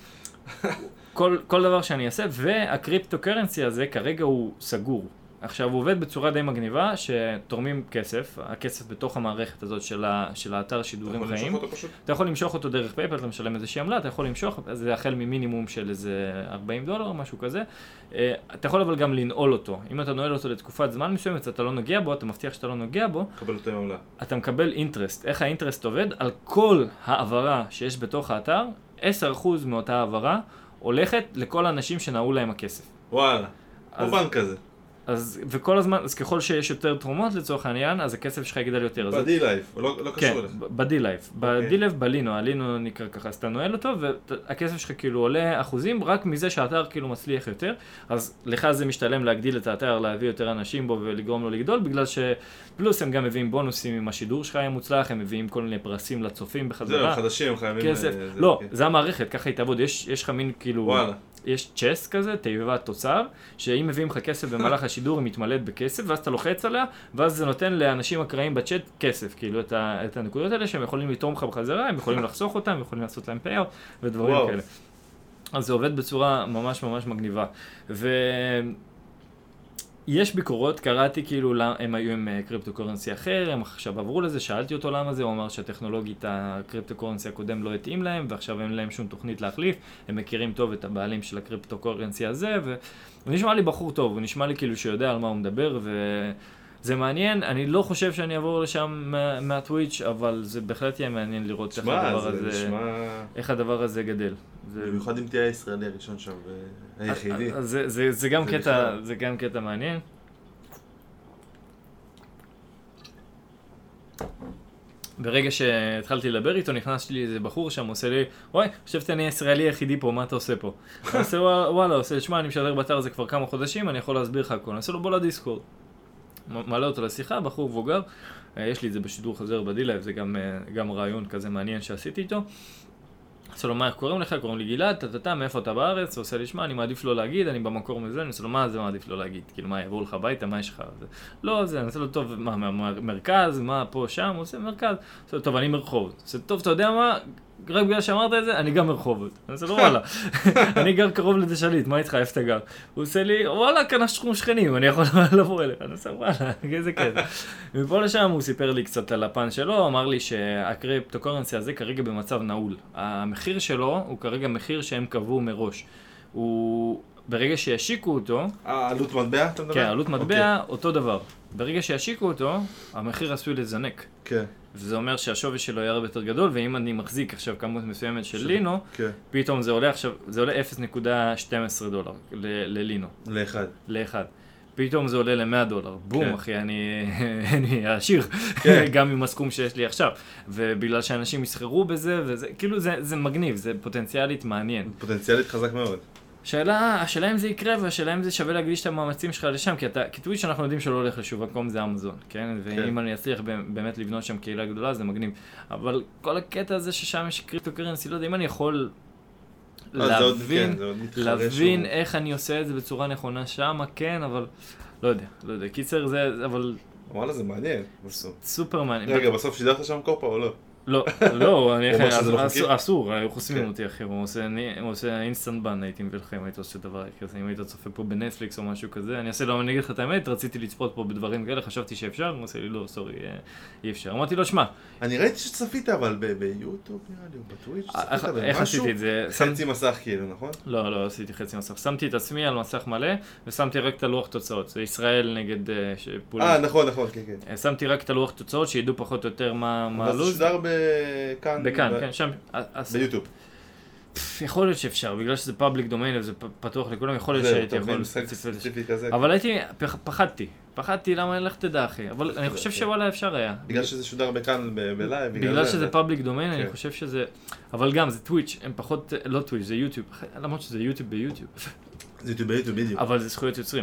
כל דבר שאני אעשה, והקריפטו קרנסי הזה כרגע הוא סגור. עכשיו, הוא עובד בצורה די מגניבה, שתורמים כסף, הכסף בתוך המערכת הזאת של האתר שידורים חיים. אתה יכול למשוך אותו דרך פייפל, אתה משלם איזושהי עמלה, אתה יכול למשוך, זה החל ממינימום של איזה $40, משהו כזה. אתה יכול אבל גם לנעול אותו. אם אתה נועל אותו לתקופת זמן מסוימת, אתה לא נוגע בו, אתה מבטיח שאתה לא נוגע בו. קבל אותו עמלה. אתה מקבל אינטרסט. איך האינטרסט עובד? על כל העברה שיש בתוך האתר, 10% מאותה העברה הולכת לכל האנשים שנעו להם הכסף. וואלה, כמו בנק כזה. וכל הזמן, אז ככל שיש יותר תרומות לצורך העניין, אז הכסף שלך יגדל יותר. ב-D-Live, לא קשור אליך. כן, ב-D-Live. ב-D-Live, בלינו, הלינו נקרא ככה, אז אתה נועל אותו, והכסף שלך כאילו עולה אחוזים, רק מזה שהאתר כאילו מצליח יותר, אז לך זה משתלם להגדיל את האתר, להביא יותר אנשים בו ולגרום לו לגדול, בגלל פלוס הם גם מביאים בונוסים עם השידור שלך היה מוצלח, הם מביאים כל מיני פרסים לצופים בחזרה. זהו, חדשים, חייבים... לא, זה המערכת, ככה היא תעבוד, יש לך מין כאילו... יש צ'ס כזה, תיבת תוצר, שאם מביאים לך כסף במהלך השידור היא מתמלאת בכסף, ואז אתה לוחץ עליה, ואז זה נותן לאנשים אקראיים בצ'אט כסף, כאילו את הנקודות האלה שהם יכולים לתרום לך בחזרה, הם יכולים לחסוך אותם, הם יכולים לעשות להם פייאוט ודברים כאלה. אז זה עובד בצורה ממש ממש מגניבה. יש ביקורות, קראתי כאילו הם היו עם קריפטו-קורנסי אחר, הם עכשיו עברו לזה, שאלתי אותו למה זה, הוא אמר שהטכנולוגית הקריפטו-קורנסי הקודם לא התאים להם, ועכשיו אין להם שום תוכנית להחליף, הם מכירים טוב את הבעלים של הקריפטו-קורנסי הזה, והוא נשמע לי בחור טוב, הוא נשמע לי כאילו שיודע על מה הוא מדבר, וזה מעניין, אני לא חושב שאני אעבור לשם מהטוויץ', אבל זה בהחלט יהיה מעניין לראות איך הדבר הזה גדל. במיוחד אם תהיה הישראלי הראשון שם והיחידי. זה גם קטע מעניין. ברגע שהתחלתי לדבר איתו, נכנס לי איזה בחור שם, עושה לי, וואי, חשבתי אני הישראלי היחידי פה, מה אתה עושה פה? אני עושה, וואלה, עושה, שמע, אני משדר באתר הזה כבר כמה חודשים, אני יכול להסביר לך הכל. אני עושה לו, בוא לדיסקורד. מעלה אותו לשיחה, בחור מבוגר, יש לי את זה בשידור חוזר בדילייב, זה גם רעיון כזה מעניין שעשיתי איתו. עושה לו, מה, איך קוראים לך? קוראים לי גלעד, מאיפה אתה בארץ? הוא עושה לי, שמע, אני מעדיף לא להגיד, אני במקור מזה, אני עושה לו, מה זה מעדיף לא להגיד? כאילו, מה, יבואו לך הביתה, מה יש לך? לא, זה, אני עושה לו, טוב, מה, מרכז, מה, פה, שם? הוא עושה מרכז. עושה לו, טוב, אני מרחוב. עושה לו, טוב, אתה יודע מה? רק בגלל שאמרת את זה, אני גם מרחובות. אני עושה לו, וואלה, אני גר קרוב לדשליט, מה איתך, איפה אתה גר? הוא עושה לי, וואלה, כאן אנחנו שכנים, אני יכול לבוא אליך. אני עושה, וואלה, איזה כזה. מפה לשם הוא סיפר לי קצת על הפן שלו, אמר לי שהקריפטו-קורנסי הזה כרגע במצב נעול. המחיר שלו הוא כרגע מחיר שהם קבעו מראש. הוא, ברגע שישיקו אותו... עלות מטבע, אתה מדבר? כן, עלות מטבע, אותו דבר. ברגע שישיקו אותו, המחיר עשוי לזנק. כן. וזה אומר שהשווי שלו יהיה הרבה יותר גדול, ואם אני מחזיק עכשיו כמות מסוימת של לינו, פתאום זה עולה עכשיו, זה עולה $0.12 ללינו. לאחד. פתאום זה עולה $100. בום, אחי, אני אעשיר, גם עם הסכום שיש לי עכשיו. ובגלל שאנשים יסחרו בזה, וזה, כאילו זה מגניב, זה פוטנציאלית מעניין. פוטנציאלית חזק מאוד. השאלה אם זה יקרה, והשאלה אם זה שווה להקדיש את המאמצים שלך לשם, כי טוויץ' אנחנו יודעים שלא הולך לשום מקום, זה אמזון, כן? ואם אני אצליח באמת לבנות שם קהילה גדולה, זה מגניב. אבל כל הקטע הזה ששם יש קריפטו-קורנסי, לא יודע, אם אני יכול להבין איך אני עושה את זה בצורה נכונה שם, כן, אבל לא יודע. קיצר זה, אבל... וואלה, זה מעניין. סופר מעניין. רגע, בסוף שידרת שם קופה או לא? לא, אסור, היו חוסמים אותי אחי, הוא עושה אינסטנט בן, הייתי מביא לכם, הייתי עושה דבר כזה, אם היית צופה פה בנטפליקס או משהו כזה, אני אעשה לו, אני אגיד לך את האמת, רציתי לצפות פה בדברים כאלה, חשבתי שאפשר, הוא עושה לי לא, סורי, אי אפשר, אמרתי לו, שמע. אני ראיתי שצפית אבל ביוטיוב נראה לי, או בטוויץ', צפית איך עשיתי את זה? חצי מסך כאילו, נכון? לא עשיתי חצי מסך, שמתי את עצמי על מסך מלא, ושמתי רק את הלוח תוצאות, זה ישראל נגד פולין. נכון, כן. שמתי רק את הלוח תוצאות, שידעו פחות או יותר מה הלו"ז. בכאן, כן, שם. ביוטיוב. יכול להיות שאפשר, בגלל שזה פאבליק דומיין וזה פתוח לכולם, יכול להיות שהייתי יכול... אבל פחדתי למה לך תדע אחי, אבל אני חושב שוואלה אפשר היה. בגלל שזה שודר בכאן בלייב, בגלל שזה פאבליק דומיין, אני חושב שזה... אבל גם, זה טוויץ', הם פחות... לא טוויץ', זה יוטיוב, למרות שזה יוטיוב ביוטיוב. זה יוטיוב ביוטיוב, בדיוק. אבל זה זכויות יוצרים.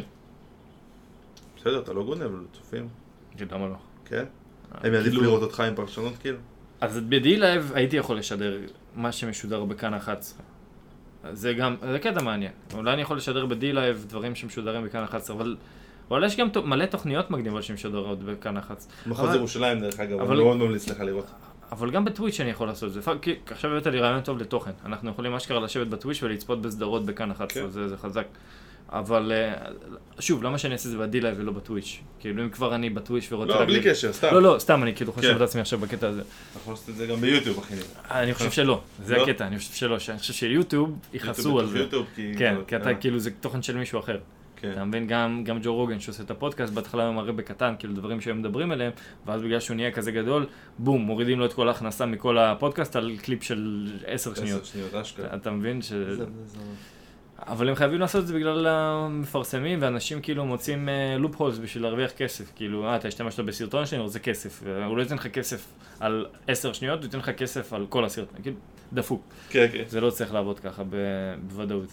בסדר, אתה לא גונב, צופים. למה לא? כן? הם יעדיפו לראות אותך עם פרשנות כאילו? אז בדי-לייב הייתי יכול לשדר מה שמשודר בכאן 11. זה קטע מעניין. אולי אני יכול לשדר בדי-לייב דברים שמשודרים בכאן 11, אבל אולי יש גם מלא תוכניות מגניבות שמשודרות בכאן 11. מחוז ירושלים דרך אגב, אבל מאוד ממליץ לך לראות. אבל גם בטוויץ' אני יכול לעשות את זה. כי עכשיו הבאת לי רעיון טוב לתוכן. אנחנו יכולים אשכרה לשבת בטוויץ' ולצפות בסדרות בכאן 11, זה חזק. אבל שוב, למה שאני אעשה את זה בדי-לייב ולא בטוויץ'? כאילו אם כבר אני בטוויץ' ורוצה להגיד... לא, בלי קשר, סתם. לא, סתם, אני כאילו חושב את עצמי עכשיו בקטע הזה. אתה יכול לעשות את זה גם ביוטיוב, אחי. אני חושב שלא, זה הקטע, אני חושב שלא. אני חושב שיוטיוב יכעסו על זה. כן, כי אתה כאילו זה תוכן של מישהו אחר. אתה מבין, גם ג'ו רוגן שעושה את הפודקאסט, בהתחלה הוא מראה בקטן, כאילו דברים שהם מדברים עליהם, ואז בגלל שהוא נהיה כזה גדול, בום, מורידים לו את כל ההכנסה מכל הפודקאסט על קליפ של 10 שניות. אתה מבין ש... אבל הם חייבים לעשות את זה בגלל המפרסמים, ואנשים כאילו מוצאים לופ הולס בשביל להרוויח כסף. כאילו, אתה השתמשת בסרטון שלי, אני רוצה כסף. הוא לא ייתן לך כסף על 10 שניות, הוא ייתן לך כסף על כל הסרטון. כאילו, דפוק. כן. זה לא צריך לעבוד ככה בוודאות.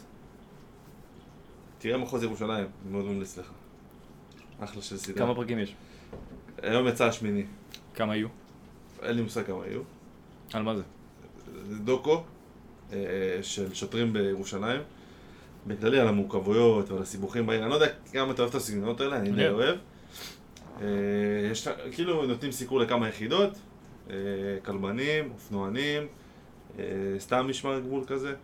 תראה מחוז ירושלים, מאוד ממליץ לך. אחלה של סדרה. כמה פרקים יש? היום יצא השמיני. כמה היו? אין לי מושג כמה היו. על מה זה? זה דוקו של שוטרים בירושלים. בכללי על המורכבויות ועל הסיבוכים בעיר, אני לא יודע כמה אתה אוהב את הסגנונות האלה, אני די אוהב. כאילו נותנים סיקור לכמה יחידות, כלבנים, אופנוענים, סתם משמר גבול כזה.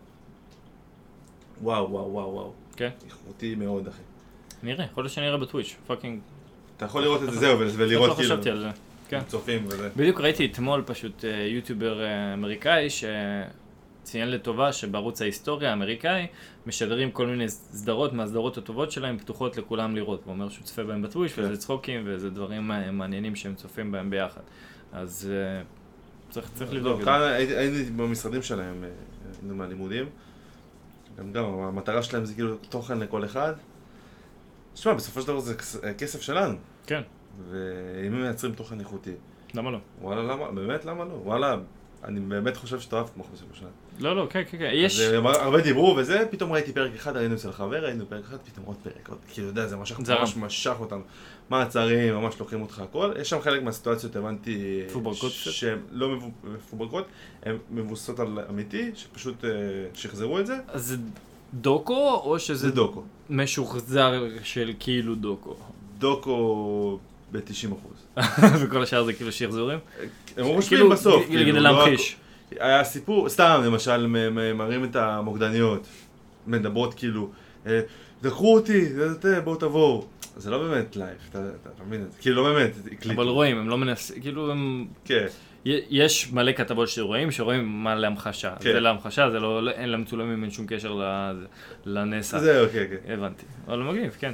וואו, וואו, וואו, וואו. כן. איכותי מאוד, אחי. נראה, יכול להיות שאני אראה בטוויץ', פאקינג. אתה יכול לראות את זה, זהו, ולראות לא חשבתי על זה. כן. צופים וזה. בדיוק ראיתי אתמול פשוט יוטיובר אמריקאי שציין לטובה שבערוץ ההיסטוריה האמריקאי משדרים כל מיני סדרות מהסדרות הטובות שלהם פתוחות לכולם לראות. הוא אומר שהוא צופה בהם בטוויץ' וזה צחוקים וזה דברים מעניינים שהם צופים בהם ביחד. אז צריך לבדוק את זה. הייתי במשרדים שלהם, היינו מהלימודים. גם המטרה שלהם זה כאילו תוכן לכל אחד. תשמע, בסופו של דבר זה כסף שלנו. כן. ואם הם מייצרים תוכן איכותי. למה לא? וואלה, למה? באמת למה לא? וואלה, אני באמת חושב שאתה אוהב כמו חושב בשנה. לא, כן, יש... הרבה דיברו וזה, פתאום ראיתי פרק אחד, היינו אצל חבר, היינו פרק אחד, פתאום עוד פרק, כאילו, יודע, זה ממש משך אותנו. מעצרים, ממש לוקחים אותך הכל. יש שם חלק מהסיטואציות, הבנתי... מפוברקות? שהן לא מפוברקות, הן מבוססות על אמיתי, שפשוט שחזרו את זה. אז זה דוקו, או שזה... זה דוקו. משוחזר של כאילו דוקו? דוקו ב-90%. וכל השאר זה כאילו שחזורים? הם רושמים בסוף. כאילו כדי להמחיש. היה סיפור, סתם, למשל, מראים את המוקדניות, מדברות כאילו, דקרו אותי, בואו תבואו. זה לא באמת לייב, אתה מבין את זה? כאילו, לא באמת, הקליטו. אבל רואים, הם לא מנסים, כאילו הם... כן. יש מלא כתבות שרואים מה להמחשה. זה להמחשה, זה לא, אין להם צולמים, אין שום קשר לנסע. זה אוקיי. הבנתי. אבל מגניב, כן.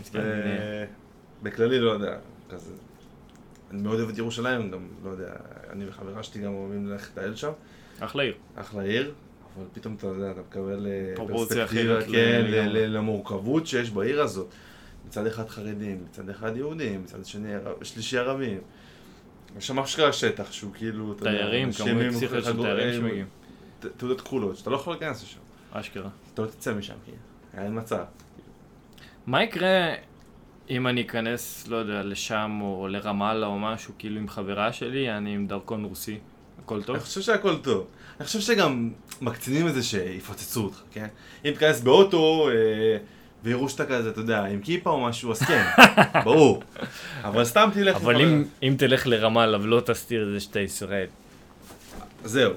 בכללי, לא יודע, כזה. אני מאוד אוהב את ירושלים, גם, לא יודע, אני וחברה שלי גם אוהבים ללכת לטייל שם. אחלה עיר. אחלה עיר, אבל פתאום אתה יודע, אתה מקבל פרספקטיבה, כן, למורכבות שיש בעיר הזאת. מצד אחד חרדים, מצד אחד יהודים, מצד שלישי ערבים. יש שם אשכרה שטח שהוא כאילו, אתה יודע, תיירים, כמובן פסיכיות של תיירים שמגיעים. תעודות כחולות, שאתה לא יכול להיכנס לשם. אשכרה. אתה לא תצא משם, אין מצב. מה יקרה אם אני אכנס, לא יודע, לשם או לרמאללה או משהו, כאילו עם חברה שלי, אני עם דרכון רוסי, הכל טוב? אני חושב שהכל טוב. אני חושב שגם מקצינים את זה שיפוצצו אותך, כן? אם תכנס באוטו ויראו שאתה כזה, אתה יודע, עם כיפה או משהו, אז כן, ברור. אבל סתם תלך... אבל אם תלך לרמאללה ולא תסתיר את זה שאתה ישראל. זהו.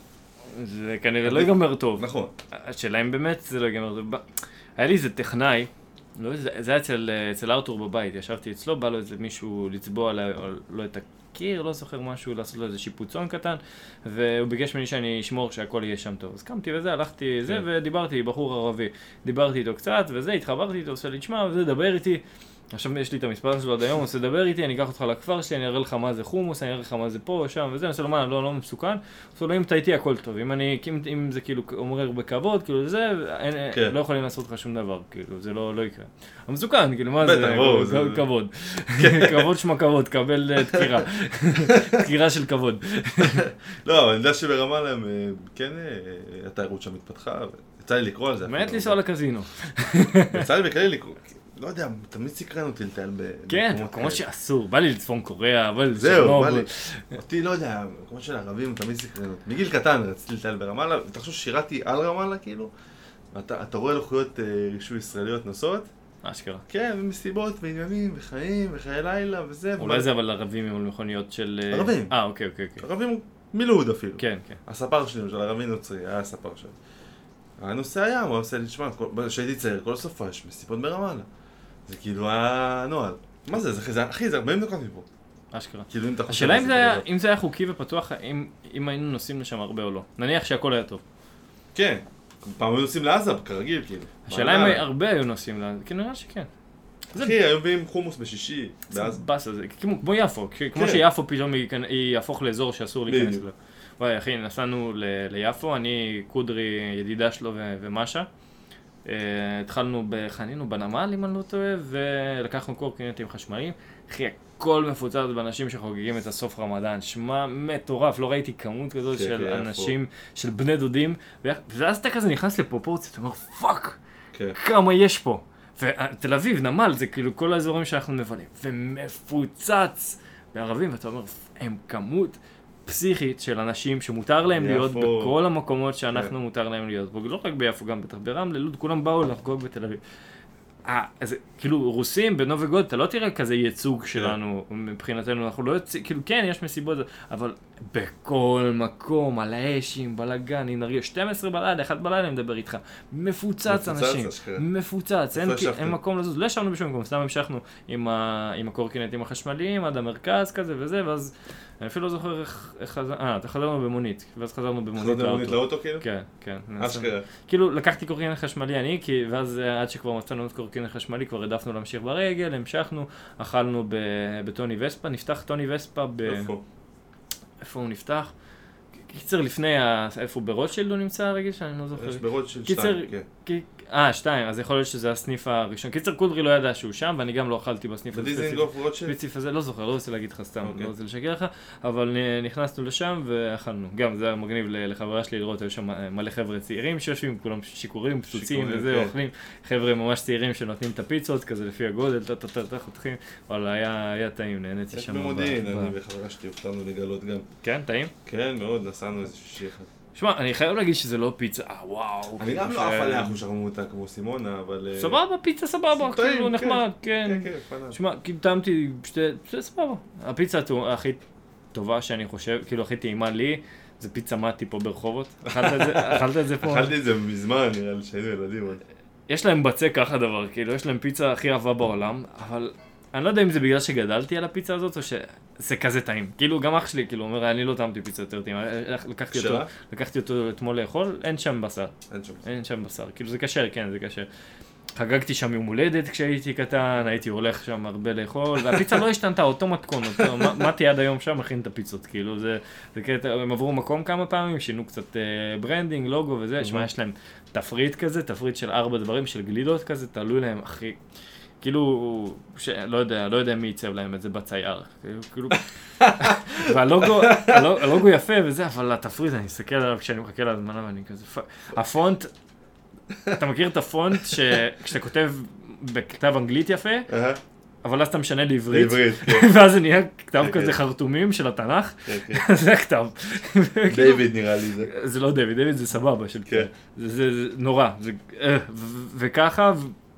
זה כנראה לא ייגמר טוב. נכון. השאלה אם באמת זה לא ייגמר טוב. היה לי איזה טכנאי, זה היה אצל ארתור בבית, ישבתי אצלו, בא לו איזה מישהו לצבוע לו את הקיר, לא זוכר משהו, לעשות לו איזה שיפוצון קטן, והוא ביקש ממני שאני אשמור שהכל יהיה שם טוב. אז קמתי וזה, הלכתי זה, ודיברתי, בחור ערבי, דיברתי איתו קצת, וזה, התחברתי איתו, עושה לי תשמע, וזה, דבר איתי. עכשיו יש לי את המספר שלו עד היום, עושה דבר איתי, אני אקח אותך לכפר שלי, אני אראה לך מה זה חומוס, אני אראה לך מה זה פה ושם וזה, אני עושה לו מה, לא מסוכן, עושה לו אם אתה איתי הכל טוב, אם זה כאילו אומר בכבוד, כאילו זה, לא יכולים לעשות לך שום דבר, כאילו זה לא יקרה. המסוכן, כאילו מה זה, כבוד, כבוד שמה כבוד, קבל דקירה, דקירה של כבוד. לא, אבל אני יודע שברמאללה הם, כן, התיירות שם מתפתחה, יצא לי לקרוא על זה. מעט לנסוע לקזינו. יצא לי בכלל לקרוא. לא יודע, תמיד סקרן אותי לטייל כן, מקומות שאסור, בא לי לצפון קוריאה, אבל זהו, בא לי. אותי לא יודע, מקומות של ערבים תמיד סקרן אותי. מגיל קטן רציתי לטייל ברמאללה, אתה חושב ששירתי על רמאללה כאילו? אתה רואה לוחיות רישוי ישראליות נוסעות? אשכרה. כן, ומסיבות ועניינים וחיים וחיי לילה וזה. אולי זה אבל ערבים עם מכוניות של... ערבים. אוקיי. ערבים מלוד אפילו. כן. הספר שלי, של ערבי נוצרי, היה הספר שלי. הנושא היה, הוא עושה לי, תשמע, כשהייתי צעיר, כל סופה יש מסיבות ברמאללה. זה כאילו הנוהל. מה זה? אחי, זה 40 דקות מפה. אשכרה. כאילו אם אתה חושב... השאלה אם זה היה חוקי ופתוח, אם היינו נוסעים לשם הרבה או לא. נניח שהכל היה טוב. כן. פעם היו נוסעים לעזה, כרגיל, כאילו. השאלה אם הרבה היו נוסעים לעזה, כאילו נראה שכן. אחי, היום מביאים חומוס בשישי, בעזה. באסה, זה כמו יפו. כמו שיפו פתאום יהפוך לאזור שאסור להיכנס לו. וואי, אחי, נסענו ליפו, אני קודרי, ידידה שלו ומשה. התחלנו חנינו בנמל, אם אני לא טועה, ולקחנו קורקינטים חשמליים. אחי, הכל מפוצץ באנשים שחוגגים את הסוף רמדאן. שמה מטורף, לא ראיתי כמות כזאת של אנשים, של בני דודים. ואז אתה כזה נכנס לפרופורציה, אתה אומר, פאק, כמה יש פה. ותל אביב, נמל, זה כאילו כל האזורים שאנחנו מבלים. ומפוצץ בערבים, ואתה אומר, הם כמות פסיכית של אנשים שמותר להם להיות יפו. בכל המקומות שאנחנו מותר להם להיות בו, לא רק ביפו, גם בטח ברמלה, לוד, כולם באו לחגוג בתל אביב. אז כאילו רוסים בנובי גוד, אתה לא תראה כזה ייצוג שלנו מבחינתנו, אנחנו לא יוצאים, כאילו כן, יש מסיבות, אבל בכל מקום, על האשים, בלגן, אם נראה 12 בלילה, 1 בלילה, אני מדבר איתך, מפוצץ אנשים, מפוצץ, אין מקום לזוז, לא ישבנו בשום מקום, סתם המשכנו עם הקורקינטים החשמליים עד המרכז כזה וזה, ואז אני אפילו לא זוכר איך חזרנו במונית, ואז חזרנו במונית לאוטו כאילו? כן, כן. אשכרה. כאילו לקחתי קורקינט חשמלי אני, ואז עד שכבר מצאנו את קורקינט חשמלי, כבר העדפנו להמשיך ברגל, המשכנו, אכלנו בטוני וספה, נפתח טוני וספה איפה הוא נפתח? קיצר לפני, איפה ברוטשילד הוא נמצא הרגל שאני לא זוכר. יש ברוטשילד 2, כן. 2, אז יכול להיות שזה הסניף הראשון. קיצר קודרי לא ידע שהוא שם, ואני גם לא אכלתי בסניף הספציפי הזה, לא זוכר, לא רוצה להגיד לך סתם, לא רוצה לשקר לך, אבל נכנסנו לשם ואכלנו. גם זה היה מגניב לחברה שלי לראות, היו שם מלא חבר'ה צעירים שיושבים, כולם שיכורים, פצוצים וזה, אוכלים. חבר'ה ממש צעירים שנותנים את הפיצות, כזה לפי הגודל, חותכים, אבל היה טעים, נהניתי שם. יש במודיעין, אני וחברה שלי הופתענו לגלות גם. כן, טעים? כן, מאוד, נסענו איזה שישי אחד. שמע, אני חייב להגיד שזה לא פיצה, וואו. אני גם לא אף עליה אחוז שרמותה כמו סימונה, אבל... סבבה, פיצה סבבה, כאילו נחמד, כן. כן, פנן. שמע, טעמתי סבבה. הפיצה הכי טובה שאני חושב, כאילו הכי טעימה לי, זה פיצה מטי פה ברחובות. אכלת את זה פה? אכלתי את זה מזמן, נראה לי שהיינו ילדים. יש להם בצק ככה דבר, כאילו, יש להם פיצה הכי אהבה בעולם, אבל אני לא יודע אם זה בגלל שגדלתי על הפיצה הזאת, או שזה כזה טעים. כאילו, גם אח שלי, כאילו, אומר, אני לא טעמתי פיצה יותר טעים. לקחתי אותו אתמול לאכול, אין שם בשר. אין שם בשר. כאילו, זה קשר, כן, זה קשר. חגגתי שם יום הולדת כשהייתי קטן, הייתי הולך שם הרבה לאכול, והפיצה לא השתנתה, אותו מתכון, מתי עד היום שם מכין את הפיצות, כאילו, זה קטע, הם עברו מקום כמה פעמים, שינו קצת ברנדינג, לוגו וזה, שמה, יש להם תפריט כזה, תפריט של 4 דברים, של גלידות כזה, תלוי להם, אחי. כאילו, לא יודע מי ייצב להם את זה בצייר, כאילו, והלוגו יפה וזה, אבל התפריט, אני מסתכל עליו כשאני מחכה להזמנה ואני כזה, הפונט, אתה מכיר את הפונט שכשאתה כותב בכתב אנגלית יפה, אבל אז אתה משנה לעברית, ואז זה נהיה כתב כזה חרטומים של התנ"ך, זה הכתב. דיוויד נראה לי זה. זה לא דיוויד זה סבבה, זה נורא, וככה,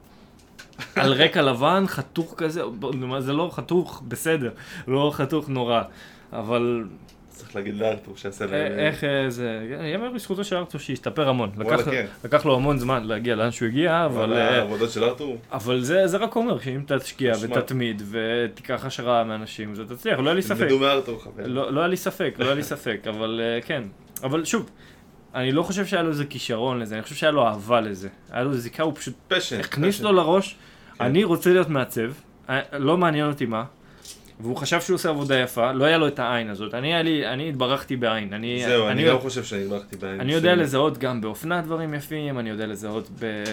על רקע לבן, חתוך כזה, זה לא חתוך בסדר, לא חתוך נורא, אבל... צריך להגיד לארתור שעשה להם... איך זה... יאמר בזכותו של ארתור שהשתפר המון. לקח לו המון זמן להגיע לאן שהוא הגיע, אבל... העבודות של ארתור? אבל זה רק אומר שאם תשקיע ותתמיד ותיקח השראה מאנשים, זה תצליח, לא היה לי ספק. תלמדו מארתור, חבר. לא היה לי ספק, אבל כן. אבל שוב, אני לא חושב שהיה לו איזה כישרון לזה, אני חושב שהיה לו אהבה לזה. היה לו זיקה, הוא פשוט הכניס לו לראש, אני רוצה להיות מעצב, לא מעניין אותי מה. והוא חשב שהוא עושה עבודה יפה, לא היה לו את העין הזאת. אני התברכתי בעין. זהו, אני לא חושב שאני התברכתי בעין. אני יודע לזהות גם באופנה דברים יפים, אני יודע לזהות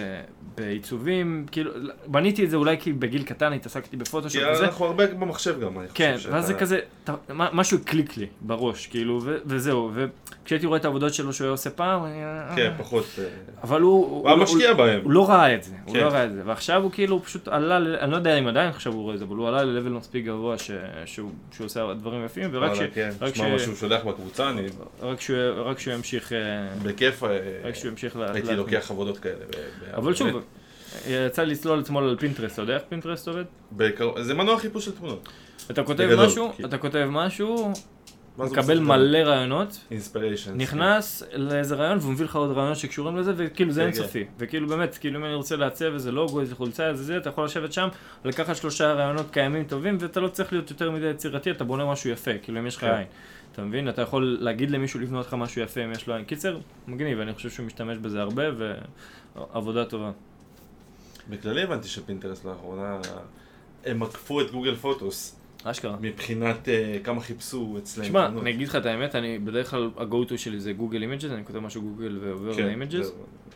בעיצובים, כאילו, בניתי את זה אולי כי בגיל קטן התעסקתי בפוטושופ וזה. כי אנחנו הרבה במחשב גם, אני חושב. כן, ואז זה כזה, משהו קליק לי בראש, כאילו, וזהו. וכשהייתי רואה את העבודות שלו שהוא עושה פעם, כן, פחות... אבל הוא משקיע בהם. הוא לא ראה את זה, ועכשיו הוא כאילו פשוט עלה, אני לא יודע אם עדיין עכשיו הוא רואה את זה, אבל הוא עלה ללבל מספיק גבוה שהוא עושה דברים יפים, ורק שמע מה שהוא שולח בקבוצה, רק שהוא ימשיך... בכיף, רק שהוא ימשיך... הייתי לוקח עבודות כאלה. אבל שוב, יצא לי לצלול אתמול על פינטרסט, אתה יודע איך פינטרסט עובד? זה מנוע חיפוש של תמונות. אתה כותב משהו, מקבל מלא רעיונות, נכנס לאיזה רעיון והוא מביא לך עוד רעיונות שקשורים לזה, וכאילו זה אינסופי. וכאילו באמת, כאילו אם אני רוצה לעצב איזה לוגו, איזה חולצה, איזה זה, אתה יכול לשבת שם, לקחת 3 רעיונות קיימים טובים, ואתה לא צריך להיות יותר מדי יצירתי, אתה בונה משהו יפה, כאילו אם יש לך עין. אתה מבין? אתה יכול להגיד למישהו לבנות לך משהו יפה אם יש לו עין. קיצר, מגניב, אני חושב שהוא משתמש בזה הרבה, ועבודה טובה. בכללי הבנתי שפינטרסט לאחרונה, הם עקפו את גוגל פוטוס. אשכרה. מבחינת כמה חיפשו אצלהם. שמע, אני אגיד לך את האמת, אני בדרך כלל, ה-go-to שלי זה גוגל אימג'ס, אני כותב משהו גוגל ועובר לאימג'ס.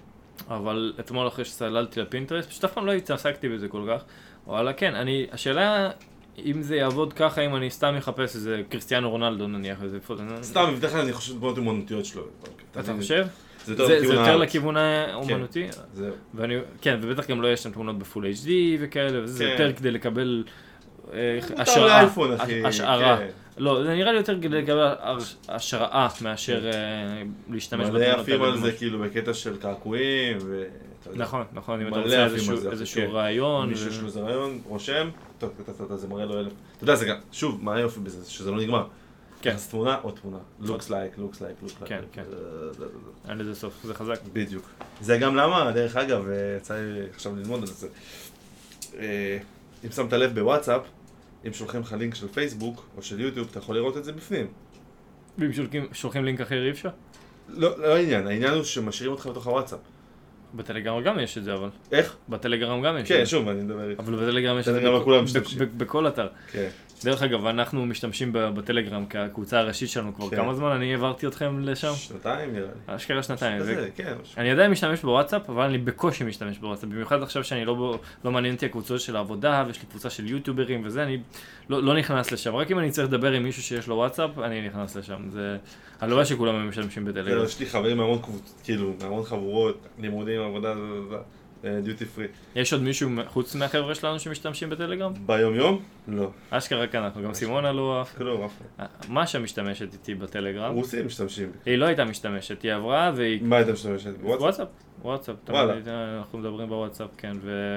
אבל אתמול אחרי שסללתי לפינטרסט, פשוט אף פעם לא התעסקתי בזה כל כך. וואלה, כן, השאלה אם זה יעבוד ככה, אם אני סתם אחפש איזה קריסטיאנו רונלדו נניח, איזה פוטו. סתם, בדרך כלל אני חושב דמות אומנותיות שלו. אתה חושב? זה יותר לכיוון האומנותי? זהו. כן, ובטח גם לא יש שם תמונות בפול HD וכאלה, וזה יותר כדי לקבל מותר לאייפון, אחי. השערה. לא, זה נראה לי יותר לגבי השראה מאשר להשתמש מלא עפים על זה כאילו בקטע של קעקועים נכון, אם אתה רוצה איזשהו רעיון. מישהו יש לו איזה רעיון, רושם, טוב, זה מראה לו 1000. אתה יודע, זה גם, שוב, מה היופי בזה, שזה לא נגמר. כן. אז תמונה או תמונה. looks like. כן. אין לזה סוף, זה חזק. בדיוק. זה גם למה, דרך אגב, יצא לי עכשיו ללמוד על זה. אם שמת לב בוואטסאפ, אם שולחים לך לינק של פייסבוק או של יוטיוב, אתה יכול לראות את זה בפנים. ואם שולחים לינק אחר אי אפשר? לא העניין הוא שמשאירים אותך בתוך הוואטסאפ. בטלגרם גם יש את זה, אבל. איך? בטלגרם גם יש את זה. כן, שוב, אני מדבר איתך. אבל בטלגרם יש את זה בכל אתר. כן. דרך אגב, אנחנו משתמשים בטלגרם כקבוצה הראשית שלנו כבר כמה זמן, אני העברתי אתכם לשם. 2 נראה לי. אשכרה 2. כן. אני עדיין משתמש בוואטסאפ, אבל אני בקושי משתמש בוואטסאפ. במיוחד עכשיו שאני לא מעניין אותי הקבוצות של העבודה, ויש לי קבוצה של יוטיוברים וזה, אני לא נכנס לשם. רק אם אני צריך לדבר עם מישהו שיש לו וואטסאפ, אני נכנס לשם. אני לא רואה שכולם משתמשים בטלגרם. יש לי חברים מהמון קבוצות, כאילו, מהמון חבורות, לימודים, עבודה, דיוטי פרי. יש עוד מישהו חוץ מהחבר'ה שלנו שמשתמשים בטלגרם? ביום יום? לא. אשכרה כאן, אנחנו גם סימונה לא אף. כלום, אף. משה משתמשת איתי בטלגרם. רוסים משתמשים. היא לא הייתה משתמשת, היא עברה והיא... מה הייתה משתמשת? וואטסאפ. וואלה. אנחנו מדברים בוואטסאפ, כן,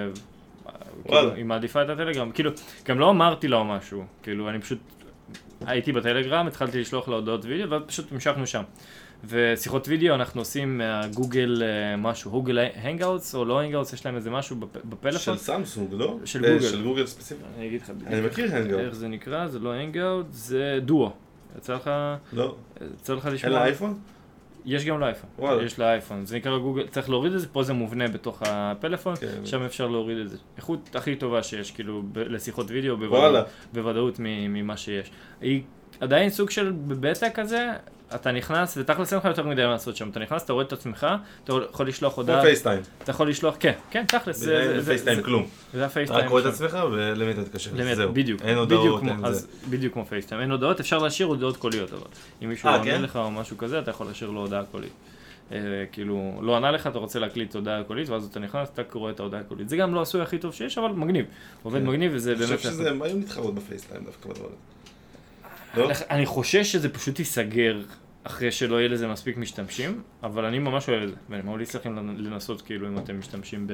וואלה. היא מעדיפה את הטלגרם. כאילו, גם לא אמרתי לה משהו. כאילו, אני פשוט הייתי בטלגרם, התחלתי לשלוח לה הודעות וידאו, ופשוט המשכנו שם. ושיחות וידאו אנחנו עושים מהגוגל משהו, גוגל הנגאוטס או לא הנגאוטס, יש להם איזה משהו בפלאפון. של סמסונג, לא? של גוגל. של גוגל ספציפי. אני אגיד לך. אני מכיר הנגאוט. איך זה נקרא? זה לא הנגאוט, זה דואו. יצא לך? לא. יצא לך לשמוע? אין לה אייפון? יש גם לאייפון. וואלה. יש לאייפון. זה נקרא גוגל, צריך להוריד את זה, פה זה מובנה בתוך הפלאפון, שם אפשר להוריד את זה. איכות הכי טובה שיש, כאילו, לשיחות וידאו, בוודאות ממה שיש. היא עדיין סוג של בטא כזה, אתה נכנס, ותכלס אין לך יותר מדי לעשות שם, אתה נכנס, אתה רואה את עצמך, אתה יכול לשלוח הודעה. כמו פייסטיים. אתה יכול לשלוח, כן, תכלס. זה פייסטיים כלום. זה הפייסטיים. רק רואה את עצמך ולמי אתה תתקשר, זהו. בדיוק. אין הודעות, אין זה. בדיוק כמו פייסטיים. אין הודעות, אפשר להשאיר הודעות קוליות, אבל אם מישהו עונה לך או משהו כזה, אתה יכול להשאיר לו הודעה קולית. כאילו, לא ענה לך, אתה רוצה להקליט הודעה קולית, ואז אתה נכנס, אתה קורא את ההודעה הקולית. זה גם לא עשוי הכי טוב שיש, אבל מגניב. עובד מגניב, וזה באמת... אני חושב שזה היום מתחרות בפייסטיים דווקא בדבר הזה. אני חושש שזה פשוט ייסגר אחרי שלא יהיה לזה מספיק משתמשים, אבל אני ממש אוהב את זה, ואני ממליץ לכם לנסות כאילו אם אתם משתמשים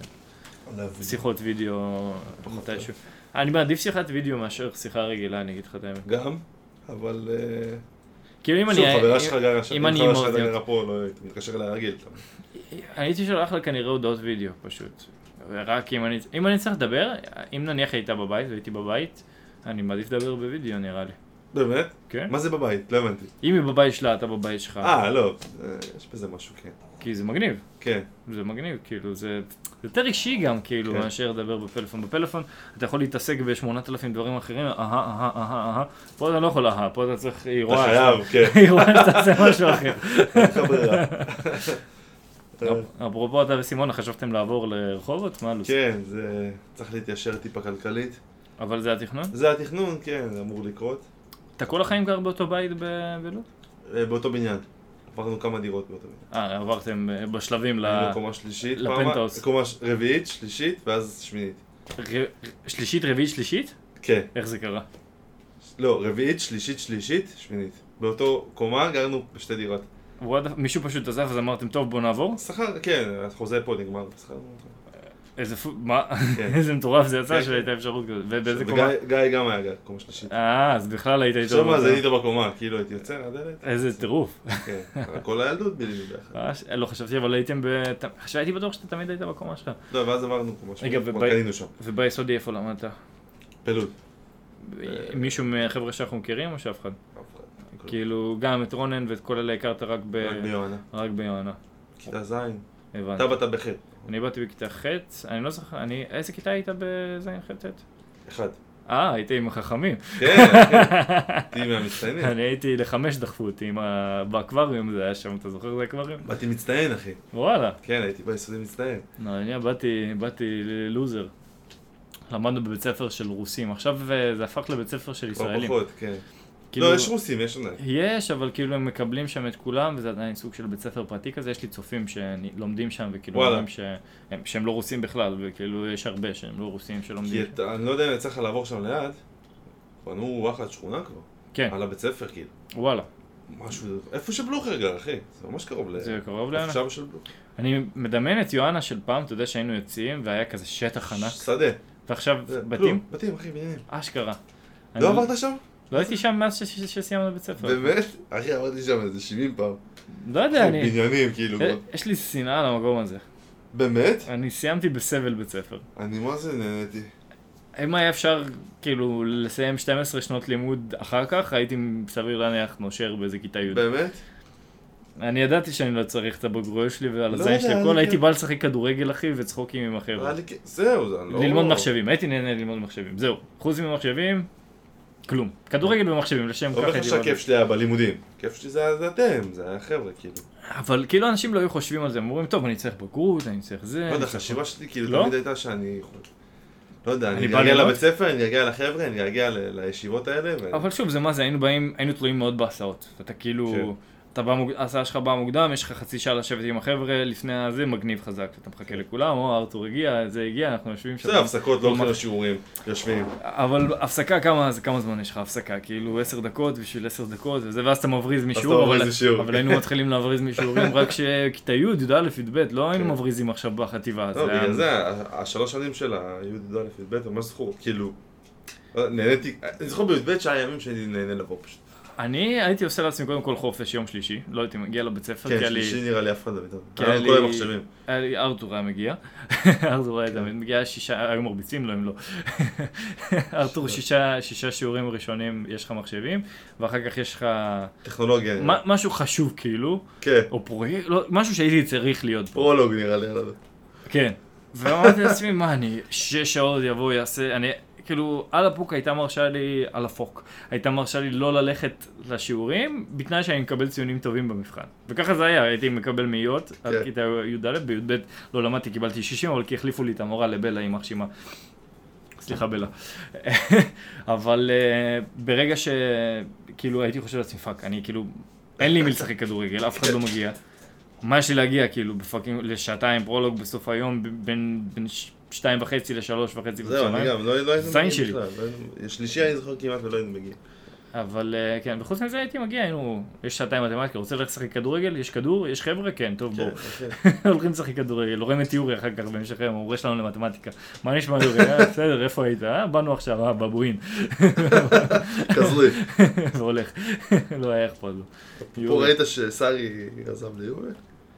בשיחות וידאו מתישהו. אני מעדיף שיחת וידאו מאשר שיחה רגילה, אני אגיד לך את האמת. גם, אבל... כאילו אם אני... שוב, חברה שלך גרה שם, אם אני פה, לא מתקשר אליה רגיל. הייתי שולח לה כנראה הודעות וידאו פשוט. ורק אם אני צריך לדבר, אם נניח הייתה בבית והייתי בבית, אני מעדיף לדבר בווידאו נראה לי. באמת? כן. מה זה בבית? לא הבנתי. אם היא בבית שלה, אתה בבית שלך. לא. יש בזה משהו, כן. כי זה מגניב. כן. זה מגניב, כאילו, זה יותר אישי גם, כאילו, מאשר לדבר בפלאפון. בפלאפון אתה יכול להתעסק ב8,000 דברים אחרים, פה אתה לא יכול פה אתה צריך, היא רואה. אתה חייב, כן. היא רואה שאתה עושה משהו אחר. אין לך ברירה. אפרופו אתה וסימונה, חשבתם לעבור לרחובות? מה לוס? כן, זה צריך להתיישר טיפה כלכלית. אבל זה התכנון? זה התכנון, כן, זה אמור לקרות. אתה כל החיים גר באותו בית בלוד? באותו בניין. עברנו כמה דירות באותו בניין. עברתם בשלבים קומה שלישית, לפנטהאוס. קומה רביעית, שלישית, ואז שמינית. שלישית, רביעית, שלישית? כן. איך זה קרה? לא, רביעית, שלישית, שמינית. באותו קומה גרנו בשתי דירות. מישהו פשוט עזב, אז אמרתם, טוב, בוא נעבור? שכר, כן, החוזה פה נגמר, שכר. איזה מטורף זה יצא שהייתה אפשרות כזאת. ובאיזה קומה? גיא גם היה גר, קומה שלישית. אז בכלל היית איתו. עכשיו מה, זה היית בקומה, כאילו הייתי יוצא מהדלת. איזה טירוף. כן, כל הילדות בילינו ביחד. לא חשבתי, אבל הייתי בטוח שאתה תמיד היית בקומה שלך. לא, ואז עברנו קומה שלך, כבר קנינו שם. וביסודי איפה למדת? פלוד. מישהו מהחבר'ה שאנחנו מכירים או שאף אחד? אף אחד. כאילו, גם את רונן ואת כל אלה הכרת רק ביואנה. רק ביואנה. כיתה ז'. הבנתי. אתה באת בח'. אני באתי בכיתה ח', אני לא זוכר, איזה כיתה היית בז' ח' ט'? 1. הייתי עם החכמים. כן, הייתי מהמצטיינים. אני הייתי ל5 דחפו אותי באקווריום, זה היה שם, אתה זוכר זה אקווריום? באתי מצטיין, אחי. וואלה. כן, הייתי ביסודי מצטיין. אני באתי ללוזר. למדנו בבית ספר של רוסים, עכשיו זה הפך לבית ספר של ישראלים. כבר פחות, כן. לא, יש רוסים, יש עדיין. יש, אבל כאילו הם מקבלים שם את כולם, וזה עדיין סוג של בית ספר פרטי כזה, יש לי צופים שלומדים שם, וכאילו אומרים שהם לא רוסים בכלל, וכאילו יש הרבה שהם לא רוסים שלומדים שם. כי אני לא יודע אם צריך לעבור שם ליד, בנו וואחד שכונה כבר. כן. על הבית ספר כאילו. וואלה. משהו, איפה שבלוחר גר, אחי? זה ממש קרוב ל... זה קרוב ליונה. אפשר של בלוחר. אני מדמיין את יואנה של פעם, אתה יודע שהיינו יוצאים, והיה כזה שטח ענק. שדה. ועכשיו בתים? בתים, אחי, בניינים. אשכרה. לא עברת שם? לא הייתי שם מאז שסיימנו בית ספר. באמת? אחי, עברתי שם איזה 70 פעם. לא יודע, אני... בניינים, כאילו. יש לי שנאה למקום הזה. באמת? אני סיימתי בסבל בית ספר. אני מה זה נהניתי. אם היה אפשר כאילו לסיים 12 שנות לימוד אחר כך, הייתי סביר להניח נושר באיזה כיתה י'. באמת? אני ידעתי שאני לא צריך את הבגרויות שלי ועל לא הזין שלי יודע, הכל, הייתי בא לשחק כדורגל אחי וצחוקים עם החבר'ה. זהו, זה לא... ללמוד מחשבים, הייתי נהנה ללמוד מחשבים, זהו. חוץ ממחשבים, כלום. כדורגל ומחשבים, לשם ככה הייתי... אומר לך שהכיף שלי היה בלימודים. הכיף שלי זה אתם, זה היה חבר'ה, כאילו. אבל כאילו אנשים לא היו חושבים על זה, הם אומרים, טוב, אני צריך בגרות, אני צריך זה... לא יודע, החשיבה שלי כאילו תמיד הייתה שאני... לא יודע, אני אגיע לבית ספר, אני אגיע לחבר'ה, אני אגיע לישיבות האלה. אבל שוב, זה מה זה, היינו תלויים מאוד בהסעות. אתה כאילו... ההסעה שלך באה מוקדם, יש לך חצי שעה לשבת עם החבר'ה, לפני הזה מגניב חזק, אתה מחכה לכולם, או ארתור הגיע, זה הגיע, אנחנו יושבים שם. זה הפסקות, לא הולכים לשיעורים, יושבים. אבל הפסקה, כמה זמן יש לך הפסקה? כאילו 10 דקות בשביל 10 דקות, וזה, ואז אתה מבריז משיעור, אבל היינו מתחילים להבריז משיעורים רק שכיתה י', י"א, י"ב, לא היינו מבריזים עכשיו בחטיבה. לא, בגלל זה, השלוש שנים של י', י"א, י"ב, ממש זכור, כאילו, נהניתי, אני זוכר בי"ב שהיה ימים שאני נהנה לבוא פשוט. אני הייתי עושה לעצמי קודם כל חופש יום שלישי, לא הייתי מגיע לבית ספר. כן, שלישי נראה לי אף אחד לא מתאר. היה כל המחשבים. ארתור היה מגיע, ארתור היה מגיע היו מרביצים לו אם לא. ארתור 6 שיעורים ראשונים יש לך מחשבים, ואחר כך יש לך... טכנולוגיה. משהו חשוב כאילו, כן. או פרויקט, משהו שהייתי צריך להיות פה. פרולוג נראה לי. כן. ואמרתי לעצמי, מה אני 6 שעות יבוא יעשה, אני... כאילו, על הפוק הייתה מרשה לי, על הפוק, הייתה מרשה לי לא ללכת לשיעורים, בתנאי שאני מקבל ציונים טובים במבחן. וככה זה היה, הייתי מקבל מאיות, עד כיתה י"א, בי"ב לא למדתי, קיבלתי 60, אבל כי החליפו לי את המורה לבלה עם מחשימה. סליחה בלה. אבל ברגע שכאילו הייתי חושב לעצמי, פאק, אני כאילו, אין לי מי לשחק כדורגל, אף אחד לא מגיע. מה יש לי להגיע, כאילו, לשעתיים פרולוג בסוף היום, בין 2.5 ל3.5 זהו, אני גם, לא היינו זין שלי. שלישי אני זוכר כמעט ולא היינו מגיע. אבל כן, וחוץ מזה הייתי מגיע, יש שעתיים מתמטיקה, רוצה ללכת לשחק כדורגל, יש כדור, יש חבר'ה, כן, טוב בואו. הולכים לשחק כדורגל, רואים את יורי אחר כך בהמשך היום, הוא רש לנו למתמטיקה. מה נשמע יורי? בסדר, איפה היית? באנו עכשיו, בבוין. כזרי. והולך, לא היה אכפת לו. פה ראית שסארי עזב ליורי?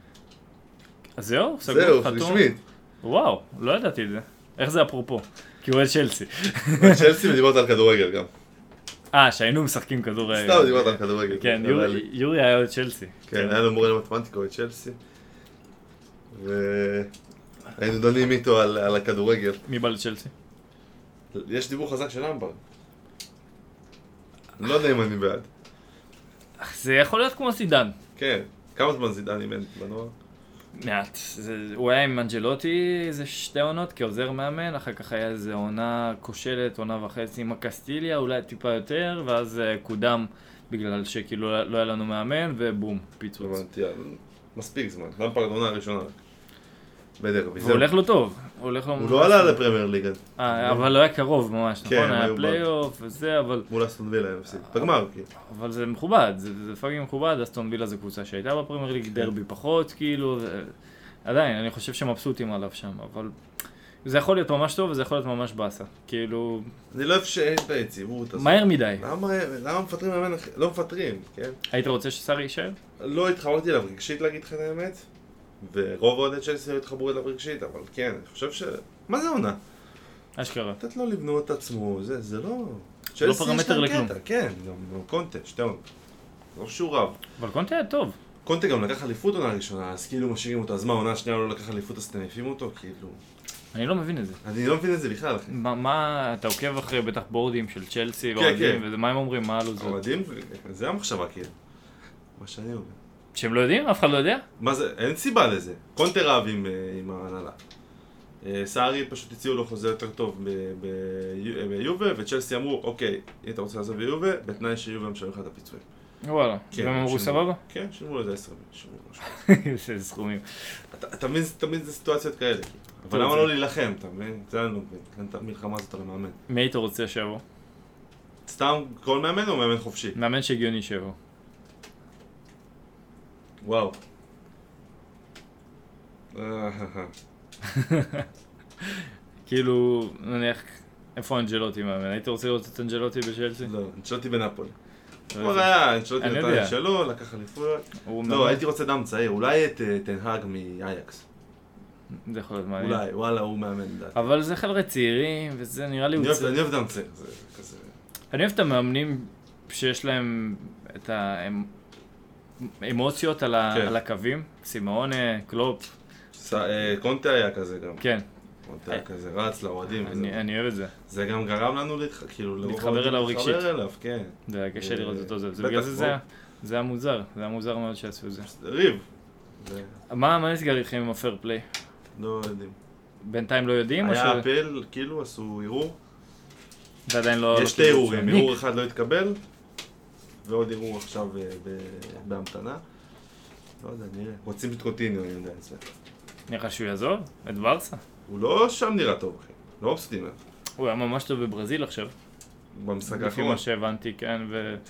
אז זהו, זהו, רשמית. וואו, לא ידעתי את זה. איך זה אפרופו? כי הוא אוהד צ'לסי. צ'לסי ודיברת על כדורגל גם. שהיינו משחקים כדורגל. סתם דיברת על כדורגל. כן, יורי היה אוהד צ'לסי. כן, היה לו מורה למתמטיקה אוהד צ'לסי. והיינו דנים איתו על הכדורגל. מי בא לצ'לסי? יש דיבור חזק של אמבר. לא יודע אם אני בעד. זה יכול להיות כמו זידן. כן, כמה זמן זידן אימן בנוער? מעט. הוא היה עם אנג'לוטי איזה 2 עונות כעוזר מאמן, אחר כך היה איזה עונה כושלת, 1.5 עם הקסטיליה, אולי טיפה יותר, ואז קודם בגלל שכאילו לא היה לנו מאמן, ובום, פיצוץ. מספיק זמן, למפרד עונה הראשונה. בדרך. הוא הולך לו טוב. הוא לא עלה לפרמייר ליג. אבל לא היה קרוב ממש, נכון? היה פלייאוף וזה, אבל... מול אסטון וילה הם הפסיד. בגמר, כאילו. אבל זה מכובד, זה פאגים מכובד, אסטון וילה זה קבוצה שהייתה בפרמייר ליג, דרבי פחות, כאילו, עדיין, אני חושב שמבסוטים עליו שם, אבל זה יכול להיות ממש טוב וזה יכול להיות ממש באסה, כאילו... אני לא אוהב שאין את היציבות הזאת. מהר מדי. למה מפטרים ממנו? לא מפטרים, כן? היית רוצה שסארי יישאר? לא התחברתי אליו רגשית להגיד לך את האמת, ורוב אוהדי צ'לסי לא התחברו אליו רגשית, אבל כן, אני חושב ש... מה זה עונה? אשכרה. לתת לו לבנות את עצמו, זה לא... זה לא פרמטר לכלום. כן, גם קונטה, 2 עונות. לא שהוא רב. אבל קונטה היה טוב. קונטה גם לקח אליפות עונה ראשונה, אז כאילו משאירים אותו, אז מה, עונה השנייה לא לקח אליפות, אז אתם מעיפים אותו, כאילו... אני לא מבין את זה. אני לא מבין את זה בכלל, אחי. מה, אתה עוקב אחרי בטח בורדים של צ'לסי ואוהדים, ומה הם אומרים, מה עלו זה? אוהדים, זה המחשבה כאילו. מה שאני אומר. שהם לא יודעים? אף אחד לא יודע? מה זה? אין סיבה לזה. קונטה רב עם ההנהלה. סארי פשוט הציעו לו חוזה יותר טוב ביובה, וצ'לסי אמרו, אוקיי, אם אתה רוצה לעזוב ביובה, בתנאי שיובה משלם לך את הפיצויים. וואלה, והם אמרו סבבה? כן, שילמו לו את 10 זה סכומים. תמיד זה סיטואציות כאלה. אבל למה לא להילחם, אתה מבין? זה לנו, אין את המלחמה הזאת על המאמן. מי היית רוצה שיבוא? סתם כל מאמן או מאמן חופשי? מאמן שהגיוני שיבוא. וואו. כאילו, נניח, איפה אנג'לוטי מאמן? היית רוצה לראות את אנג'לוטי בשלסי? לא, אנג'לוטי בנאפולי. כמו זה היה, אנג'לוטי נתן שלו, לקח אליפויות. לא, הייתי רוצה דם צעיר, אולי את טנהאג מאייקס. זה יכול להיות מעניין. אולי, וואלה, הוא מאמן לדעתי. אבל זה חבר'ה צעירים, וזה נראה לי... אני אוהב דם צעיר, זה כזה... אני אוהב את המאמנים שיש להם את האמוציות על הקווים. סימאונה, קלופ. קונטה היה כזה גם. כן. קונטה היה כזה, רץ לאוהדים. אני אוהב את זה. זה גם גרם לנו להתחבר אליו רגשית. להתחבר אליו, כן. זה קשה לראות אותו זה. בגלל זה היה מוזר. זה היה מוזר מאוד שעשו את זה. ריב. מה נסגר איתכם עם הפייר פליי? לא יודעים. בינתיים לא יודעים? היה אפל, כאילו, עשו ערעור. זה עדיין לא... יש שתי ערעורים, ערעור אחד לא התקבל, ועוד ערעור עכשיו בהמתנה. לא יודע, נראה. רוצים את קוטיניו, אני יודע את זה. נראה שהוא יעזוב? את ברסה? הוא לא שם נראה טוב, אחי. לא מבסוטים עליו. הוא היה ממש טוב בברזיל עכשיו. במשחק האחרון. לפי מה שהבנתי, כן,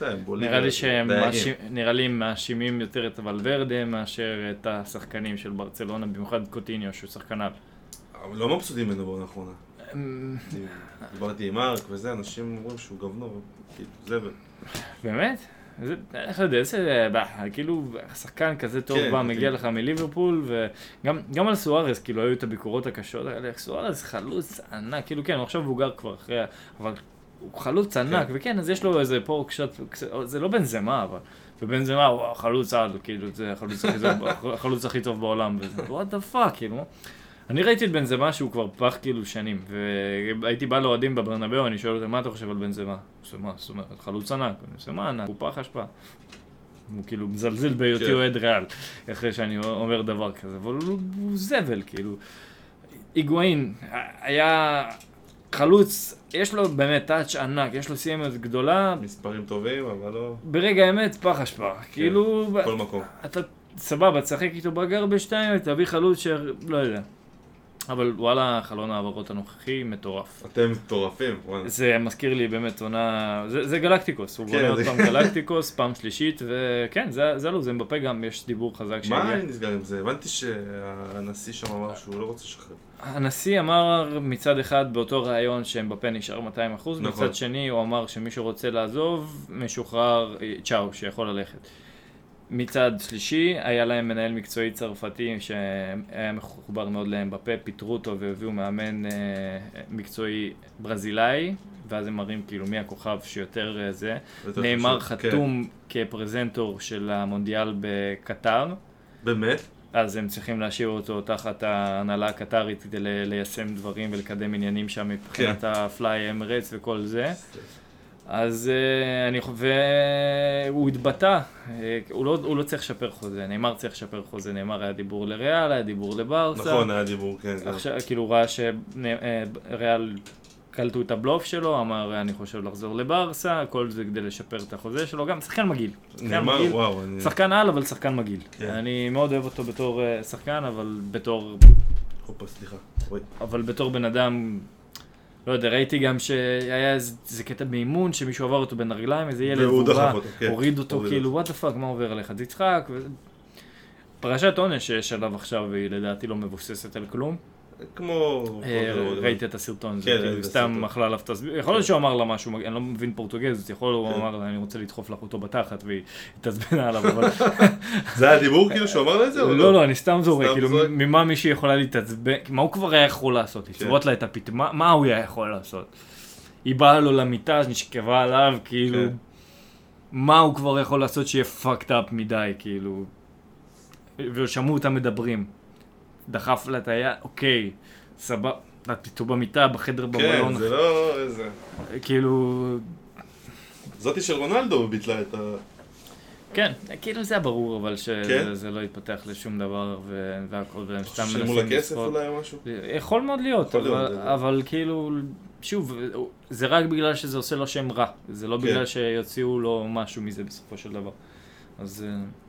נראה לי מאשימים יותר את ולוורדה מאשר את השחקנים של ברצלונה, במיוחד קוטיניו, שהוא שחקן על. אבל לא מבסוטים ממנו בעונה האחרונה. דיברתי עם מרק וזה, אנשים אומרים שהוא גבנו, כאילו, זבל. באמת? איך יודע, כאילו, שחקן כזה טוב בא, מגיע לך מליברפול, וגם על סוארז, כאילו, היו את הביקורות הקשות, סוארז חלוץ ענק, כאילו, כן, הוא עכשיו מבוגר כבר אחרי, אבל הוא חלוץ ענק, וכן, אז יש לו איזה פה קשת, זה לא בנזמה, אבל, ובנזמה הוא חלוץ על, כאילו, זה החלוץ הכי טוב בעולם, וזה, what the fuck, כאילו. אני ראיתי את בנזמה שהוא כבר פח כאילו שנים, והייתי בא לאוהדים בברנבאו, אני שואל אותם, מה אתה חושב על בנזמה? זאת אומרת, חלוץ ענק, בנזמה ענק, הוא פח השפעה. הוא כאילו מזלזל בהיותי אוהד ריאל, אחרי שאני אומר דבר כזה, אבל הוא זבל, כאילו. היגואין היה חלוץ, יש לו באמת טאץ' ענק, יש לו סיימת גדולה. מספרים טובים, אבל לא... ברגע האמת, פח השפעה, כאילו... כל מקום. אתה סבבה, תשחק איתו בגרבג' 2, תביא חלוץ שלא יודע. אבל וואלה, חלון העברות הנוכחי מטורף. אתם מטורפים, וואלה. זה מזכיר לי באמת עונה... זה גלקטיקוס, הוא בונה עוד פעם גלקטיקוס, פעם שלישית, וכן, זה לא, זה מבפה גם, יש דיבור חזק שהגיע. מה נסגר עם זה? הבנתי שהנשיא שם אמר שהוא לא רוצה לשחרר. הנשיא אמר מצד אחד באותו ראיון שמבפה נשאר 200%, מצד שני הוא אמר שמי שרוצה לעזוב, משוחרר, צ'או, שיכול ללכת. מצד שלישי, היה להם מנהל מקצועי צרפתי שהיה מחובר מאוד להם בפה, פיטרו אותו והביאו מאמן מקצועי ברזילאי, ואז הם מראים כאילו מי הכוכב שיותר זה. נאמר חתום כפרזנטור של המונדיאל בקטר. באמת? אז הם צריכים להשאיר אותו תחת ההנהלה הקטרית כדי ליישם דברים ולקדם עניינים שם מבחינת הפליי אמרץ וכל זה. אז והוא התבטא, הוא לא צריך לשפר חוזה, נאמר צריך לשפר חוזה, נאמר היה דיבור לריאל, היה דיבור לברסה. נכון, היה דיבור, כן. עכשיו, כאילו הוא ראה שריאל קלטו את הבלוף שלו, אמר אני חושב לחזור לברסה, כל זה כדי לשפר את החוזה שלו, גם שחקן מגעיל. נאמר, וואו. שחקן על, אבל שחקן מגעיל. אני מאוד אוהב אותו בתור שחקן, אבל בתור... הופה, סליחה. אבל בתור בן אדם... לא יודע, ראיתי גם שהיה איזה קטע באימון שמישהו עבר אותו בין הרגליים, איזה ילד הוריד אותו, כאילו, what the fuck, מה עובר עליך? זה יצחק. פרשת עונש שיש עליו עכשיו, והיא לדעתי לא מבוססת על כלום. כמו... ראיתי את הסרטון, זה סתם אכלה עליו תסביר. יכול להיות שהוא אמר לה משהו, אני לא מבין פורטוגז, יכול להיות שהוא אמר לה, אני רוצה לדחוף לך אותו בתחת, והיא תעצבנה עליו, אבל... זה היה דיבור כאילו שהוא אמר לה את זה? לא, אני סתם זורק, כאילו, ממה מישהי יכולה להתעצבן, מה הוא כבר היה יכול לעשות? לצבות לה את הפתמה, מה הוא היה יכול לעשות? היא באה לו למיטה, נשכבה עליו, כאילו... מה הוא כבר יכול לעשות שיהיה fucked up מדי, כאילו... ושמעו אותם מדברים. דחף לה את היד, אוקיי, סבבה, פתאום במיטה, בחדר במלון. כן, זה לא איזה... כאילו... זאתי של רונלדו ביטלה את ה... כן, כאילו זה היה ברור, אבל כן? שזה לא יתפתח לשום דבר, והכל, והם סתם מנסים שילמו לכסף אולי או משהו? יכול מאוד להיות, יכול להיות, אבל כאילו, שוב, זה רק בגלל שזה עושה לו שם רע, זה לא כן. בגלל שיוציאו לו משהו מזה בסופו של דבר. אז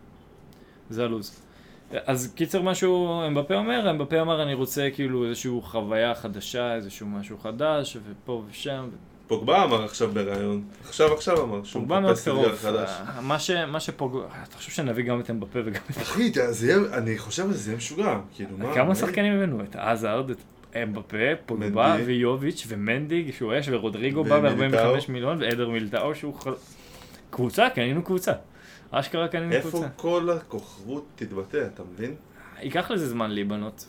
זה הלוז. אז קיצר משהו, אמבפה אמר אני רוצה כאילו איזשהו חוויה חדשה, איזשהו משהו חדש, ופה ושם. פוגבה אמר עכשיו בראיון, עכשיו אמר שהוא פוגבה מאוד מחפש אתגר קרוב. חדש. מה שפוגבה, אתה חושב שנביא גם את אמבפה וגם את... אחי, אני חושב על זה יהיה משוגע, כאילו מה? כמה שחקנים הבאנו? את עזארד, את אמבפה, פוגבה ויוביץ' ומנדיג, שהוא אש, ורודריגו בא ב-45 מיליון, ועדר מילטאו שהוא קבוצה, קנינו קבוצה. אשכרה קנינו קבוצה. איפה כל הכוכבות תתבטא, אתה מבין? ייקח לזה זמן להיבנות.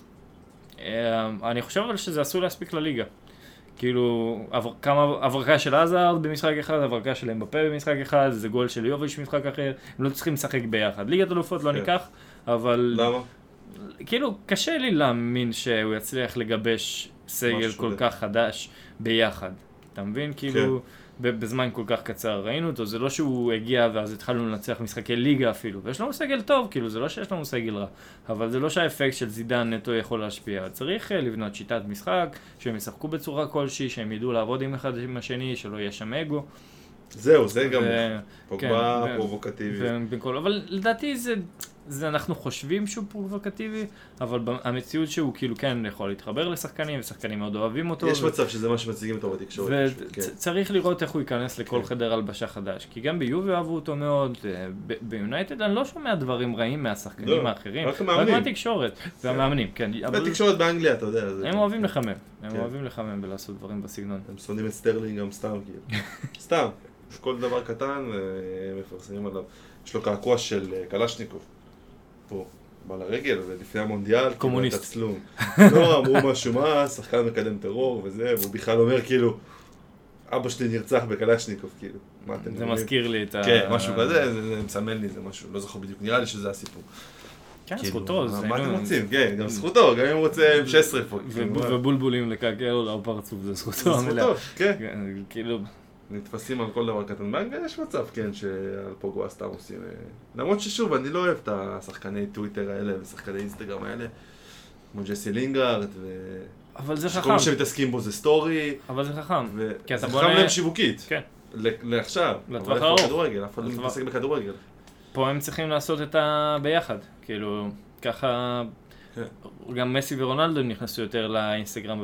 אני חושב אבל שזה עשוי להספיק לליגה. כאילו, כמה הברקה של עזארד במשחק אחד, הברקה של אמבפה במשחק אחד, זה גול של יוביץ' במשחק אחר, הם לא צריכים לשחק ביחד. ליגת אלופות לא ניקח, אבל... למה? כאילו, קשה לי להאמין שהוא יצליח לגבש סגל כל כך חדש ביחד. אתה מבין? כאילו, בזמן כל כך קצר ראינו אותו, זה לא שהוא הגיע ואז התחלנו לנצח משחקי ליגה אפילו, ויש לנו סגל טוב, כאילו, זה לא שיש לנו סגל רע, אבל זה לא שהאפקט של זידן נטו יכול להשפיע. צריך לבנות שיטת משחק, שהם ישחקו בצורה כלשהי, שהם ידעו לעבוד עם אחד עם השני, שלא יהיה שם אגו. זהו, זה גם פוגבה פרובוקטיבי. אבל לדעתי זה אנחנו חושבים שהוא פרובוקטיבי, אבל המציאות שהוא כאילו כן יכול להתחבר לשחקנים, ושחקנים מאוד אוהבים אותו. יש מצב שזה מה שמציגים אותו בתקשורת. וצריך לראות איך הוא ייכנס לכל חדר הלבשה חדש, כי גם ביובי אהבו אותו מאוד, ביונייטד אני לא שומע דברים רעים מהשחקנים האחרים, רק מהתקשורת, והמאמנים, כן. בתקשורת באנגליה, אתה יודע. הם אוהבים לחמם ולעשות דברים בסגנון. הם שונאים את סטרלינג גם סתם, כאילו. סתם. כל דבר קטן מפרסמים עליו. יש לו קעקוע של קלשניקוב. פה, בא לרגל, ולפני המונדיאל, קומוניסט. תצלום. לא, אמרו משהו מה, שחקן מקדם טרור וזה, והוא בכלל אומר כאילו, אבא שלי נרצח בקלשניקוב, כאילו. מה אתם זה מזכיר לי את ה... כן, משהו כזה, זה מסמל לי, זה משהו, לא זוכר בדיוק, נראה לי שזה הסיפור. כן, זכותו. מה אתם רוצים? כן, גם זכותו, גם אם הוא רוצה 16 פה. ובולבולים לקעקע לו על פרצוף, זה זכותו. זה זכותו, כן. כאילו... נתפסים על כל דבר קטן. באנגליה יש מצב, כן, שעל פוגבה סתם עושים... למרות ששוב, אני לא אוהב את השחקני טוויטר האלה ושחקני אינסטגרם האלה, כמו ג'סי לינגארד, אבל זה חכם. שכל מה שמתעסקים בו זה סטורי. אבל זה חכם. זה חכם להם שיווקית. כן. לעכשיו. לטווח הארוך. כדורגל, אף אחד לא מתעסק בכדורגל. פה הם צריכים לעשות את ביחד. כאילו, ככה... גם מסי ורונלדו נכנסו יותר לאינסטגרם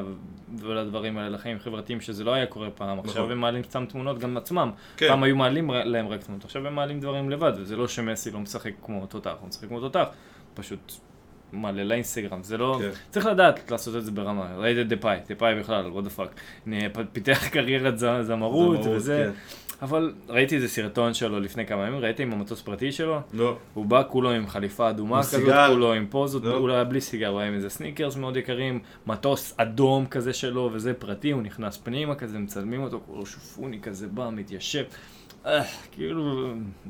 ולדברים האלה, לחיים חברתיים, שזה לא היה קורה פעם. עכשיו הם מעלים סתם תמונות גם עצמם. פעם היו מעלים להם רק תמונות, עכשיו הם מעלים דברים לבד, וזה לא שמסי לא משחק כמו תותח, הוא משחק כמו תותח, פשוט מעלה לאינסטגרם. זה לא... צריך לדעת לעשות את זה ברמה. ראית את דפאי בכלל, what the fuck. פיתח קריירת זמרות וזה. אבל ראיתי איזה סרטון שלו לפני כמה ימים, ראיתי עם המטוס פרטי שלו? לא. הוא בא כולו עם חליפה אדומה כזאת, כולו עם פוזות, הוא לא היה בלי סיגר, הוא היה עם איזה סניקרס מאוד יקרים, מטוס אדום כזה שלו, וזה פרטי, הוא נכנס פנימה כזה, מצלמים אותו, כולו שופוני כזה בא, מתיישב. כאילו,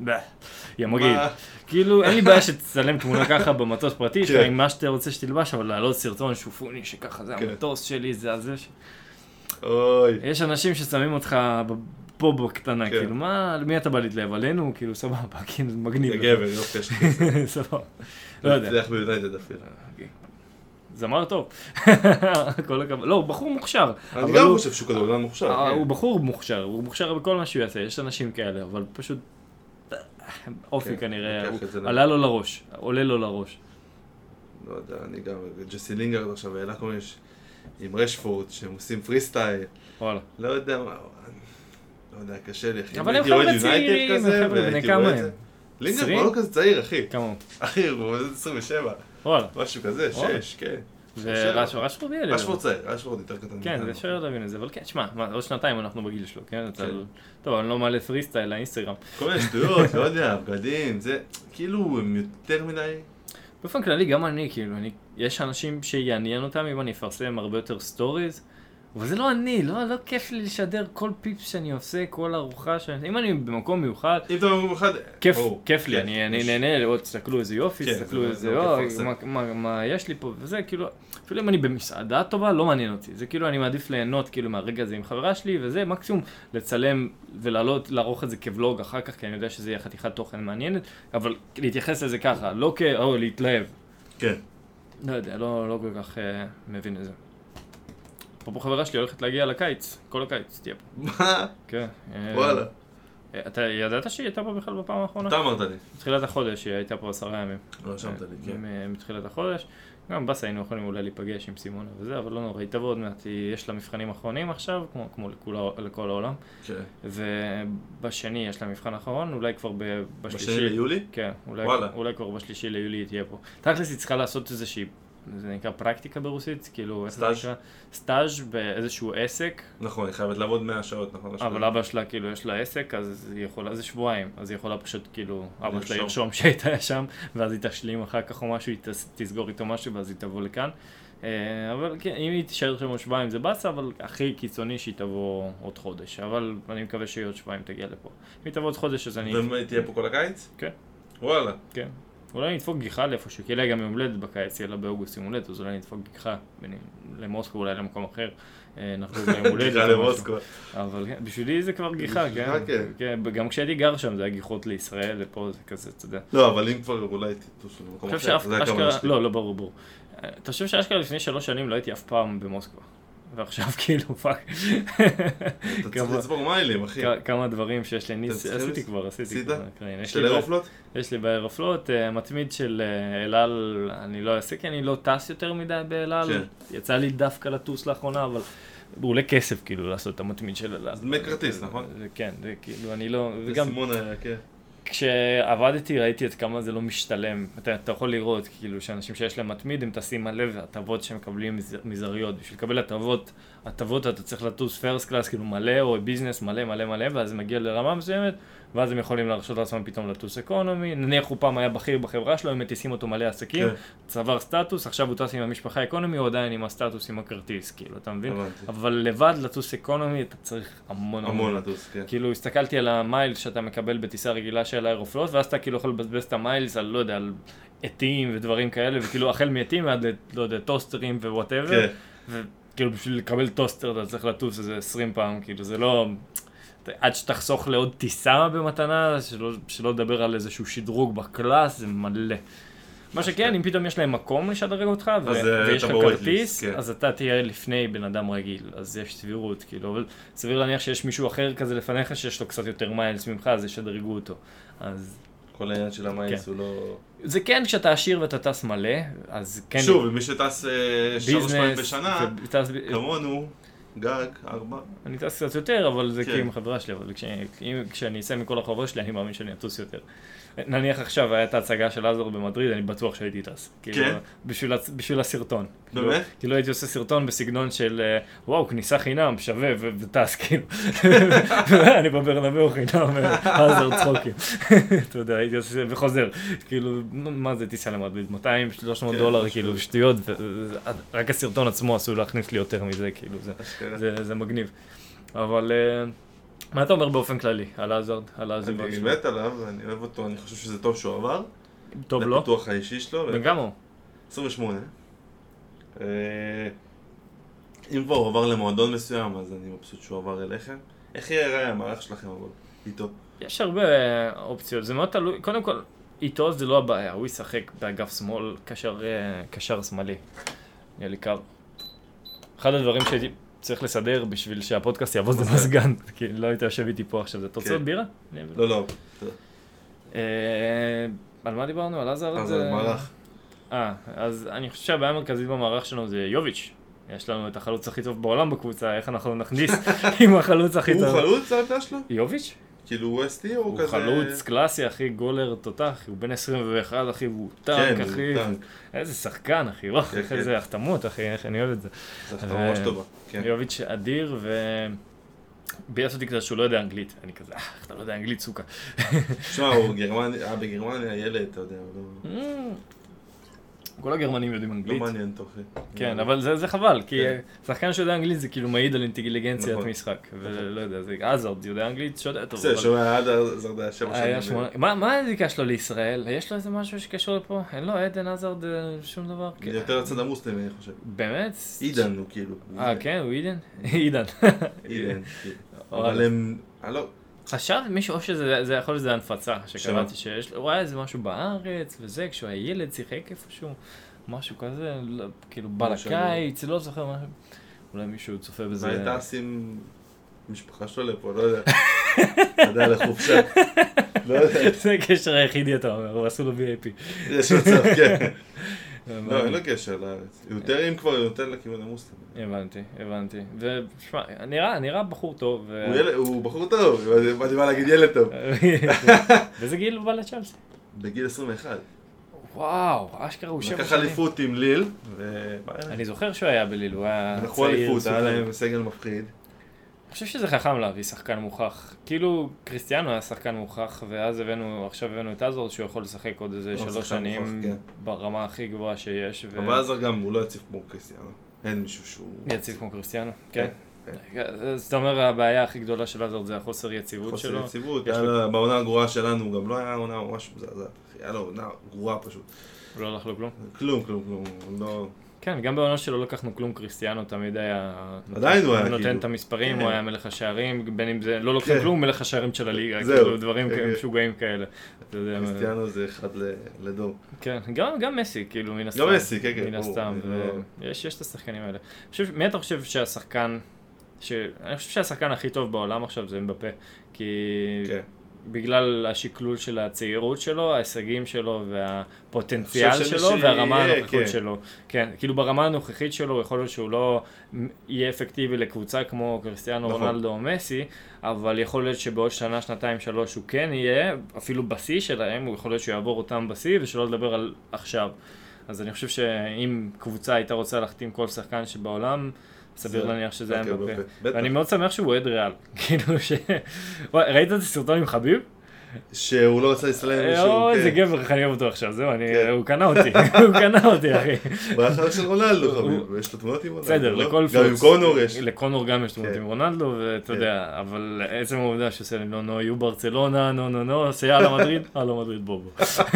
יא מגעיל. כאילו, אין לי בעיה שתצלם תמונה ככה במטוס פרטי, שעם מה שאתה רוצה שתלבש, אבל לעלות סרטון שופוני שככה, זה המטוס שלי, זה הזה ש... יש אנשים ששמים אותך פה בקטנה, כאילו, מה, למי אתה בא להתלהב? עלינו? כאילו, סבבה, כאילו, מגניב. זה גבר, יופי, יש לי. סבבה. לא יודע. זה איך ביונייטד אפילו. זמר טוב. כל הכבוד. לא, הוא בחור מוכשר. אני גם חושב שהוא כדורגלן מוכשר. הוא בחור מוכשר, הוא מוכשר בכל מה שהוא יעשה, יש אנשים כאלה, אבל פשוט אופי כנראה, עלה לו לראש, עולה לו לראש. לא יודע, אני גם, ג'סי לינגארד עכשיו, העלה כל מיני עם רשפורד, שהם עושים פרי סטייל. וואלה. לא יודע מה, לא יודע, קשה לי, אחי. אבל הם חבר'ה צעירים, הם חבר'ה בני כמה הם. לינגארד כבר לא כזה צעיר, אחי. כמה הוא? אחי, הוא 27. וואלה. משהו כזה, 6, כן. ורשפורד ילד. רשפורד צעיר, רשפורד יותר קטן. כן, זה אפשר להבין את זה, אבל כן, תשמע, עוד שנתיים אנחנו בגיל שלו, כן? טוב, אני לא מעלה פרי סטייל לאינסטגרם. כל מיני שטויות, לא יודע, בגדים, זה, כאילו, הם יותר מדי... באופן כללי, גם אני, כאילו, יש אנשים שיעניין אותם אם אני אפרסם הרבה יותר סטוריז, אבל זה לא אני, לא כיף לי לשדר כל פיפס שאני עושה, כל ארוחה שאני... אם אני במקום מיוחד... אם אתה במקום מיוחד... כיף לי, אני נהנה לראות, תסתכלו איזה יופי, תסתכלו איזה... מה יש לי פה, וזה כאילו... אפילו אם אני במסעדה טובה, לא מעניין אותי. זה כאילו, אני מעדיף ליהנות כאילו מהרגע הזה עם חברה שלי, וזה מקסימום לצלם ולעלות, לערוך את זה כבלוג אחר כך, כי אני יודע שזה יהיה חתיכת תוכן מעניינת, אבל להתייחס לזה ככה, לא להתלהב. כן. לא יודע, לא כל כך מבין את זה. פה חברה שלי הולכת להגיע לקיץ, כל הקיץ תהיה פה. מה? כן. וואלה. אתה ידעת שהיא הייתה פה בכלל בפעם האחרונה? אתה אמרת לי. מתחילת החודש, היא הייתה פה 10 ימים. לא שמת לי, כן. מתחילת החודש. גם בסה היינו יכולים אולי להיפגש עם סימונה וזה, אבל לא נורא, היא תבוא עוד מעט, יש לה מבחנים אחרונים עכשיו, כמו לכל העולם. כן. ובשני יש לה מבחן אחרון, אולי כבר בשלישי... בשני ליולי? כן, אולי כבר בשלישי ליולי היא תהיה פה. תכלס היא צריכה לעשות איזושהי, זה נקרא פרקטיקה ברוסית, כאילו... סטאז'? סטאז' באיזשהו עסק. נכון, היא חייבת לעבוד 100 שעות, נכון? אבל אבא שלה, כאילו, יש לה עסק, אז היא יכולה, זה שבועיים, אז היא יכולה פשוט, כאילו, אבא שלה ירשום שהייתה שם, ואז היא תשלים אחר כך או משהו, היא תסגור איתו משהו, ואז היא תבוא לכאן. אבל כן, אם היא תישאר שם עוד שבועיים זה בסה, אבל הכי קיצוני שהיא תבוא עוד חודש. אבל אני מקווה שהיא עוד שבועיים תגיע לפה. אם היא תבוא עוד חודש, אז אני... והיא תהיה פה כל הקיץ? כן. וואלה. כן. אולי נדפוק גיחה לאיפשהו, כי אולי גם יום הולדת בקיץ, יהיה לה באוגוסט יום הולדת, אז אולי נדפוק גיחה למוסקו, אולי למקום אחר, נחגוג ליום הולדת. גיחה למוסקו. אבל בשבילי זה כבר גיחה, כן? גם כשהייתי גר שם זה היה גיחות לישראל, ופה זה כזה, אתה יודע. לא, אבל אם כבר אולי תטוס למקום אחר, זה היה כמה שלי. לא, ברור. אתה חושב שאשכרה לפני 3 שנים לא הייתי אף פעם במוסקו. ועכשיו כאילו פאק. אתה צריך לצבור מיילים, אחי. כמה דברים שיש לי, עשיתי כבר. עשית? של אירופלוט? יש לי באירופלוט, מתמיד של אלעל, אני לא אעשה כי אני לא טס יותר מדי באלעל. יצא לי דווקא לטוס לאחרונה, אבל הוא עולה כסף כאילו לעשות את המתמיד של אלעל. זה דמי כרטיס, נכון? כן, זה כאילו אני לא... זה סימון היה, כן. כשעבדתי ראיתי עד כמה זה לא משתלם. אתה יכול לראות כאילו שאנשים שיש להם מתמיד הם טסים מלא והטבות שהם מקבלים מזעריות. בשביל לקבל הטבות אתה צריך לטוס פרסט קלאס כאילו מלא או ביזנס מלא ואז זה מגיע לרמה מסוימת ואז הם יכולים להרשות לעצמם פתאום לטוס אקונומי. נניח הוא פעם היה בכיר בחברה שלו, הם מטיסים אותו מלא עסקים, צבר סטטוס, עכשיו הוא טס עם המשפחה אקונומי, הוא עדיין עם הסטטוס עם הכרטיס, כאילו, אתה מבין? אבל לבד לטוס אקונומי אתה צריך המון לטוס, כן. כאילו, הסתכלתי על המיילס שאתה מקבל בטיסה רגילה של האירופלוט, ואז אתה כאילו יכול לבזבז את המיילס על, לא יודע, על עטים ודברים כאלה, וכאילו החל מעטים עד, לא יודע, טוסטרים ווואטאבר, וכאילו בשביל לקבל טוסטר אתה צריך לטוס איזה 20 פעם, כאילו, זה לא... עד שתחסוך לעוד טיסה במתנה, שלא לדבר על איזשהו שדרוג בקלאס, זה מלא. מה שכן, אם פתאום יש להם מקום לשדרג אותך, ויש לך כרטיס, אז אתה תהיה לפני בן אדם רגיל, אז יש סבירות, כאילו, אבל סביר להניח שיש מישהו אחר כזה לפניך, שיש לו קצת יותר מיילס ממך, אז ישדרגו אותו. אז... כל העניין של המיילס הוא לא... זה כן, כשאתה עשיר ואתה טס מלא, אז כן... שוב, מי שטס 3 פעמים בשנה, כמונו... גג, 4. אני טס קצת יותר, אבל זה כאילו עם החברה שלי, אבל כשאני אצא מכל החברות שלי, אני מאמין שאני אטוס יותר. נניח עכשיו הייתה הצגה של עזר במדריד, אני בטוח שהייתי טס. כן? בשביל הסרטון. באמת? כאילו הייתי עושה סרטון בסגנון של, וואו, כניסה חינם, שווה וטס, כאילו. אני בברנבאו חינם, עזר צחוקים. אתה יודע, הייתי עושה, וחוזר. כאילו, מה זה טיסה למדריד? $200-300, כאילו, שטויות, רק הסרטון עצמו עשוי להכניס לי יותר מזה, כאילו, זה מגניב. אבל... מה אתה אומר באופן כללי על האזרד? אני מת עליו, אני אוהב אותו, אני חושב שזה טוב שהוא עבר. טוב לא? לפיתוח האישי שלו. וגם הוא? 28. אם כבר הוא עבר למועדון מסוים, אז אני מבסוט שהוא עבר אליכם. איך יראה המערך שלכם אבל איתו? יש הרבה אופציות, זה מאוד תלוי. קודם כל, איתו זה לא הבעיה, הוא ישחק באגף שמאל, קשר שמאלי. נהיה לי קר. אחד הדברים שהייתי... צריך לסדר בשביל שהפודקאסט יעבוד במזגן, כי לא היית יושב איתי פה עכשיו, זה תוצאות בירה? לא. על מה דיברנו? על עזר? על מערך. אז אני חושב שהבעיה המרכזית במערך שלנו זה יוביץ'. יש לנו את החלוץ הכי טוב בעולם בקבוצה, איך אנחנו נכניס עם החלוץ הכי טוב. הוא חלוץ העמדה שלו? יוביץ'? כאילו הוא אסטי או כזה? הוא חלוץ קלאסי, אחי, גולר תותח, הוא בן 21, אחי, הוא טנק, אחי. איזה שחקן, אחי, איזה החתמות, אחי, איך אני אוהב את זה. זה החתמה ממש טובה, כן. יוביץ' אדיר, וביאס אותי כזה שהוא לא יודע אנגלית. אני כזה, אתה לא יודע אנגלית, סוכה. שמע, הוא בגרמניה ילד, אתה יודע, כל הגרמנים יודעים לא אנגלית. מעניין תוכי. כן, אבל זה חבל, כי כן. שחקן שיודע אנגלית זה כאילו מעיד על אינטליגנציית נכון. משחק. ולא יודע, זה עזרד יודע אנגלית שיודע טוב. בסדר, שומע, עד עזרד היה 7 היה שנים. מה הזיקה שלו לישראל? יש לו איזה משהו שקשור לפה? אין לו עדן עזרד שום דבר? יותר לצד המוסלמי, אני חושב. באמת? עידן הוא כאילו. כן, הוא עידן? עידן. עידן, כאילו. אבל הם, אני לא... חשב מישהו, או שזה יכול להיות שזה הנפצה, שקראתי שיש, הוא ראה איזה משהו בארץ וזה, כשהוא היה ילד, שיחק איפשהו, משהו כזה, כאילו בא לקיץ, לא זוכר משהו, אולי מישהו צופה בזה. והייתה עושים משפחה שלו לפה, לא יודע, אתה יודע, לחופשה, לא יודע. זה הקשר היחידי, אתה אומר, הוא עשו לו VIP. יש מצב, כן. לא, אין לו קשר לארץ. יותר אם כבר יותר לכיוון המוסלמי. הבנתי. ושמע, נראה בחור טוב. הוא בחור טוב, באתי מה להגיד ילד טוב. באיזה גיל הוא בא לצ'לסי? בגיל 21. וואו, אשכרה הוא 7 לקח שנים. אליפות עם ליל. אני זוכר שהוא היה בליל, הוא היה צעיר. לקחו אליפות, היה להם סגל מפחיד. אני חושב שזה חכם להביא שחקן מוכח. כאילו, קריסטיאנו היה שחקן מוכח, ואז עכשיו הבאנו את עזרד, שהוא יכול לשחק עוד איזה 3 שנים ברמה הכי גבוהה שיש. אבל עזרד גם, הוא לא יציב כמו קריסטיאנו. אין מישהו שהוא... יציב כמו קריסטיאנו, כן. זאת אומרת, הבעיה הכי גדולה של עזרד זה החוסר יציבות שלו. חוסר יציבות, בעונה הגרועה שלנו גם לא היה עונה ממש מזעזעת. היה לו עונה גרועה פשוט. לא הלך לו כלום? כלום. כן, גם בעונה שלו לא לקחנו כלום, קריסטיאנו תמיד היה... עדיין הוא היה כאילו. נותן את המספרים, הוא היה מלך השערים, בין אם זה... לא לוקחים כלום, מלך השערים של הליגה, זהו. כאילו דברים משוגעים כאלה. קריסטיאנו זה אחד לדור. כן, גם מסי, כאילו, מן הסתם. גם מסי, כן. מן הסתם, יש את השחקנים האלה. מי אתה חושב שהשחקן... אני חושב שהשחקן הכי טוב בעולם עכשיו זה אמבפה, כי... בגלל השקלול של הצעירות שלו, ההישגים שלו והפוטנציאל שלו והרמה הנוכחית שלו. כן, כאילו ברמה הנוכחית שלו יכול להיות שהוא לא יהיה אפקטיבי לקבוצה כמו קריסטיאנו רונלדו או מסי, אבל יכול להיות שבעוד שנה, שנתיים, 3 הוא כן יהיה, אפילו בשיא שלהם, הוא יכול להיות שהוא יעבור אותם בשיא ושלא לדבר על עכשיו. אז אני חושב שאם קבוצה הייתה רוצה להחתים כל שחקן שבעולם, סביר להניח שזה היה אמבפה. ואני מאוד שמח שהוא אוהד ריאל. כאילו ש... ראית את הסרטון עם חביב? שהוא לא רצה להסתלם מישהו, אוי, איזה גבר, איך אני אוהב אותו עכשיו, זהו, הוא קנה אותי, אחי. הוא היה חלק של רונלדו, חביב, ויש לו תמונות עם רונלדו. בסדר, לכל גם עם קונור יש. לקונור גם יש תמונות עם רונלדו, ואתה יודע, אבל עצם העובדה שעושה לי, לא, יהיו ברצלונה, נו, עושה הלאה מדריד, בובו.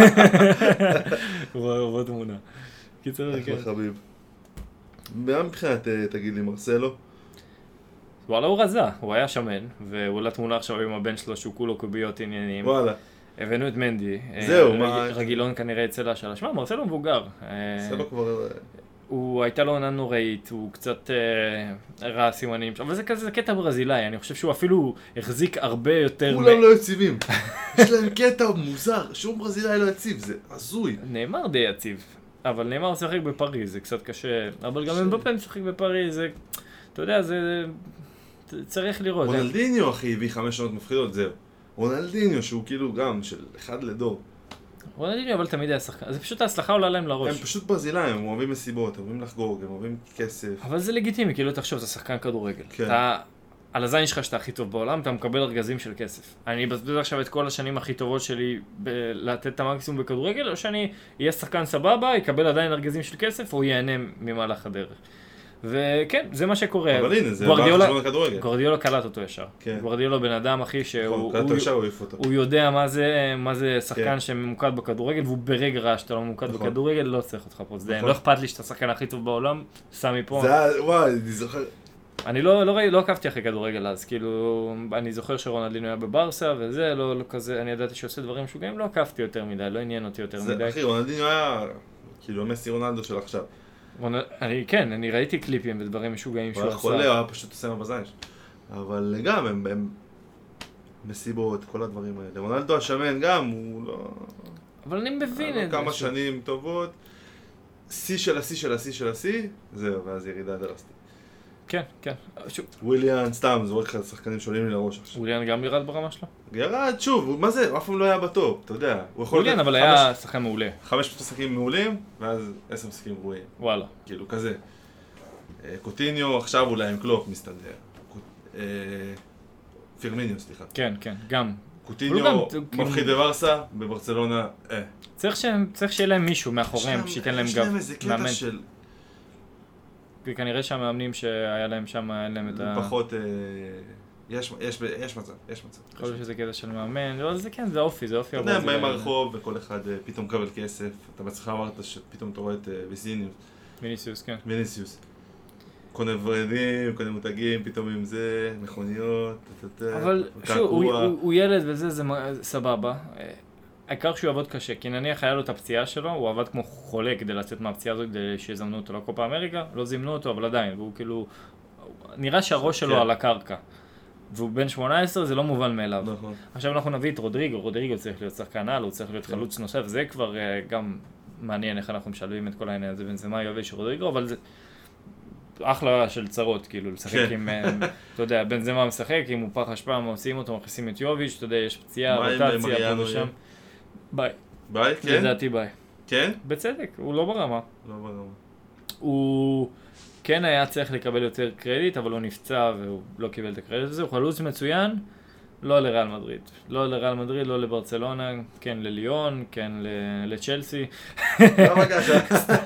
הוא תמונה. קיצר, כן. חביב. מה מבחינת, תגיד לי, מרסלו? וואלה, הוא רזה, הוא היה שמן, והוא עלה תמונה עכשיו עם הבן שלו שהוא כולו קוביות עניינים. וואלה. הבאנו את מנדי. זהו, מה... רגילון כנראה יצא להשאלה. שמע, מרסלו מבוגר. מרסלו כבר... הוא הייתה לו עונה נוראית, הוא קצת ראה סימנים, אבל זה כזה קטע ברזילאי, אני חושב שהוא אפילו החזיק הרבה יותר... כולם לא יציבים. יש להם קטע מוזר, שום ברזילאי לא יציב, זה הזוי. נאמר די יציב. אבל נאמר משחק בפריז, זה קצת קשה, אבל גם אמבפה משחק בפריז, זה, אתה יודע, זה צריך לראות. רונלדיניו, אחי, הביא 5 שנות מפחידות, זהו. רונלדיניו, שהוא כאילו גם של אחד לדור. רונלדיניו, אבל תמיד היה שחקן, זה פשוט ההצלחה עולה להם לראש. הם פשוט ברזילאים, הם אוהבים מסיבות, הם אוהבים לחגוג, הם אוהבים כסף. אבל זה לגיטימי, כאילו תחשוב, זה שחקן כדורגל. אתה, על הזין שלך שאתה הכי טוב בעולם, אתה מקבל ארגזים של כסף. אני מבזבז עכשיו את כל השנים הכי טובות שלי לתת את המקסימום בכדורגל, או שאני אהיה שחקן סבבה, יקבל עדיין ארגזים של כסף, או ייהנה ממהלך הדרך. וכן, זה מה שקורה. אבל הנה, זה בא חשבון הכדורגל. גורדיולה קלט אותו ישר. גורדיולה בן אדם, אחי, שהוא יודע מה זה שחקן שממוקד בכדורגל, והוא ברגע ראה שאתה לא ממוקד בכדורגל, לא צריך אותך פה. לא אכפת לי שאתה השחקן הכי טוב בעולם, שם מפה. וואי, אני זוכר. אני לא עקבתי אחרי כדורגל אז, כאילו, אני זוכר שרונלדינו היה בברסה וזה, לא כזה, אני ידעתי שעושה דברים משוגעים, לא עקבתי יותר מדי, לא עניין אותי יותר מדי. אחי, רונלדינו היה, כאילו, מסי רונלדו של עכשיו. אני ראיתי קליפים ודברים משוגעים שהוא עשה. הוא היה חולה, הוא היה פשוט עושה בזין. אבל גם, הם מסיבות, כל הדברים האלה. רונלדו השמן גם, הוא לא... אבל אני מבין את זה. כמה שנים טובות, שיא של השיא של השיא של השיא, זהו, ואז ירידה דרסטית. כן. וויליאן, סתם, זה רק שחקנים שעולים לי לראש עכשיו. וויליאן גם ירד ברמה שלו? ירד, שוב, מה זה? אף פעם לא היה בטופ, אתה יודע. וויליאן, אבל היה שחקן מעולה. 5 משחקים מעולים, ואז 10 משחקים גרועים. וואלה. כאילו, כזה. קוטיניו, עכשיו אולי עם קלופ מסתדר. פירמיניו, סליחה. כן, גם. קוטיניו מפחיד בברסה, בברצלונה, צריך שיהיה להם מישהו מאחוריהם, שייתן להם גב. יש להם איזה קטע של... כנראה שהמאמנים שהיה להם שם, היה להם את ה... פחות... יש מצב. יכול להיות שזה קטע של מאמן, לא, זה כן, זה אופי. אתה יודע, באים מהרחוב וכל אחד פתאום מקבל כסף, אתה בעצמך אמרת שפתאום אתה רואה את ויניסיוס, כן. ויניסיוס. קונה ורדים, קונה מותגים, פתאום עם זה, מכוניות, אבל שוב, הוא ילד וזה, זה סבבה. העיקר שהוא עבוד קשה, כי נניח היה לו את הפציעה שלו, הוא עבד כמו חולה כדי לצאת מהפציעה הזאת, כדי שיזמנו אותו לקופה אמריקה, לא זימנו אותו, אבל עדיין, והוא כאילו... נראה שהראש שלו על הקרקע. והוא בן 18, זה לא מובן מאליו. נכון. עכשיו אנחנו נביא את רודריגו צריך להיות שחקן על, הוא צריך להיות חלוץ נוסף, זה כבר גם מעניין איך אנחנו משלבים את כל העניין הזה, בנזמה יובש רודריגו, אבל זה אחלה של צרות, כאילו, לשחק עם, אתה יודע, בנזמה משחק, אם הוא פח אשפה, עושים אותו, מכניסים את יוביץ', אתה יודע, יש פציעה, רוטציה, פה ושם. ביי. ביי, כן? לדעתי ביי. כן? בצדק, הוא לא ברמה. לא ברמה. הוא... כן היה צריך לקבל יותר קרדיט, אבל הוא נפצע והוא לא קיבל את הקרדיט הזה. הוא חלוץ מצוין, לא לריאל מדריד. לא לריאל מדריד, לא לברצלונה, כן לליון, כן לצ'לסי. למה ככה?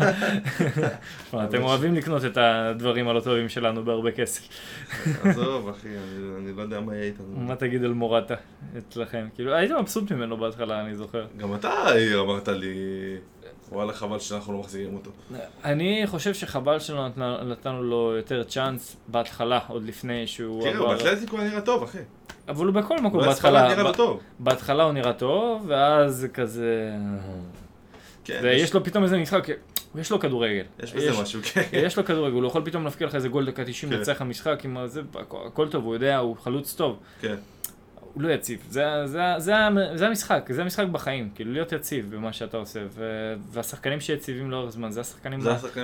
אתם אוהבים לקנות את הדברים הלא טובים שלנו בהרבה כסף. עזוב אחי, אני לא יודע מה יהיה איתנו. מה תגיד על מורטה אצלכם? כאילו, הייתי מבסוט ממנו בהתחלה, אני זוכר. גם אתה אמרת לי... וואלה, חבל שאנחנו לא מחזירים אותו. אני חושב שחבל שלא נתנו לו יותר צ'אנס בהתחלה, עוד לפני שהוא... כן, באתלטיקו הוא נראה טוב, אחי. אבל הוא בכל מקום, בהתחלה הוא נראה טוב, ואז כזה... יש לו פתאום איזה משחק, יש לו כדורגל. יש בזה משהו, כן. יש לו כדורגל, הוא לא יכול פתאום להפקיע לך איזה גול דקה 90 לצח המשחק, הכל טוב, הוא יודע, הוא חלוץ טוב. כן. הוא לא יציב, זה המשחק, זה המשחק בחיים, כאילו להיות יציב במה שאתה עושה, והשחקנים שיציבים לאורך זמן, זה השחקנים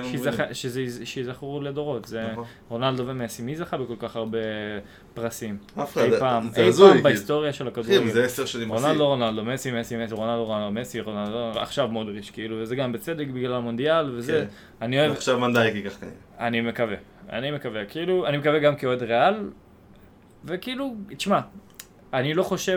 שיזכרו לדורות, זה רונלדו ומסי, מי זכה בכל כך הרבה פרסים? אי פעם בהיסטוריה של הכדורגל. זה 10 שנים רונלדו, מסי, רונלדו, עכשיו מודריץ', כאילו, וזה גם בצדק בגלל המונדיאל, וזה, אני אוהב... עכשיו מנדייק ייקח כנראה. אני מקווה, כאילו, אני מקווה גם כאוהד ריאל, וכאילו, תשמע, אני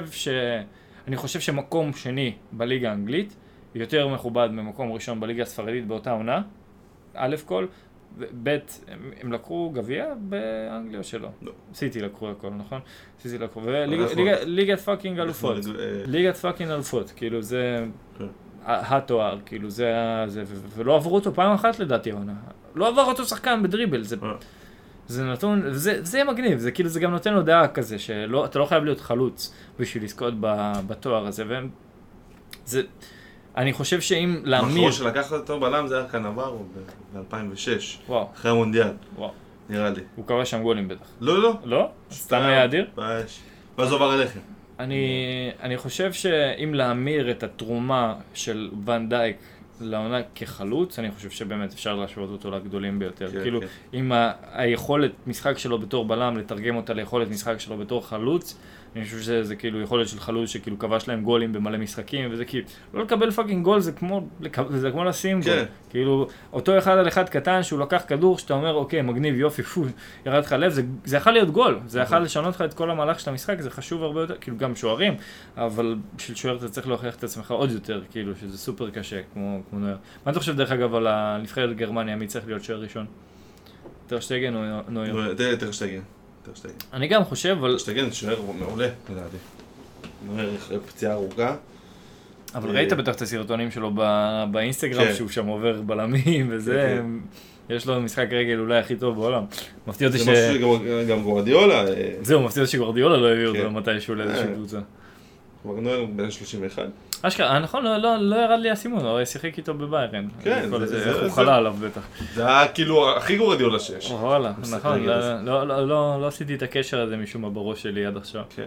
חושב שמקום שני בליגה האנגלית יותר מכובד ממקום ראשון בליגה הספרדית באותה עונה, א' כל, ב' הם לקחו גביע באנגליה או שלא? לא. סיטי לקחו הכל, נכון? סיטי לקחו, וליגת פאקינג אלופות, ליגת פאקינג אלופות, כאילו זה התואר, כאילו זה, ולא עברו אותו פעם אחת לדעתי העונה, לא עבר אותו שחקן בדריבל, זה נתון, זה יהיה מגניב, זה כאילו, זה גם נותן לו דעה כזה, שאתה לא חייב להיות חלוץ בשביל לזכות בתואר הזה, וזה, אני חושב שאם להמיר... האחרון שלקח אותו בלם זה היה קנברו ב-2006, אחרי המונדיאל, נראה לי. הוא קבע שם גולים בטח. לא. לא? סתם היה אדיר? ואז עובר אליכם. אני חושב שאם להמיר את התרומה של ון דייק לעונה כחלוץ, אני חושב שבאמת אפשר להשוות אותו לגדולים ביותר. כאילו, עם היכולת משחק שלו בתור בלם, לתרגם אותה ליכולת משחק שלו בתור חלוץ, אני חושב שזה כאילו יכולת של חלוץ שכאילו כבש להם גולים במלא משחקים, וזה כאילו, לא לקבל פאקינג גול זה כמו לשים גול. כאילו, אותו אחד על אחד קטן שהוא לקח כדור, שאתה אומר, אוקיי, מגניב, יופי, ירד לך לב, זה יכול להיות גול, זה יכול לשנות לך את כל המהלך של המשחק, זה חשוב הרבה יותר, כאילו גם שוערים, אבל בשביל שוער אתה צריך להוכיח את עצמך עוד יותר, כאילו, שזה סופר קשה, כמו נוער. מה אתה חושב דרך אגב על הנבחרת גרמניה, מי צריך להיות שוער ראשון? טר שטגן או נויר? טר שטגן. אני גם חושב, אבל... שטגן שוער מעולה, לדעתי. נויר פציעה ארוכה. אבל ראית בטח את הסרטונים שלו באינסטגרם, שהוא שם עובר בלמים וזה, יש לו משחק רגל אולי הכי טוב בעולם. מפתיע אותי זה משהו שגם גוארדיולה... זהו, מפתיע אותי שגוארדיולה לא הביא אותו מתישהו לאיזושהי קבוצה. נויר בן 31. אשכרה, נכון, לא ירד לי הסימון, הרי שיחק איתו בביירן. כן, הוא חלה עליו בטח. זה היה כאילו הכי גוארדיולה שיש. וואלה, נכון, לא עשיתי את הקשר הזה משום מה בראש שלי עד עכשיו. כן.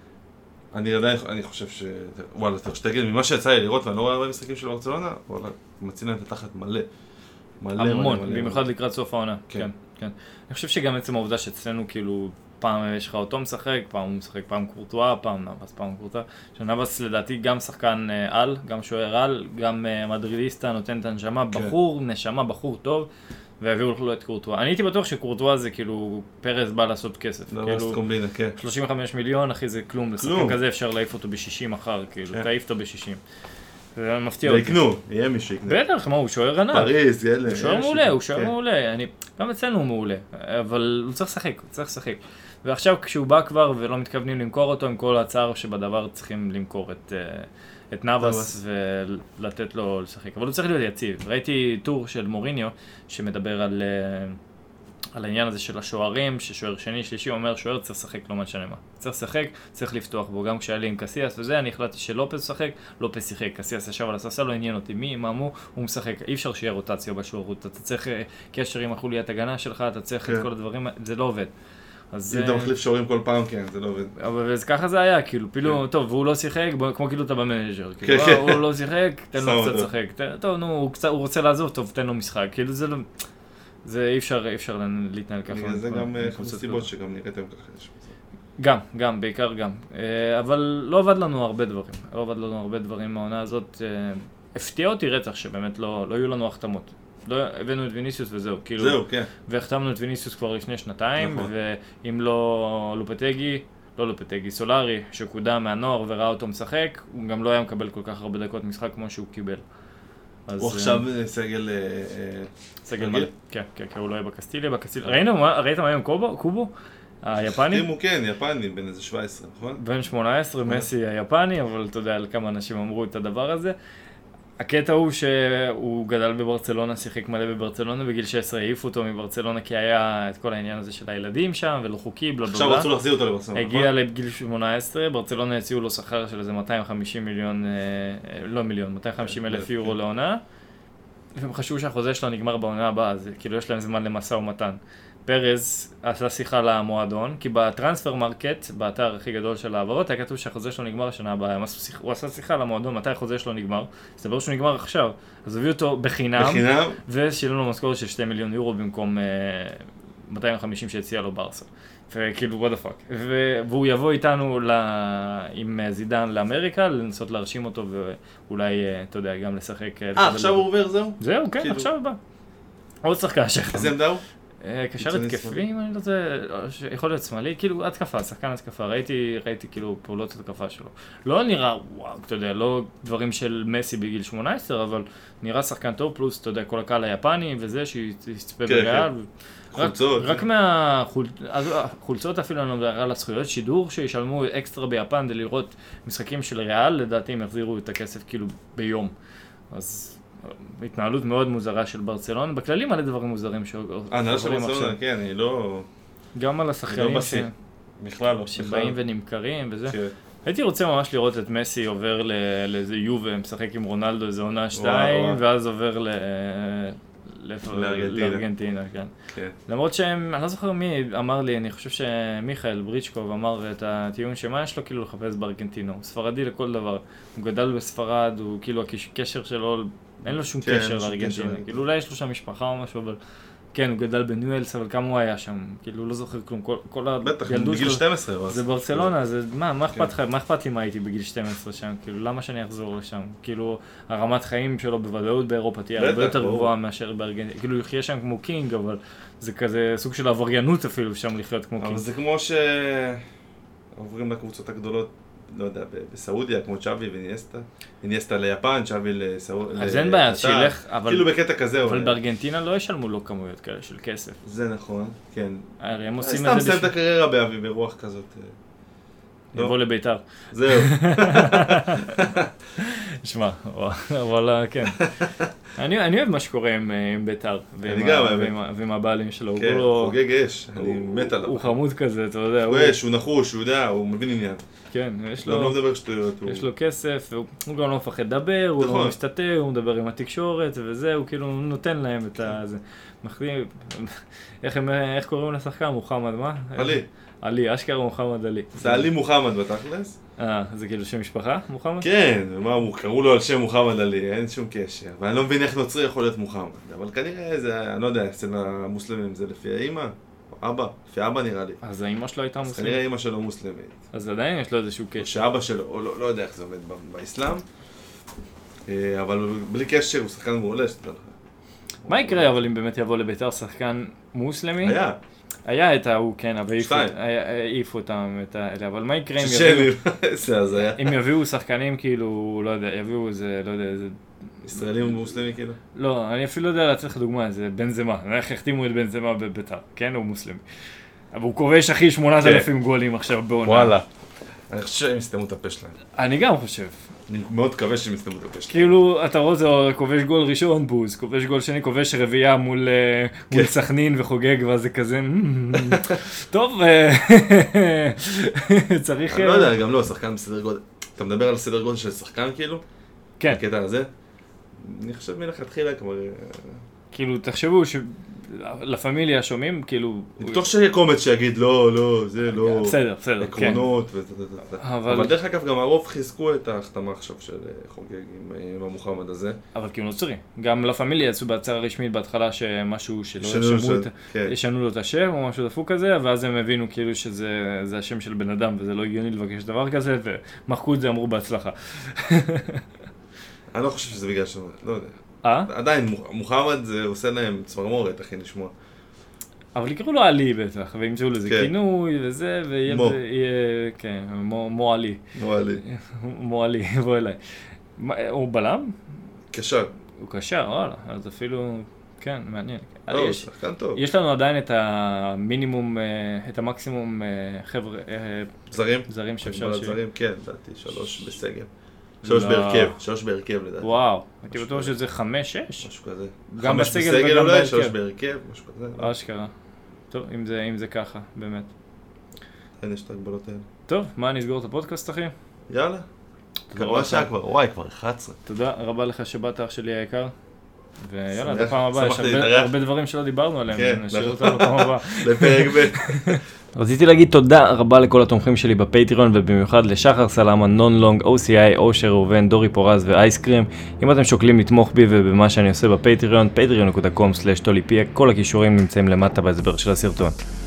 אני חושב וואלה, טר שטגן, ממה שיצא לי לראות, ואני לא רואה הרבה משחקים של ברצלונה, וואלה, מצינה את התחת מלא. המון, במיוחד לקראת סוף העונה. כן. אני חושב שגם עצם העובדה שאצלנו כאילו פעם יש לך אותו משחק, פעם הוא משחק, פעם קורטואה, פעם נאבס, פעם קורטואה. שנאבס לדעתי גם שחקן על, גם שוער על, גם מדרידיסטה, נותן את הנשמה, בחור, נשמה, בחור טוב. והביאו לו את קורטואה. אני הייתי בטוח שקורטואה זה כאילו פרז בא לעשות כסף. לא, כאילו, קומבינה, כן. 35 מיליון, אחי, זה כלום. לשחקן כזה אפשר להעיף אותו ב-60 מחר, כאילו, תעיף אותו ב-60. זה מפתיע אותי. ויקנו, יהיה מישהו יקנו. בטח, מה, הוא שוער ענק. פריז, ילד. הוא שוער מעולה, הוא שוער מעולה. גם אצלנו הוא מעולה, אבל הוא צריך לשחק, הוא צריך לשחק. ועכשיו כשהוא בא כבר ולא מתכוונים למכור אותו, עם כל הצער שבדבר צריכים למכור את נאבס ולתת לו לשחק. אבל הוא צריך להיות יציב. ראיתי טור של מוריניו שמדבר על העניין הזה של השוערים, ששוער שני, שלישי, הוא אומר שוער צריך לשחק, לא משנה מה. צריך לשחק, צריך לפתוח בו. גם כשהיה לי עם קסיאס וזה, אני החלטתי שלופס שחק, לופס שיחק. קסיאס ישב על הספסל, לא עניין אותי מי, מה מו, הוא משחק. אי אפשר שיהיה רוטציה בשוערות. אתה צריך קשר עם החוליית הגנה שלך, אתה צריך את כל הדברים, זה לא עובד. אם אתה מחליף שוערים כל פעם, כן, זה לא עובד. אבל ככה זה היה, כאילו, פילו, טוב, והוא לא שיחק, כמו כאילו אתה במנג'ר, כאילו, הוא לא שיחק, תן לו קצת לשחק. טוב, נו, הוא רוצה לעזוב, טוב, תן לו משחק. כאילו, זה לא... זה אי אפשר להתנהל ככה. זה גם סיבות שגם נראיתם גם, ככה. בעיקר גם. אבל לא עבד לנו הרבה דברים מהעונה הזאת. הפתיע אותי רצח שבאמת לא היו לנו החתמות. לא הבאנו את ויניסיוס וזהו, כאילו. זהו, כן. והחתמנו את ויניסיוס כבר לפני שנתיים, ואם לא לופטגי, סולארי, שקודם מהנוער וראה אותו משחק, הוא גם לא היה מקבל כל כך הרבה דקות משחק כמו שהוא קיבל. הוא עכשיו סגל מלא, כן, הוא לא יהיה בקסטיליה. ראיתם היום קובו? היפני? הוא כן, יפני, בן איזה 17, נכון? בן 18, מסי היפני, אבל אתה יודע על כמה אנשים אמרו את הדבר הזה. הקטע הוא שהוא גדל בברצלונה, שיחק מלא בברצלונה, בגיל 16 העיפו אותו מברצלונה כי היה את כל העניין הזה של הילדים שם ולא חוקי, בלה בלה. עכשיו רצו להחזיר אותו לברצלונה. הגיע לגיל 18, ברצלונה הציעו לו שכר של איזה 250 אלף יורו לעונה, והם חשבו שהחוזה שלו נגמר בעונה הבאה, אז כאילו יש להם זמן למשא ומתן. פרז עשה שיחה למועדון, כי בטרנספר מרקט, באתר הכי גדול של העברות, היה כתוב שהחוזה שלו נגמר השנה הבאה. הוא עשה שיחה למועדון, מתי החוזה שלו נגמר? אז דבר שהוא נגמר עכשיו. אז הביאו אותו בחינם, ושילם לו משכורת של 2 מיליון יורו במקום 250 שהציע לו ברסה. וכאילו, what the fuck. והוא יבוא איתנו עם זידן לאמריקה, לנסות להרשים אותו, ואולי, אתה יודע, גם לשחק. עכשיו הוא עובר, זהו? זהו, כן, עכשיו הוא בא. עוד שחקן שחק. איזה עמדה הוא? קשר התקפים, אני לא יודע, יכול להיות שמאלי, כאילו התקפה, שחקן התקפה, ראיתי כאילו פעולות התקפה שלו. לא נראה, וואו, אתה יודע, לא דברים של מסי בגיל 18, אבל נראה שחקן טוב, פלוס, אתה יודע, כל הקהל היפני וזה, שיצפה בריאל. חולצות. רק מהחולצות אפילו, אני לא מדבר על הזכויות שידור, שישלמו אקסטרה ביפן כדי לראות משחקים של ריאל, לדעתי הם יחזירו את הכסף כאילו ביום. אז... התנהלות מאוד מוזרה של ברצלונה, בכללי מלא דברים מוזרים הנהלה של ברצלונה, כן, היא לא... גם על השחקנים בכלל לא. שבאים ונמכרים וזה. הייתי רוצה ממש לראות את מסי עובר לאיזה יובה, משחק עם רונלדו איזה עונה 2, ואז עובר לארגנטינה, כן. למרות שהם, אני לא זוכר מי אמר לי, אני חושב שמיכאל בריצ'קוב אמר את הטיעון שמה יש לו כאילו לחפש בארגנטינה, הוא ספרדי לכל דבר, הוא גדל בספרד, הוא כאילו הקשר שלו, אין לו שום קשר לארגנטינה, כאילו אולי יש לו שם משפחה או משהו, אבל כן, הוא גדל בניואלס, אבל כמה הוא היה שם, כאילו לא זוכר כלום, כל הילדות שלו, 12, זה ברצלונה, זה מה אכפת לי מה הייתי בגיל 12 שם, כאילו למה שאני אחזור לשם, כאילו הרמת חיים שלו בוודאות באירופה תהיה הרבה יותר גבוהה מאשר בארגנטינה, כאילו יחיה שם כמו קינג, אבל זה כזה סוג של עבריינות אפילו שם לחיות כמו קינג. אבל זה כמו שעוברים לקבוצות הגדולות, לא יודע, בסעודיה, כמו צ'אבי וניאסטה ליפן, צ'אבי לסעודיה. אז אין בעיה, שילך, אבל... כאילו בקטע כזה. אבל בארגנטינה לא ישלמו לו כמויות כאלה של כסף. זה נכון, כן. הרי הם עושים סתם סיים את הקריירה באבי, ברוח כזאת. יבוא לביתר. זהו. שמע, אבל כן. אני אוהב מה שקורה עם ביתר. ועם הבעלים שלו. כן, חוגג אש, אני מת עליו. הוא חמוד כזה, אתה יודע. הוא אש, הוא נחוש, הוא יודע, הוא מבין עניין. כן, יש לו כסף, הוא גם לא מפחד לדבר, הוא לא מסתתר, הוא מדבר עם התקשורת וזה, הוא כאילו נותן להם את זה. איך קוראים לשחקן? מוחמד, מה? עלי, אשכרה מוחמד עלי. זה עלי מוחמד בתכלס? זה כאילו שם משפחה, מוחמד? כן, קראו לו על שם מוחמד עלי, אין שום קשר. ואני לא מבין איך נוצרי יכול להיות מוחמד. אבל כנראה זה, אני לא יודע, אצל המוסלמים זה לפי האמא, או אבא, לפי אבא נראה לי. אז האמא שלו הייתה מוסלמית? אז כנראה האמא שלו מוסלמית. אז עדיין יש לו איזשהו קשר. או שאבא שלו, או לא יודע איך זה עומד באסלאם. אבל בלי קשר הוא שחקן מעולה, שתדע לך. מה יקרה אבל אם באמת יבוא לביתר שחקן מוסלמי? היה את ההוא, כן, אבל העיפו אותם, אבל מה יקרה אם יביאו שחקנים כאילו, לא יודע, יביאו איזה, לא יודע, איזה... ישראלים ומוסלמי כאילו? לא, אני אפילו לא יודע להצליח דוגמה, זה בנזמה, איך החתימו את בנזמה בביתר, כן, הוא מוסלמי. אבל הוא כובש אחי 8,000 גולים עכשיו בעונה. וואלה. אני חושב שהם יסתמו את הפה שלהם. אני גם חושב. אני מאוד מקווה שהם יסתמו את הפה שלהם. כאילו, אתה רואה, זה כובש גול ראשון, בוז, כובש גול שני, כובש רביעייה מול סכנין וחוגג, ואז זה כזה, טוב, צריך... אני לא יודע, גם לא, שחקן בסדר גודל. אתה מדבר על סדר גודל של שחקן כאילו? כן. בקטע הזה? אני חושב מלכתחילה כבר... כאילו, תחשבו לפמיליה שומעים, כאילו... בתוך שיהיה קומץ שיגיד, לא, זה לא... בסדר, כן. עקרונות אבל דרך אגב, גם הרוב חיזקו את ההחתמה עכשיו של חוגג עם המוחמד הזה. אבל כאילו נוצרי. גם לפמיליה יצאו בהצהרה רשמית בהתחלה שמשהו שלא ישנו לו את השם או משהו דפוק כזה, ואז הם הבינו כאילו שזה השם של בן אדם וזה לא הגיוני לבקש דבר כזה, ומחקו את זה, אמרו בהצלחה. אני לא חושב שזה בגלל שם, לא יודע. עדיין, מוחמד זה עושה להם צמרמורת, אחי, נשמע. אבל יקראו לו עלי בטח, וימצאו לזה כינוי וזה, ויהיה, כן, מו עלי. מו עלי, בוא אליי. הוא בלם? קשר. הוא קשר, וואלה, אז אפילו, כן, מעניין. לא, שחקן טוב. יש לנו עדיין את המינימום, את המקסימום חבר'ה... זרים שאפשר ש... זרים, כן, דעתי, 3 בסגל. 3 בהרכב לדעתי. וואו, הייתי בטוח שזה 5-6. משהו כזה. גם בסגל וגם בהרכב. 3 בהרכב, משהו כזה. אשכרה. טוב, אם זה ככה, באמת. אין, יש את ההגבלות האלה. טוב, מה, נסגור את הפודקאסט, אחי? יאללה. כבר שעה כבר, וואי, כבר 11. תודה רבה לך שבאת, אח שלי היקר. ויאללה, עד הפעם הבאה, יש הרבה דברים שלא דיברנו עליהם, נשאיר אותם בפעם הבאה. לפרק ב'. רציתי להגיד תודה רבה לכל התומכים שלי בפטריון, ובמיוחד לשחר סלאמה, נון לונג, OCI, אושר ראובן, דורי פורז ואייסקרים. אם אתם שוקלים לתמוך בי ובמה שאני עושה בפטריון, patreon.com/tolipiek, כל הכישורים נמצאים למטה בהסבר של הסרטון.